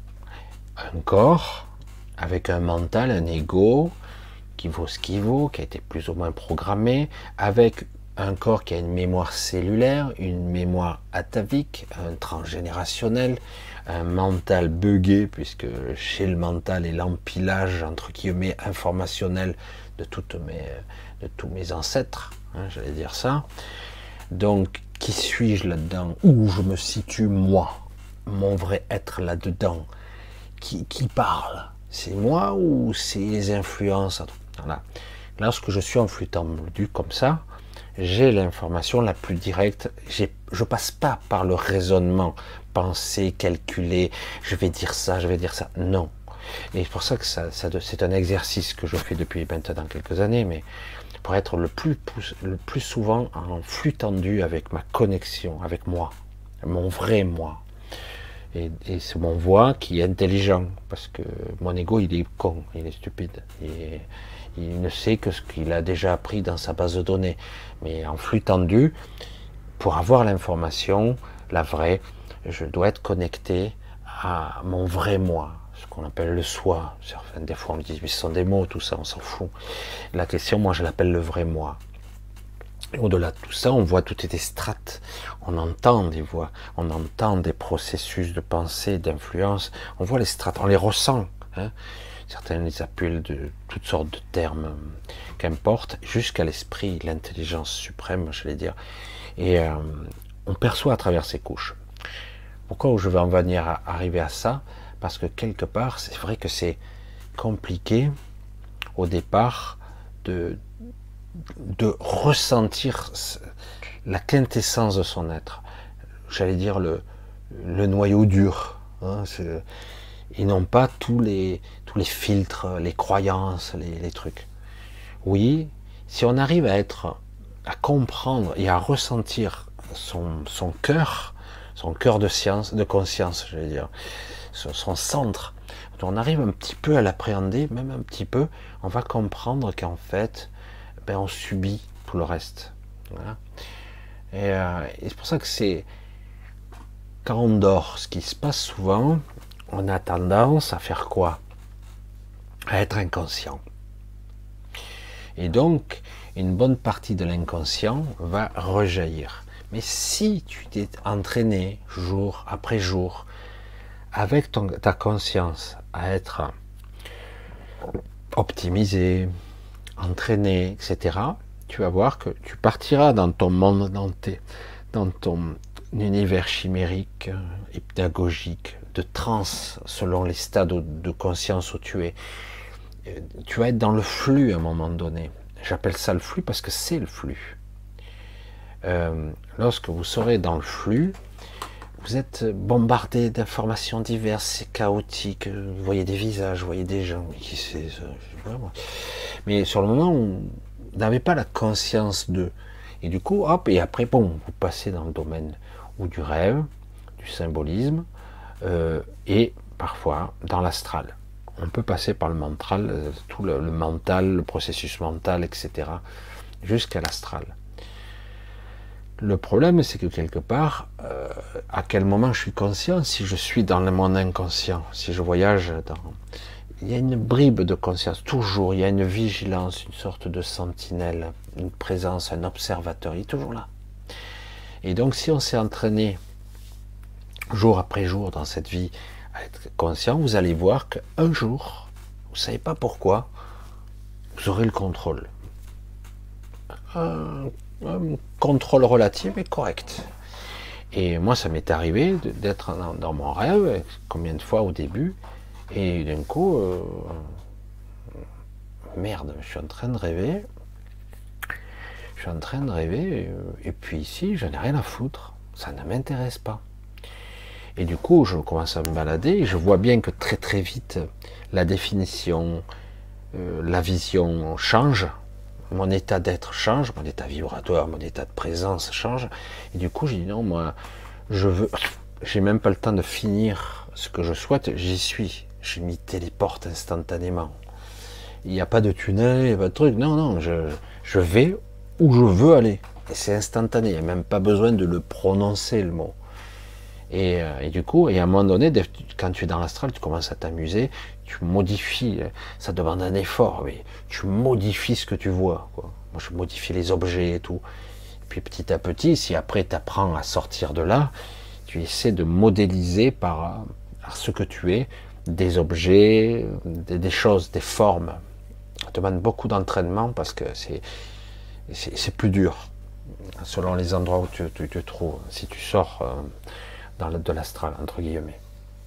Un corps avec un mental, un ego qui vaut ce qu'il vaut, qui a été plus ou moins programmé, avec un corps qui a une mémoire cellulaire, une mémoire atavique, un transgénérationnel, un mental buggé, puisque chez le mental est l'empilage entre guillemets informationnel de toutes mes, de tous mes ancêtres, hein, j'allais dire ça. Donc, qui suis-je là-dedans? Où je me situe moi, mon vrai être là-dedans? Qui, qui parle? C'est moi ou c'est les influences? Voilà. Lorsque je suis en flux tendu comme ça, j'ai l'information la plus directe. Je passe pas par le raisonnement, penser, calculer. Je vais dire ça, je vais dire ça. Non. Et c'est pour ça que ça, ça, c'est un exercice que je fais depuis maintenant quelques années, mais pour être le plus, le plus souvent en flux tendu avec ma connexion, avec moi, mon vrai moi. Et, et c'est mon voix qui est intelligent, parce que mon ego il est con, il est stupide, et il ne sait que ce qu'il a déjà appris dans sa base de données. Mais en flux tendu, pour avoir l'information, la vraie, je dois être connecté à mon vrai moi, ce qu'on appelle le soi. Certains, des fois on me dit, mais ce sont des mots, tout ça, on s'en fout. La question, moi je l'appelle le vrai moi. Au-delà de tout ça, on voit toutes les strates, on entend des voix, on entend des processus de pensée, d'influence, on voit les strates, on les ressent. Hein. Certains les appellent de toutes sortes de termes, qu'importe, jusqu'à l'esprit, l'intelligence suprême, je vais dire. Et euh, on perçoit à travers ces couches. Pourquoi je vais en venir à arriver à ça? Parce que quelque part, c'est vrai que c'est compliqué au départ de de ressentir la quintessence de son être, j'allais dire le, le noyau dur, hein, et non pas tous les, tous les filtres, les croyances, les, les trucs. Oui, si on arrive à être, à comprendre et à ressentir son, son cœur, son cœur de science, de conscience, j'allais dire, son, son centre, on arrive un petit peu à l'appréhender, même un petit peu, on va comprendre qu'en fait, ben on subit tout le reste. Voilà. Et, euh, et c'est pour ça que c'est quand on dort, ce qui se passe souvent, on a tendance à faire quoi? À être inconscient. Et donc, une bonne partie de l'inconscient va rejaillir. Mais si tu t'es entraîné jour après jour avec ton, ta conscience à être optimisé, entraîné, et cetera, tu vas voir que tu partiras dans ton monde, dans, tes, dans ton univers chimérique, hypnagogique, de transe, selon les stades de conscience où tu es. Tu vas être dans le flux à un moment donné. J'appelle ça le flux parce que c'est le flux. Euh, lorsque vous serez dans le flux, vous êtes bombardé d'informations diverses, c'est chaotique, vous voyez des visages, vous voyez des gens, qui c'est ça, je sais pas moi. Mais sur le moment, vous n'avez pas la conscience de. Et du coup, hop, et après, bon, vous passez dans le domaine ou du rêve, du symbolisme, euh, et parfois dans l'astral. On peut passer par le mental, euh, tout le, le mental, le processus mental, et cetera, jusqu'à l'astral. Le problème, c'est que quelque part, euh, à quel moment je suis conscient? Si je suis dans le monde inconscient, si je voyage dans... Il y a une bribe de conscience, toujours, il y a une vigilance, une sorte de sentinelle, une présence, un observateur, il est toujours là. Et donc, si on s'est entraîné jour après jour dans cette vie à être conscient, vous allez voir qu'un jour, vous ne savez pas pourquoi, vous aurez le contrôle. Un, un contrôle relatif et correct. Et moi, ça m'est arrivé d'être dans, dans mon rêve, combien de fois au début, et d'un coup, euh, merde, je suis en train de rêver, je suis en train de rêver, et puis ici, je n'ai rien à foutre, ça ne m'intéresse pas. Et du coup, je commence à me balader, et je vois bien que très très vite, la définition, euh, la vision change, mon état d'être change, mon état vibratoire, mon état de présence change. Et du coup, j'ai dit non, moi, je veux, j'ai même pas le temps de finir ce que je souhaite, j'y suis. Je m'y téléporte instantanément. Il n'y a pas de tunnel, il n'y a pas de truc. Non, non, je, je vais où je veux aller. Et c'est instantané, il n'y a même pas besoin de le prononcer, le mot. Et, euh, et du coup, et à un moment donné, quand tu es dans l'astral, tu commences à t'amuser, tu modifies, ça demande un effort, mais tu modifies ce que tu vois, quoi. Moi, je modifie les objets et tout. Et puis petit à petit, si après tu apprends à sortir de là, tu essaies de modéliser par, par ce que tu es, des objets, des, des choses, des formes. Ça demande beaucoup d'entraînement parce que c'est c'est plus dur selon les endroits où tu, tu te trouves. Si tu sors euh, dans le, de l'astral, entre guillemets.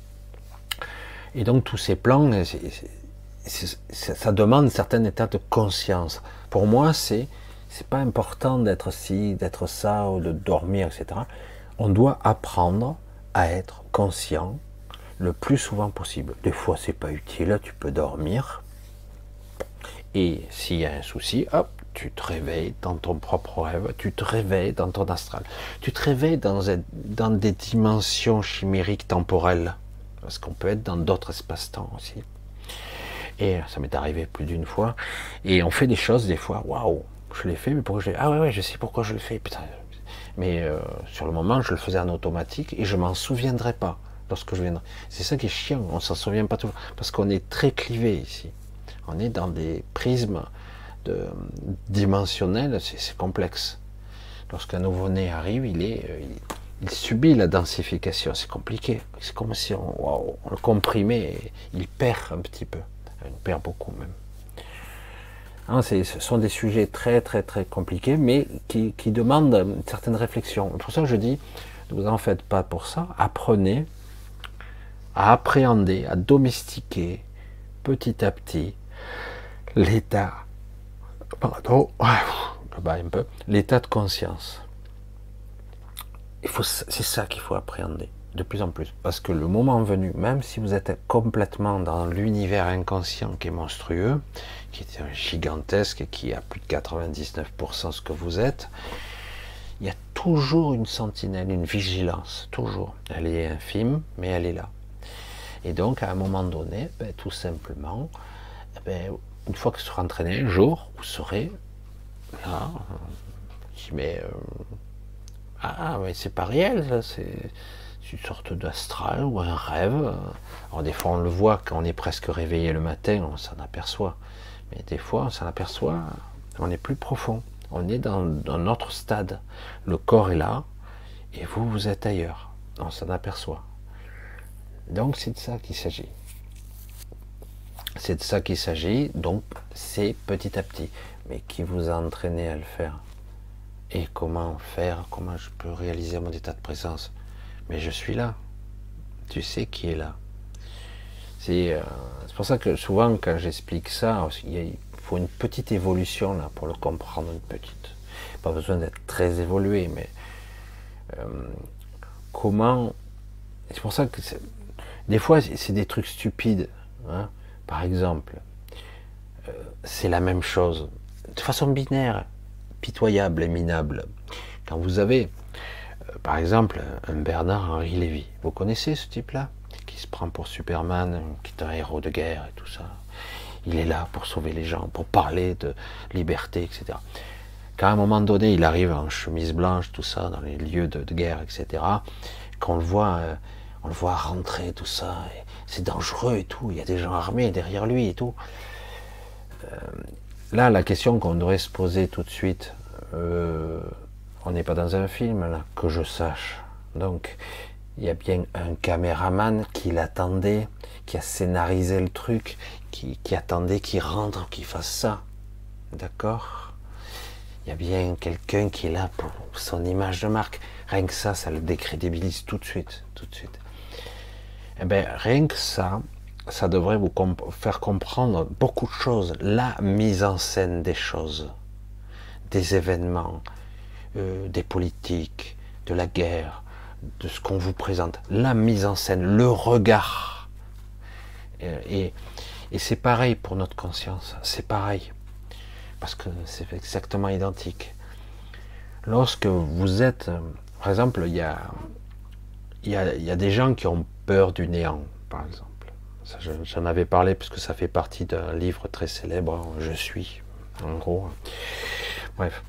Et donc tous ces plans, c'est, c'est, c'est, ça demande un certain état de conscience. Pour moi, c'est c'est pas important d'être ci, d'être ça, ou de dormir, et cetera. On doit apprendre à être conscient le plus souvent possible. Des fois, c'est pas utile, tu peux dormir. Et s'il y a un souci, hop, tu te réveilles dans ton propre rêve, tu te réveilles dans ton astral, tu te réveilles dans, dans des dimensions chimériques temporelles, parce qu'on peut être dans d'autres espaces-temps aussi. Et ça m'est arrivé plus d'une fois, et on fait des choses des fois, waouh, je l'ai fait, mais pourquoi je l'ai fait? Ah ouais, ouais, je sais pourquoi je le fais, putain. Mais euh, sur le moment, je le faisais en automatique, et je m'en souviendrai pas lorsque je viendrai. C'est ça qui est chiant, on s'en souvient pas toujours, parce qu'on est très clivé ici. On est dans des prismes de, dimensionnels, c'est complexe. Lorsqu'un nouveau-né arrive, il, est, il, il subit la densification, c'est compliqué. C'est comme si on, wow, on le comprimait, et il perd un petit peu. Il perd beaucoup même. Hein, ce sont des sujets très très très compliqués, mais qui, qui demandent une certaine réflexion. C'est pour ça que je dis, ne vous en faites pas pour ça, apprenez à appréhender, à domestiquer petit à petit l'état, pardon, je bats un peu, l'état de conscience. Il faut, c'est ça qu'il faut appréhender de plus en plus, parce que le moment venu, même si vous êtes complètement dans l'univers inconscient qui est monstrueux, qui est gigantesque et qui a plus de quatre-vingt-dix-neuf pour cent ce que vous êtes, il y a toujours une sentinelle, une vigilance, toujours. Elle est infime, mais elle est là. Et donc, à un moment donné, ben, tout simplement, ben, une fois que vous serez entraîné, un jour, vous serez là, mais euh, ah, mais c'est pas réel, c'est une sorte d'astral ou un rêve. Alors des fois, on le voit quand on est presque réveillé le matin, on s'en aperçoit. Mais des fois, on s'en aperçoit, on est plus profond. On est dans, dans notre stade. Le corps est là, et vous, vous êtes ailleurs. On s'en aperçoit. Donc, c'est de ça qu'il s'agit. C'est de ça qu'il s'agit, donc c'est petit à petit. Mais qui vous a entraîné à le faire? Et comment faire? Comment je peux réaliser mon état de présence? Mais je suis là. Tu sais qui est là. C'est euh, pour ça que souvent, quand j'explique ça, il faut une petite évolution là pour le comprendre, une petite. Pas besoin d'être très évolué, mais euh, comment... C'est pour ça que des fois, c'est des trucs stupides. Hein. Par exemple, euh, c'est la même chose, de façon binaire, pitoyable et minable. Quand vous avez, euh, par exemple, un Bernard-Henri Lévy, vous connaissez ce type-là, qui se prend pour Superman, qui est un héros de guerre et tout ça. Il est là pour sauver les gens, pour parler de liberté, et cetera. Quand à un moment donné, il arrive en chemise blanche, tout ça, dans les lieux de, de guerre, et cetera, qu'on le voit... Euh, on le voit rentrer, tout ça, c'est dangereux et tout, il y a des gens armés derrière lui et tout. Euh, là, la question qu'on devrait se poser tout de suite, euh, on n'est pas dans un film, là, que je sache. Donc, il y a bien un caméraman qui l'attendait, qui a scénarisé le truc, qui, qui attendait qu'il rentre, qu'il fasse ça. D'accord? Il y a bien quelqu'un qui est là pour son image de marque. Rien que ça, ça le décrédibilise tout de suite, tout de suite. Eh bien, rien que ça, ça devrait vous comp- faire comprendre beaucoup de choses. La mise en scène des choses, des événements, euh, des politiques, de la guerre, de ce qu'on vous présente. La mise en scène, le regard. Et, et, et c'est pareil pour notre conscience, c'est pareil. parce que c'est exactement identique. Lorsque vous êtes, par exemple, il y a, il y a, il y a des gens qui ont peur du néant, par exemple. Ça, j'en avais parlé parce que ça fait partie d'un livre très célèbre, Je suis, en gros. Bref.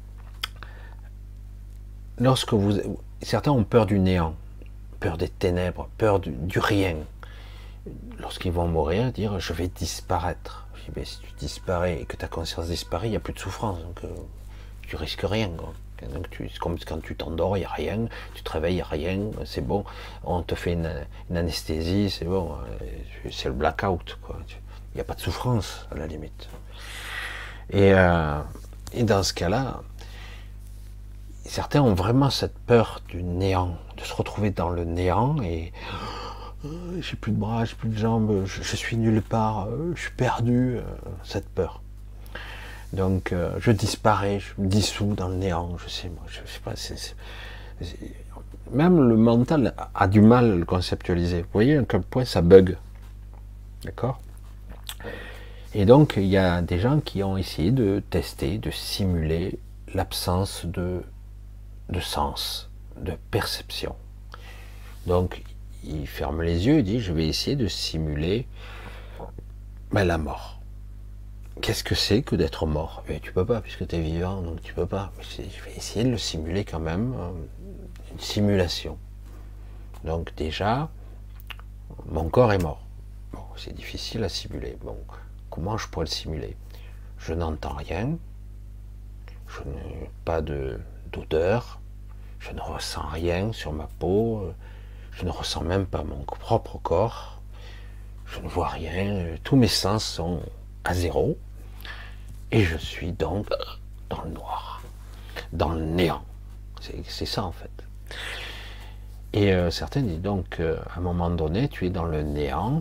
Lorsque vous, certains ont peur du néant, peur des ténèbres, peur du, du rien. Lorsqu'ils vont mourir, dire je vais disparaître. Je dis, ben, si tu disparais et que ta conscience disparaît, il n'y a plus de souffrance, donc euh, tu risques rien. Quoi. Donc tu, c'est comme quand tu t'endors, il n'y a rien, tu te réveilles, il n'y a rien, c'est bon, on te fait une, une anesthésie, c'est bon, c'est le blackout, quoi. Il n'y a pas de souffrance à la limite. Et, euh, et dans ce cas-là, certains ont vraiment cette peur du néant, de se retrouver dans le néant et euh, j'ai plus de bras, j'ai plus de jambes, je, je suis nulle part, euh, je suis perdu, euh, cette peur. Donc euh, je disparais, je me dissous dans le néant, je sais, moi, je sais pas, c'est, c'est, c'est... même le mental a du mal à le conceptualiser. Vous voyez à quel point ça bug, d'accord? Et donc il y a des gens qui ont essayé de tester, de simuler l'absence de, de sens, de perception. Donc il ferme les yeux et dit je vais essayer de simuler ben, la mort. Qu'est-ce que c'est que d'être mort? Mais tu peux pas, puisque tu es vivant, donc tu peux pas. Je vais essayer de le simuler quand même, une simulation. Donc déjà, mon corps est mort. Bon, c'est difficile à simuler. Bon, comment je pourrais le simuler? Je n'entends rien, je n'ai pas de, d'odeur, je ne ressens rien sur ma peau, je ne ressens même pas mon propre corps, je ne vois rien, tous mes sens sont à zéro. Et je suis donc dans le noir, dans le néant. C'est ça en fait. Et euh, certains disent donc, euh, à un moment donné, tu es dans le néant.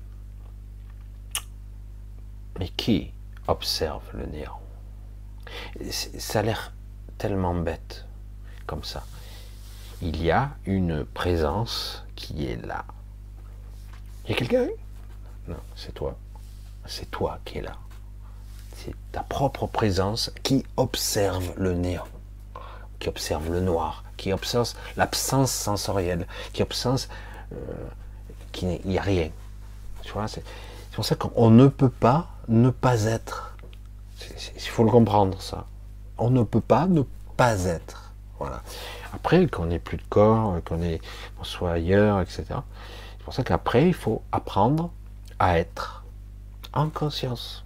Mais qui observe le néant? Ça a l'air tellement bête, comme ça. Il y a une présence qui est là. Il y a quelqu'un? Non, c'est toi. C'est toi qui es là. C'est ta propre présence qui observe le néant, qui observe le noir, qui observe l'absence sensorielle, qui observe euh, qu'il n'y a rien. Tu vois, c'est pour ça qu'on ne peut pas ne pas être. Il faut le comprendre, ça. On ne peut pas ne pas être. Voilà. Après, qu'on n'ait plus de corps, qu'on qu'on soit ailleurs, et cetera. C'est pour ça qu'après, il faut apprendre à être en conscience.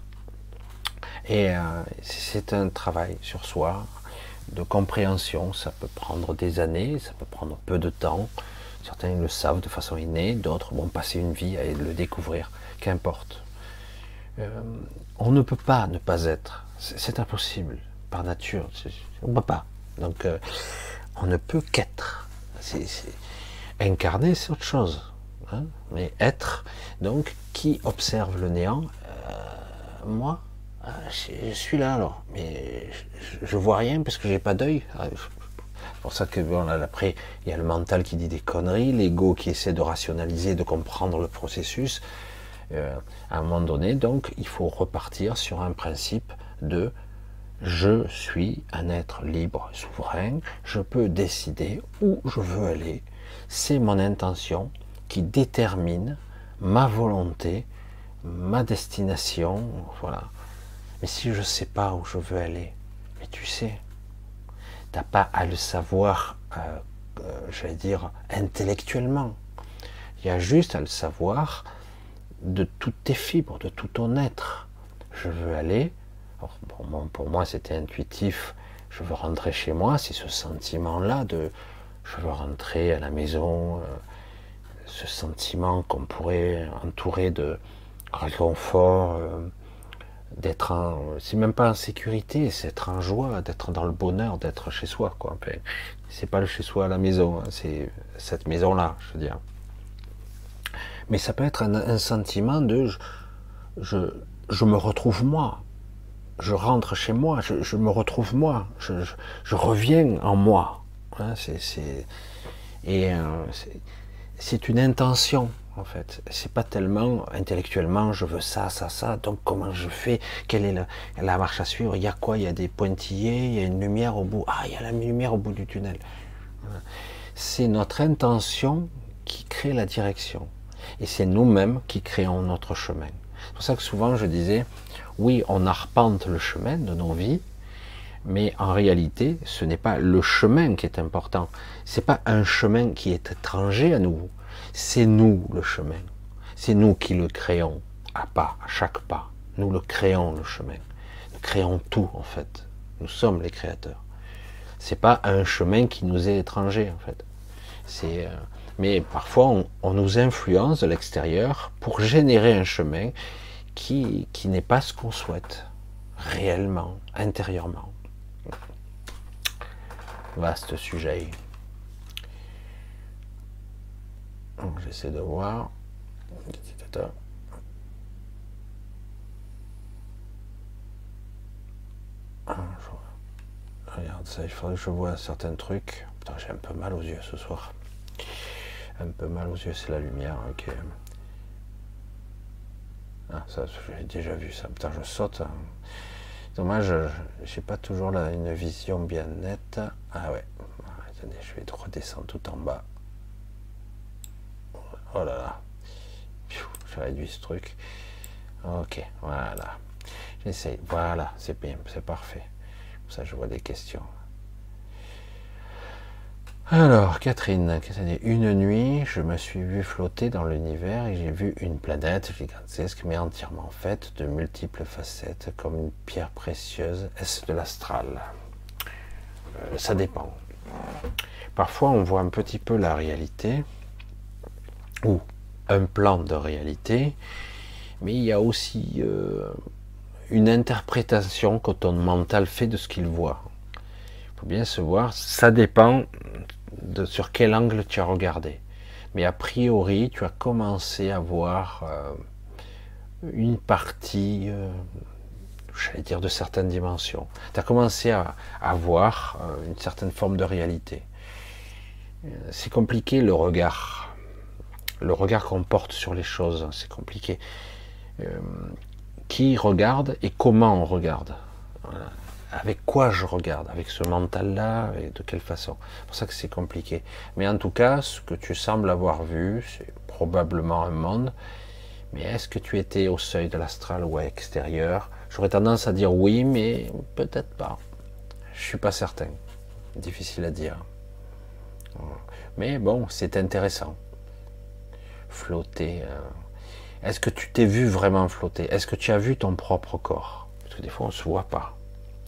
Et euh, c'est un travail sur soi, de compréhension. Ça peut prendre des années, ça peut prendre peu de temps. Certains le savent de façon innée, d'autres vont passer une vie à le découvrir. Qu'importe. Euh, on ne peut pas ne pas être. C'est impossible, par nature. On ne peut pas. Donc, euh, on ne peut qu'être. Incarner, c'est autre chose. Hein, mais être, donc, qui observe le néant? euh, Moi je suis là alors, mais je, je vois rien parce que j'ai pas d'œil. C'est pour ça que bon, là, après, il y a le mental qui dit des conneries, l'ego qui essaie de rationaliser, de comprendre le processus. Euh, à un moment donné, donc, il faut repartir sur un principe de je suis un être libre, souverain, je peux décider où je veux aller. C'est mon intention qui détermine ma volonté, ma destination, voilà. Mais si je ne sais pas où je veux aller, mais tu sais, tu n'as pas à le savoir, euh, euh, j'allais dire, intellectuellement. Il y a juste à le savoir de toutes tes fibres, de tout ton être. Je veux aller, alors, bon, pour moi c'était intuitif, je veux rentrer chez moi, c'est ce sentiment-là de je veux rentrer à la maison, euh, ce sentiment qu'on pourrait entourer de réconfort, euh, d'être en, c'est même pas en sécurité, c'est être en joie, d'être dans le bonheur, d'être chez soi, quoi. C'est pas le chez soi à la maison, hein, c'est cette maison-là, je veux dire. Mais ça peut être un, un sentiment de, je, je, je me retrouve moi, je rentre chez moi, je, je me retrouve moi, je, je, je reviens en moi. Hein, c'est, c'est, et euh, c'est une intention, en fait. C'est pas tellement intellectuellement, je veux ça, ça, ça, donc comment je fais, quelle est la, la marche à suivre, il y a quoi, il y a des pointillés, il y a une lumière au bout, ah, il y a la lumière au bout du tunnel. Voilà. C'est notre intention qui crée la direction. Et c'est nous-mêmes qui créons notre chemin. C'est pour ça que souvent je disais, oui, on arpente le chemin de nos vies, mais en réalité, ce n'est pas le chemin qui est important. C'est pas un chemin qui est étranger à nous. C'est nous le chemin. C'est nous qui le créons à pas, à chaque pas. Nous le créons le chemin. Nous créons tout en fait. Nous sommes les créateurs. C'est pas un chemin qui nous est étranger en fait. C'est, euh, mais parfois on, on nous influence de l'extérieur pour générer un chemin qui, qui n'est pas ce qu'on souhaite réellement, intérieurement. Vaste sujet. Donc j'essaie de voir. Ah, je... Regarde ça, il faudrait que je vois certains trucs. Putain, j'ai un peu mal aux yeux ce soir. Un peu mal aux yeux, c'est la lumière. Ok. Ah, ça, j'ai déjà vu ça. Putain, je saute. Dommage, j'ai pas toujours là une vision bien nette. Ah ouais. Attendez, je vais redescendre tout en bas. Oh là là. J'ai réduit ce truc. Ok, voilà. J'essaye. Voilà, c'est bien, c'est parfait. Comme ça, je vois des questions. Alors, Catherine, une nuit, je me suis vu flotter dans l'univers et j'ai vu une planète gigantesque, mais entièrement faite de multiples facettes, comme une pierre précieuse. Est-ce de l'astral? euh, Ça dépend. Parfois, on voit un petit peu la réalité, ou un plan de réalité, mais il y a aussi euh, une interprétation que ton mental fait de ce qu'il voit. Il faut bien se voir, ça dépend de sur quel angle tu as regardé. Mais a priori, tu as commencé à voir euh, une partie, euh, j'allais dire, de certaines dimensions. Tu as commencé à, à voir euh, une certaine forme de réalité. C'est compliqué le regard. Le regard qu'on porte sur les choses, c'est compliqué. Euh, qui regarde et comment on regarde. Voilà. Avec quoi je regarde, avec ce mental-là, et de quelle façon. C'est pour ça que c'est compliqué. Mais en tout cas, ce que tu sembles avoir vu, c'est probablement un monde. Mais est-ce que tu étais au seuil de l'astral ou à l'extérieur? J'aurais tendance à dire oui, mais peut-être pas. Je suis pas certain. Difficile à dire. Mais bon, c'est intéressant. Flotter. Euh... Est-ce que tu t'es vu vraiment flotter? Est-ce que tu as vu ton propre corps? Parce que des fois, on ne se voit pas.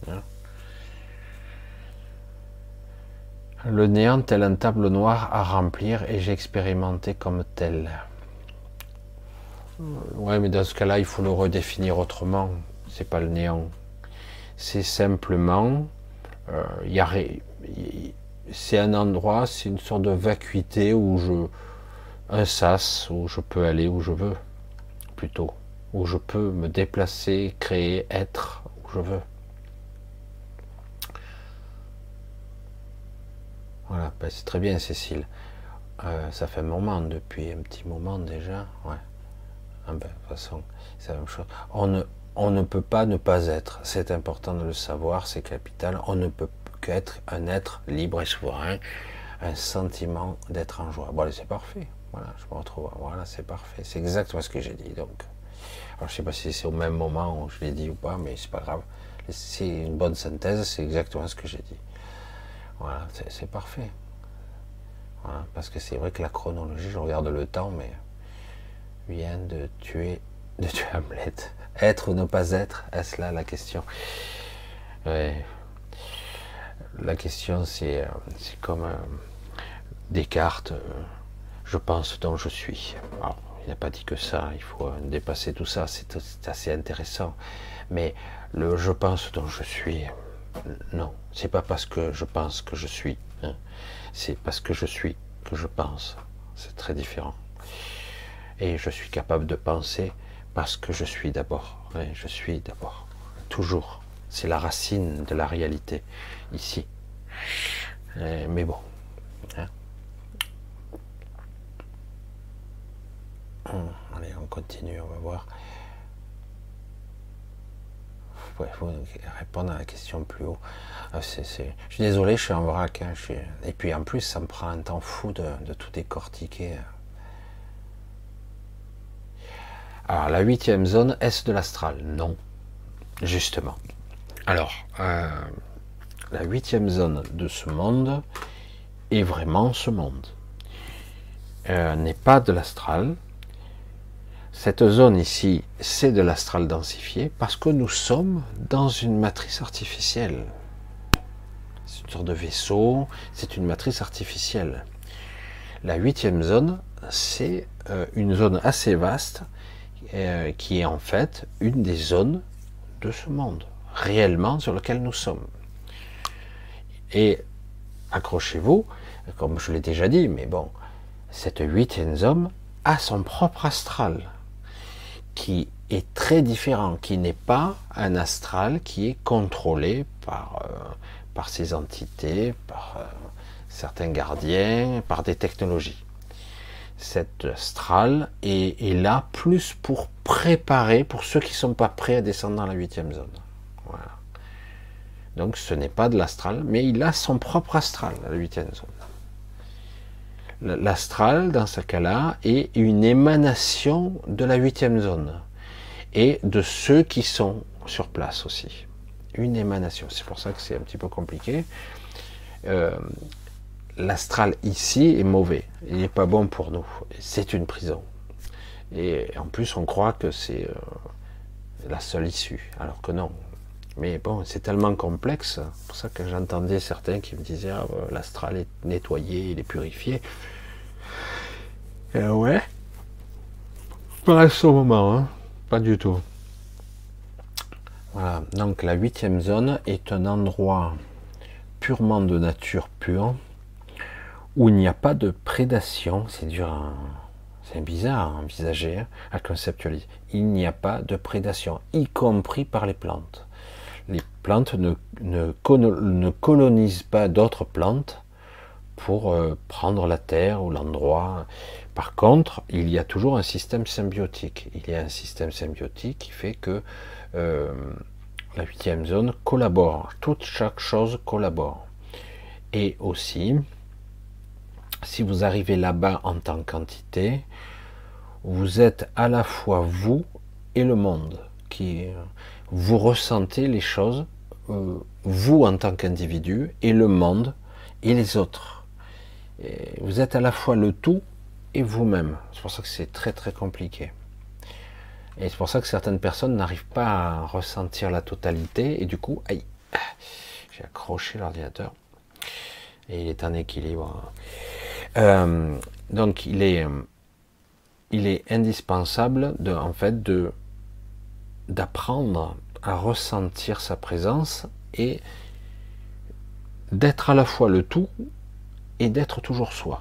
Le néant tel un tableau noir à remplir et j'ai expérimenté comme tel. Ouais, mais dans ce cas-là, il faut le redéfinir autrement. C'est pas le néant. C'est simplement, euh, y a, c'est un endroit, c'est une sorte de vacuité où je, un sas où je peux aller où je veux, plutôt, où je peux me déplacer, créer, être où je veux. Voilà, ben c'est très bien, Cécile. Euh, ça fait un moment, depuis un petit moment déjà. Ouais. Ah ben, de toute façon, c'est la même chose. On ne, on ne peut pas ne pas être. C'est important de le savoir, c'est capital. On ne peut qu'être un être libre et souverain, un sentiment d'être en joie. Bon, allez, c'est parfait. Voilà, je me retrouve. Voilà, c'est parfait. C'est exactement ce que j'ai dit. Donc, alors, je sais pas si c'est au même moment où je l'ai dit ou pas, mais c'est pas grave. C'est une bonne synthèse. C'est exactement ce que j'ai dit. Voilà, c'est parfait. Voilà, parce que c'est vrai que la chronologie, je regarde le temps, mais vient de tuer, de tuer Hamlet. Être ou ne pas être, est-ce là la question? Ouais. La question, c'est c'est comme euh, Descartes, euh, je pense donc je suis. Alors, il n'a pas dit que ça, il faut euh, dépasser tout ça, c'est assez intéressant. Mais le je pense donc je suis, non, c'est pas parce que je pense que je suis, hein. C'est parce que je suis que je pense. C'est très différent. Et je suis capable de penser parce que je suis d'abord. Oui, je suis d'abord. Toujours. C'est la racine de la réalité, ici. Mais bon. Hein. Hum, allez, on continue, on va voir. Il faut répondre à la question plus haut. Ah, c'est, c'est... Je suis désolé, je suis en vrac. Hein, je suis... Et puis en plus, ça me prend un temps fou de, de tout décortiquer. Alors, la huitième zone, est-ce de l'astral? Non, justement. Alors, euh, la huitième zone de ce monde est vraiment ce monde. Euh, n'est pas de l'astral. Cette zone ici, c'est de l'astral densifié parce que nous sommes dans une matrice artificielle. C'est une sorte de vaisseau, c'est une matrice artificielle. La huitième zone, c'est euh, une zone assez vaste euh, qui est en fait une des zones de ce monde, réellement sur lequel nous sommes. Et accrochez-vous, comme je l'ai déjà dit, mais bon, cette huitième zone a son propre astral, qui est très différent, qui n'est pas un astral qui est contrôlé par, euh, par ces entités, par euh, certains gardiens, par des technologies. Cet astral est, est là plus pour préparer, pour ceux qui ne sont pas prêts à descendre dans la huitième zone. Voilà. Donc ce n'est pas de l'astral, mais il a son propre astral, la huitième zone. L'astral, dans ce cas-là, est une émanation de la huitième zone et de ceux qui sont sur place aussi. Une émanation. C'est pour ça que c'est un petit peu compliqué. Euh, L'astral ici est mauvais. Il n'est pas bon pour nous. C'est une prison. Et en plus, on croit que c'est euh, la seule issue, alors que non. Mais bon, c'est tellement complexe. C'est pour ça que j'entendais certains qui me disaient ah, l'astral est nettoyé, il est purifié. Euh, ouais. Pas à ce moment, hein. Pas du tout. Voilà. Donc la huitième zone est un endroit purement de nature pure où il n'y a pas de prédation. C'est dur, à... c'est bizarre à envisager, à conceptualiser. Il n'y a pas de prédation, y compris par les plantes. Les plantes ne, ne, ne colonisent pas d'autres plantes pour euh, prendre la terre ou l'endroit. Par contre, il y a toujours un système symbiotique. Il y a un système symbiotique qui fait que euh, la huitième zone collabore. Toute chaque chose collabore. Et aussi, si vous arrivez là-bas en tant qu'entité, vous êtes à la fois vous et le monde. Qui, vous ressentez les choses, euh, vous en tant qu'individu, et le monde, et les autres. Et vous êtes à la fois le tout et vous-même. C'est pour ça que c'est très très compliqué. Et c'est pour ça que certaines personnes n'arrivent pas à ressentir la totalité, et du coup, aïe, j'ai accroché l'ordinateur, et il est en équilibre. Euh, donc il est, il est indispensable de, en fait, de d'apprendre à ressentir sa présence et d'être à la fois le tout et d'être toujours soi.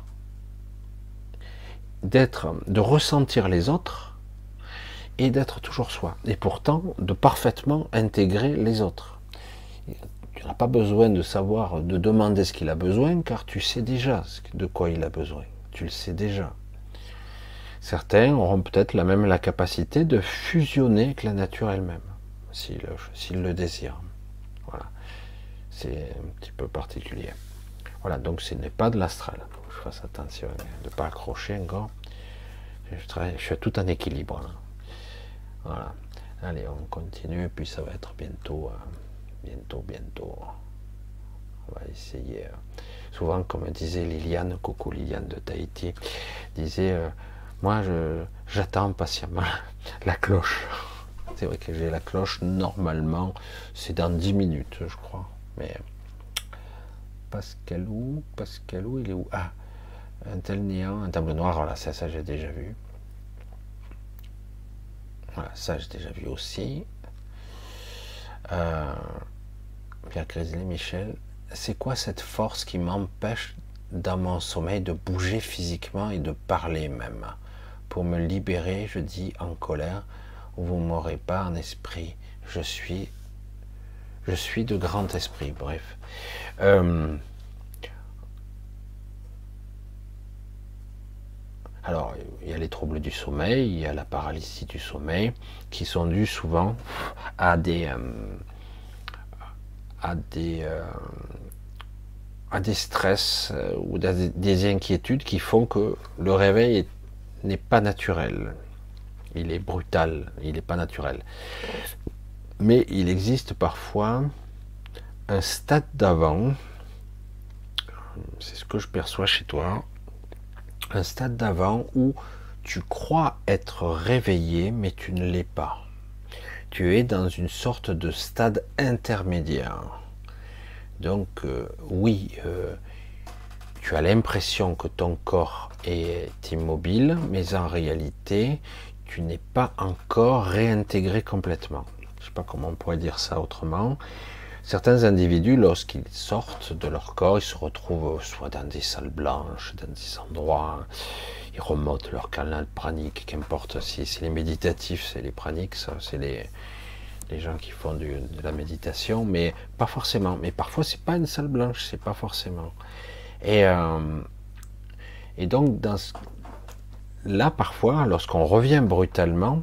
D'être, de ressentir les autres et d'être toujours soi. Et pourtant, de parfaitement intégrer les autres. Tu n'as pas besoin de savoir, de demander ce qu'il a besoin, car tu sais déjà de quoi il a besoin. Tu le sais déjà. Certains auront peut-être la même la capacité de fusionner avec la nature elle-même, s'ils s'ils le désirent. Voilà. C'est un petit peu particulier. Voilà, donc ce n'est pas de l'astral. Je fasse attention de ne pas accrocher encore. Je, travaille, je suis tout en équilibre. Là. Voilà. Allez, on continue, puis ça va être bientôt, euh, bientôt, bientôt. On va essayer. Euh, souvent, comme disait Liliane, coucou Liliane de Tahiti, disait... Euh, moi, je, j'attends patiemment la cloche. C'est vrai que j'ai la cloche, normalement, c'est dans dix minutes, je crois. Mais Pascalou, Pascalou, il est où? Ah, un tel néant, un tableau noir, voilà, ça, ça j'ai déjà vu. Voilà, ça j'ai déjà vu aussi. Euh, Pierre Grizzly, Michel, c'est quoi cette force qui m'empêche dans mon sommeil de bouger physiquement et de parler même? Pour me libérer, je dis en colère, vous ne m'aurez pas en esprit. Je suis, je suis de grand esprit. Bref. Euh, Alors, il y a les troubles du sommeil, il y a la paralysie du sommeil, qui sont dus souvent à des, euh, à des, euh, à des stress euh, ou des, des inquiétudes qui font que le réveil n'est pas naturel. Il est brutal, il n'est pas naturel. Mais il existe parfois un stade d'avant, c'est ce que je perçois chez toi, un stade d'avant où tu crois être réveillé, mais tu ne l'es pas. Tu es dans une sorte de stade intermédiaire. Donc euh, oui, euh, tu as l'impression que ton corps est immobile, mais en réalité, tu n'es pas encore réintégré complètement. Je ne sais pas comment on pourrait dire ça autrement. Certains individus, lorsqu'ils sortent de leur corps, ils se retrouvent soit dans des salles blanches, dans des endroits, ils remontent leur canal pranique, qu'importe si c'est les méditatifs, c'est les praniques, ça, c'est les, les gens qui font du, de la méditation, mais pas forcément. Mais parfois, c'est pas une salle blanche, c'est pas forcément. Et, euh, et donc, dans ce, là, parfois, lorsqu'on revient brutalement,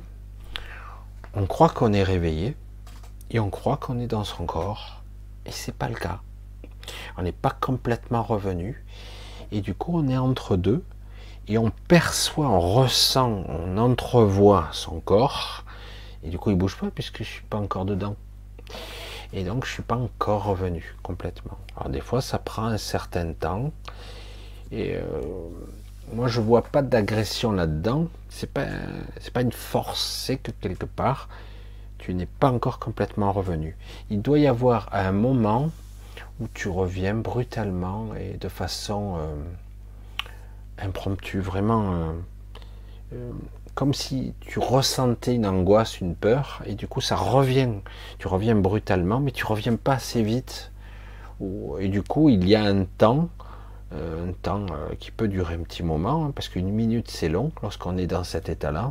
on croit qu'on est réveillé, et on croit qu'on est dans son corps, et c'est pas le cas. On n'est pas complètement revenu, et du coup on est entre deux, et on perçoit, on ressent, on entrevoit son corps, et du coup il bouge pas puisque je suis pas encore dedans. Et donc je suis pas encore revenu complètement. Alors des fois ça prend un certain temps, et euh, moi je vois pas d'agression là-dedans. C'est pas, c'est pas une force, c'est que quelque part tu n'es pas encore complètement revenu. Il doit y avoir un moment où tu reviens brutalement et de façon euh, impromptue, vraiment euh, euh, comme si tu ressentais une angoisse, une peur, et du coup ça revient. Tu reviens brutalement, mais tu reviens pas assez vite. Et du coup il y a un temps, euh, un temps euh, qui peut durer un petit moment, hein, parce qu'une minute c'est long lorsqu'on est dans cet état-là.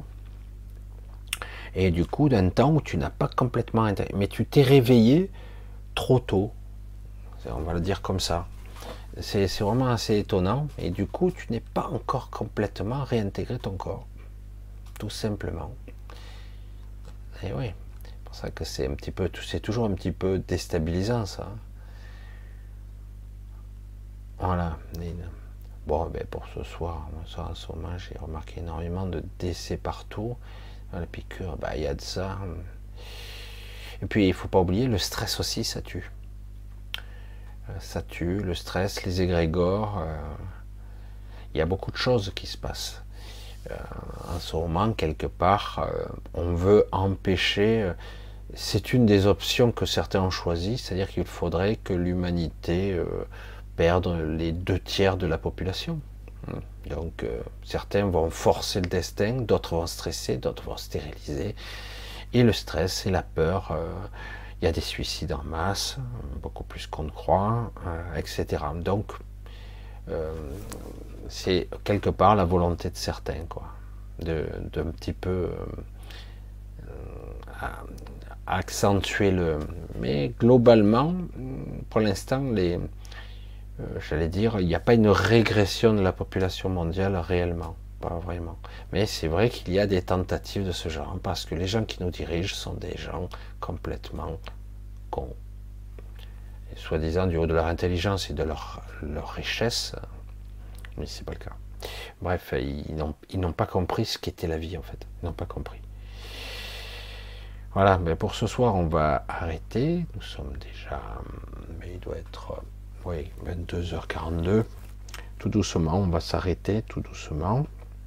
Et du coup, d'un temps où tu n'as pas complètement intégré, mais tu t'es réveillé trop tôt, on va le dire comme ça. C'est vraiment assez étonnant, et du coup, tu n'es pas encore complètement réintégré ton corps, tout simplement. Et oui, c'est pour ça que c'est un petit peu, c'est toujours un petit peu déstabilisant, ça. Voilà. Bon, ben pour ce soir, ça, en ce moment, j'ai remarqué énormément de décès partout. La piqûre, bah, il y a de ça. Et puis, il faut pas oublier, le stress aussi, ça tue. Ça tue, le stress, les égrégores. Euh, il y a beaucoup de choses qui se passent. Euh, en ce moment, quelque part, euh, on veut empêcher. Euh, c'est une des options que certains ont choisies, c'est-à-dire qu'il faudrait que l'humanité euh, perde les deux tiers de la population. Donc euh, certains vont forcer le destin, d'autres vont stresser, d'autres vont stériliser. Et le stress et la peur, euh, il y a des suicides en masse, beaucoup plus qu'on ne croit, euh, et cetera. Donc euh, c'est quelque part la volonté de certains, quoi, de, de un petit peu euh, accentuer le. Mais globalement, pour l'instant, les Euh, j'allais dire, il n'y a pas une régression de la population mondiale réellement, pas vraiment. Mais c'est vrai qu'il y a des tentatives de ce genre, parce que les gens qui nous dirigent sont des gens complètement cons. Et soi-disant du haut de leur intelligence et de leur, leur richesse, mais c'est pas le cas. Bref, ils n'ont ils n'ont pas compris ce qu'était la vie en fait. Ils n'ont pas compris. Voilà, mais pour ce soir, on va arrêter. Nous sommes déjà, mais il doit être oui, vingt-deux heures quarante-deux, tout doucement, on va s'arrêter tout doucement.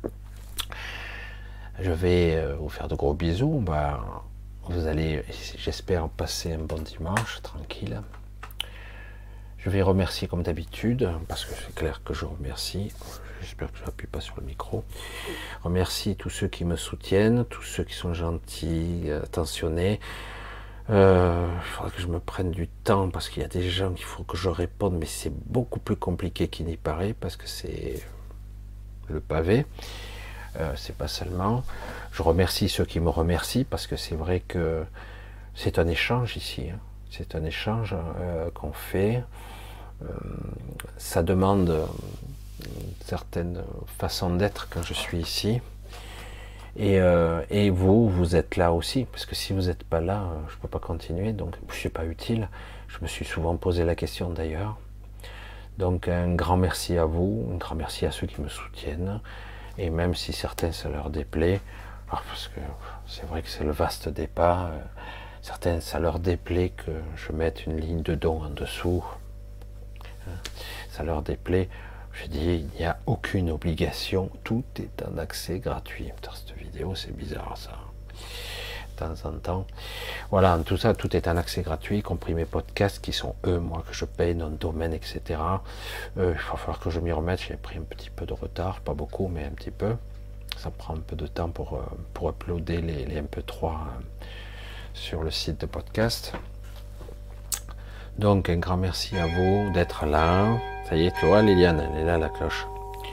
Je vais vous faire de gros bisous, on va, vous allez, j'espère, passer un bon dimanche, tranquille. Je vais remercier comme d'habitude, parce que c'est clair que je remercie, j'espère que je n'appuie pas sur le micro. Remercie tous ceux qui me soutiennent, tous ceux qui sont gentils, attentionnés. Euh, il faudra que je me prenne du temps parce qu'il y a des gens qu'il faut que je réponde, mais c'est beaucoup plus compliqué qu'il n'y paraît parce que c'est le pavé. Euh, c'est pas seulement. Je remercie ceux qui me remercient parce que c'est vrai que c'est un échange ici. Hein. C'est un échange euh, qu'on fait. Euh, ça demande, certaine façon d'être quand je suis ici. Et, euh, et vous, vous êtes là aussi, parce que si vous n'êtes pas là, je ne peux pas continuer, donc je ne suis pas utile. Je me suis souvent posé la question d'ailleurs. Donc un grand merci à vous, un grand merci à ceux qui me soutiennent, et même si certains ça leur déplaît, parce que c'est vrai que c'est le vaste débat, certains ça leur déplaît que je mette une ligne de don en dessous, ça leur déplaît. Je dis, il n'y a aucune obligation, tout est en accès gratuit. Putain, cette vidéo, c'est bizarre ça. De temps en temps. Voilà, tout ça, tout est en accès gratuit, y compris mes podcasts qui sont eux, moi, que je paye, nom de domaine, et cetera. Euh, il va falloir que je m'y remette, j'ai pris un petit peu de retard, pas beaucoup, mais un petit peu. Ça prend un peu de temps pour, pour uploader les, les M P trois sur le site de podcast. Donc, un grand merci à vous d'être là. Ça y est, tu vois, Liliane, elle est là, la cloche.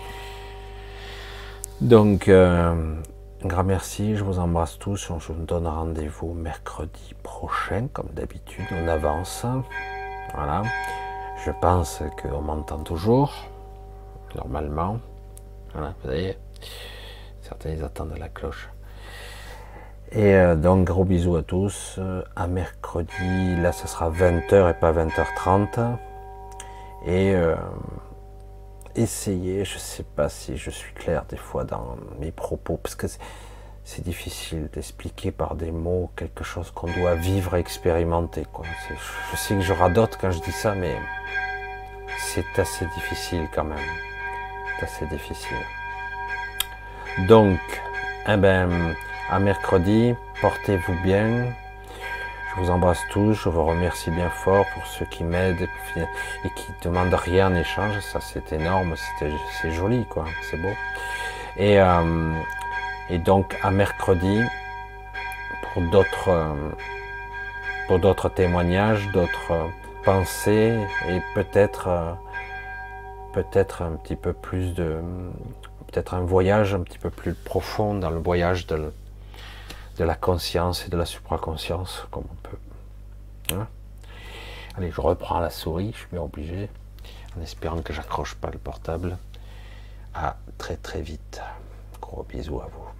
Donc, euh, un grand merci, je vous embrasse tous. Je vous donne rendez-vous mercredi prochain, comme d'habitude, on avance. Voilà. Je pense qu'on m'entend toujours, normalement. Voilà, vous voyez, certains ils attendent la cloche. Et euh, donc, gros bisous à tous. À mercredi, là, ce sera vingt heures et pas vingt heures trente. Et euh, essayez, je ne sais pas si je suis clair des fois dans mes propos, parce que c'est difficile d'expliquer par des mots quelque chose qu'on doit vivre et expérimenter, quoi. Je sais que je radote quand je dis ça, mais c'est assez difficile quand même. C'est assez difficile. Donc, eh ben, à mercredi, portez-vous bien. Je vous embrasse tous, je vous remercie bien fort pour ceux qui m'aident et qui ne demandent rien en échange. Ça, c'est énorme, c'est joli, quoi, c'est beau. Et, euh, et donc, à mercredi, pour d'autres euh, pour d'autres témoignages, d'autres euh, pensées, et peut-être euh, peut-être un petit peu plus de... peut-être un voyage un petit peu plus profond dans le voyage de de la conscience et de la supraconscience, comme on peut. Hein, allez, je reprends la souris, je suis bien obligé, en espérant que j'accroche pas le portable. À très très vite. Gros bisous à vous.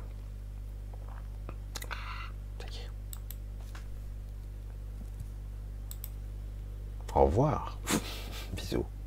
Au revoir. Bisous.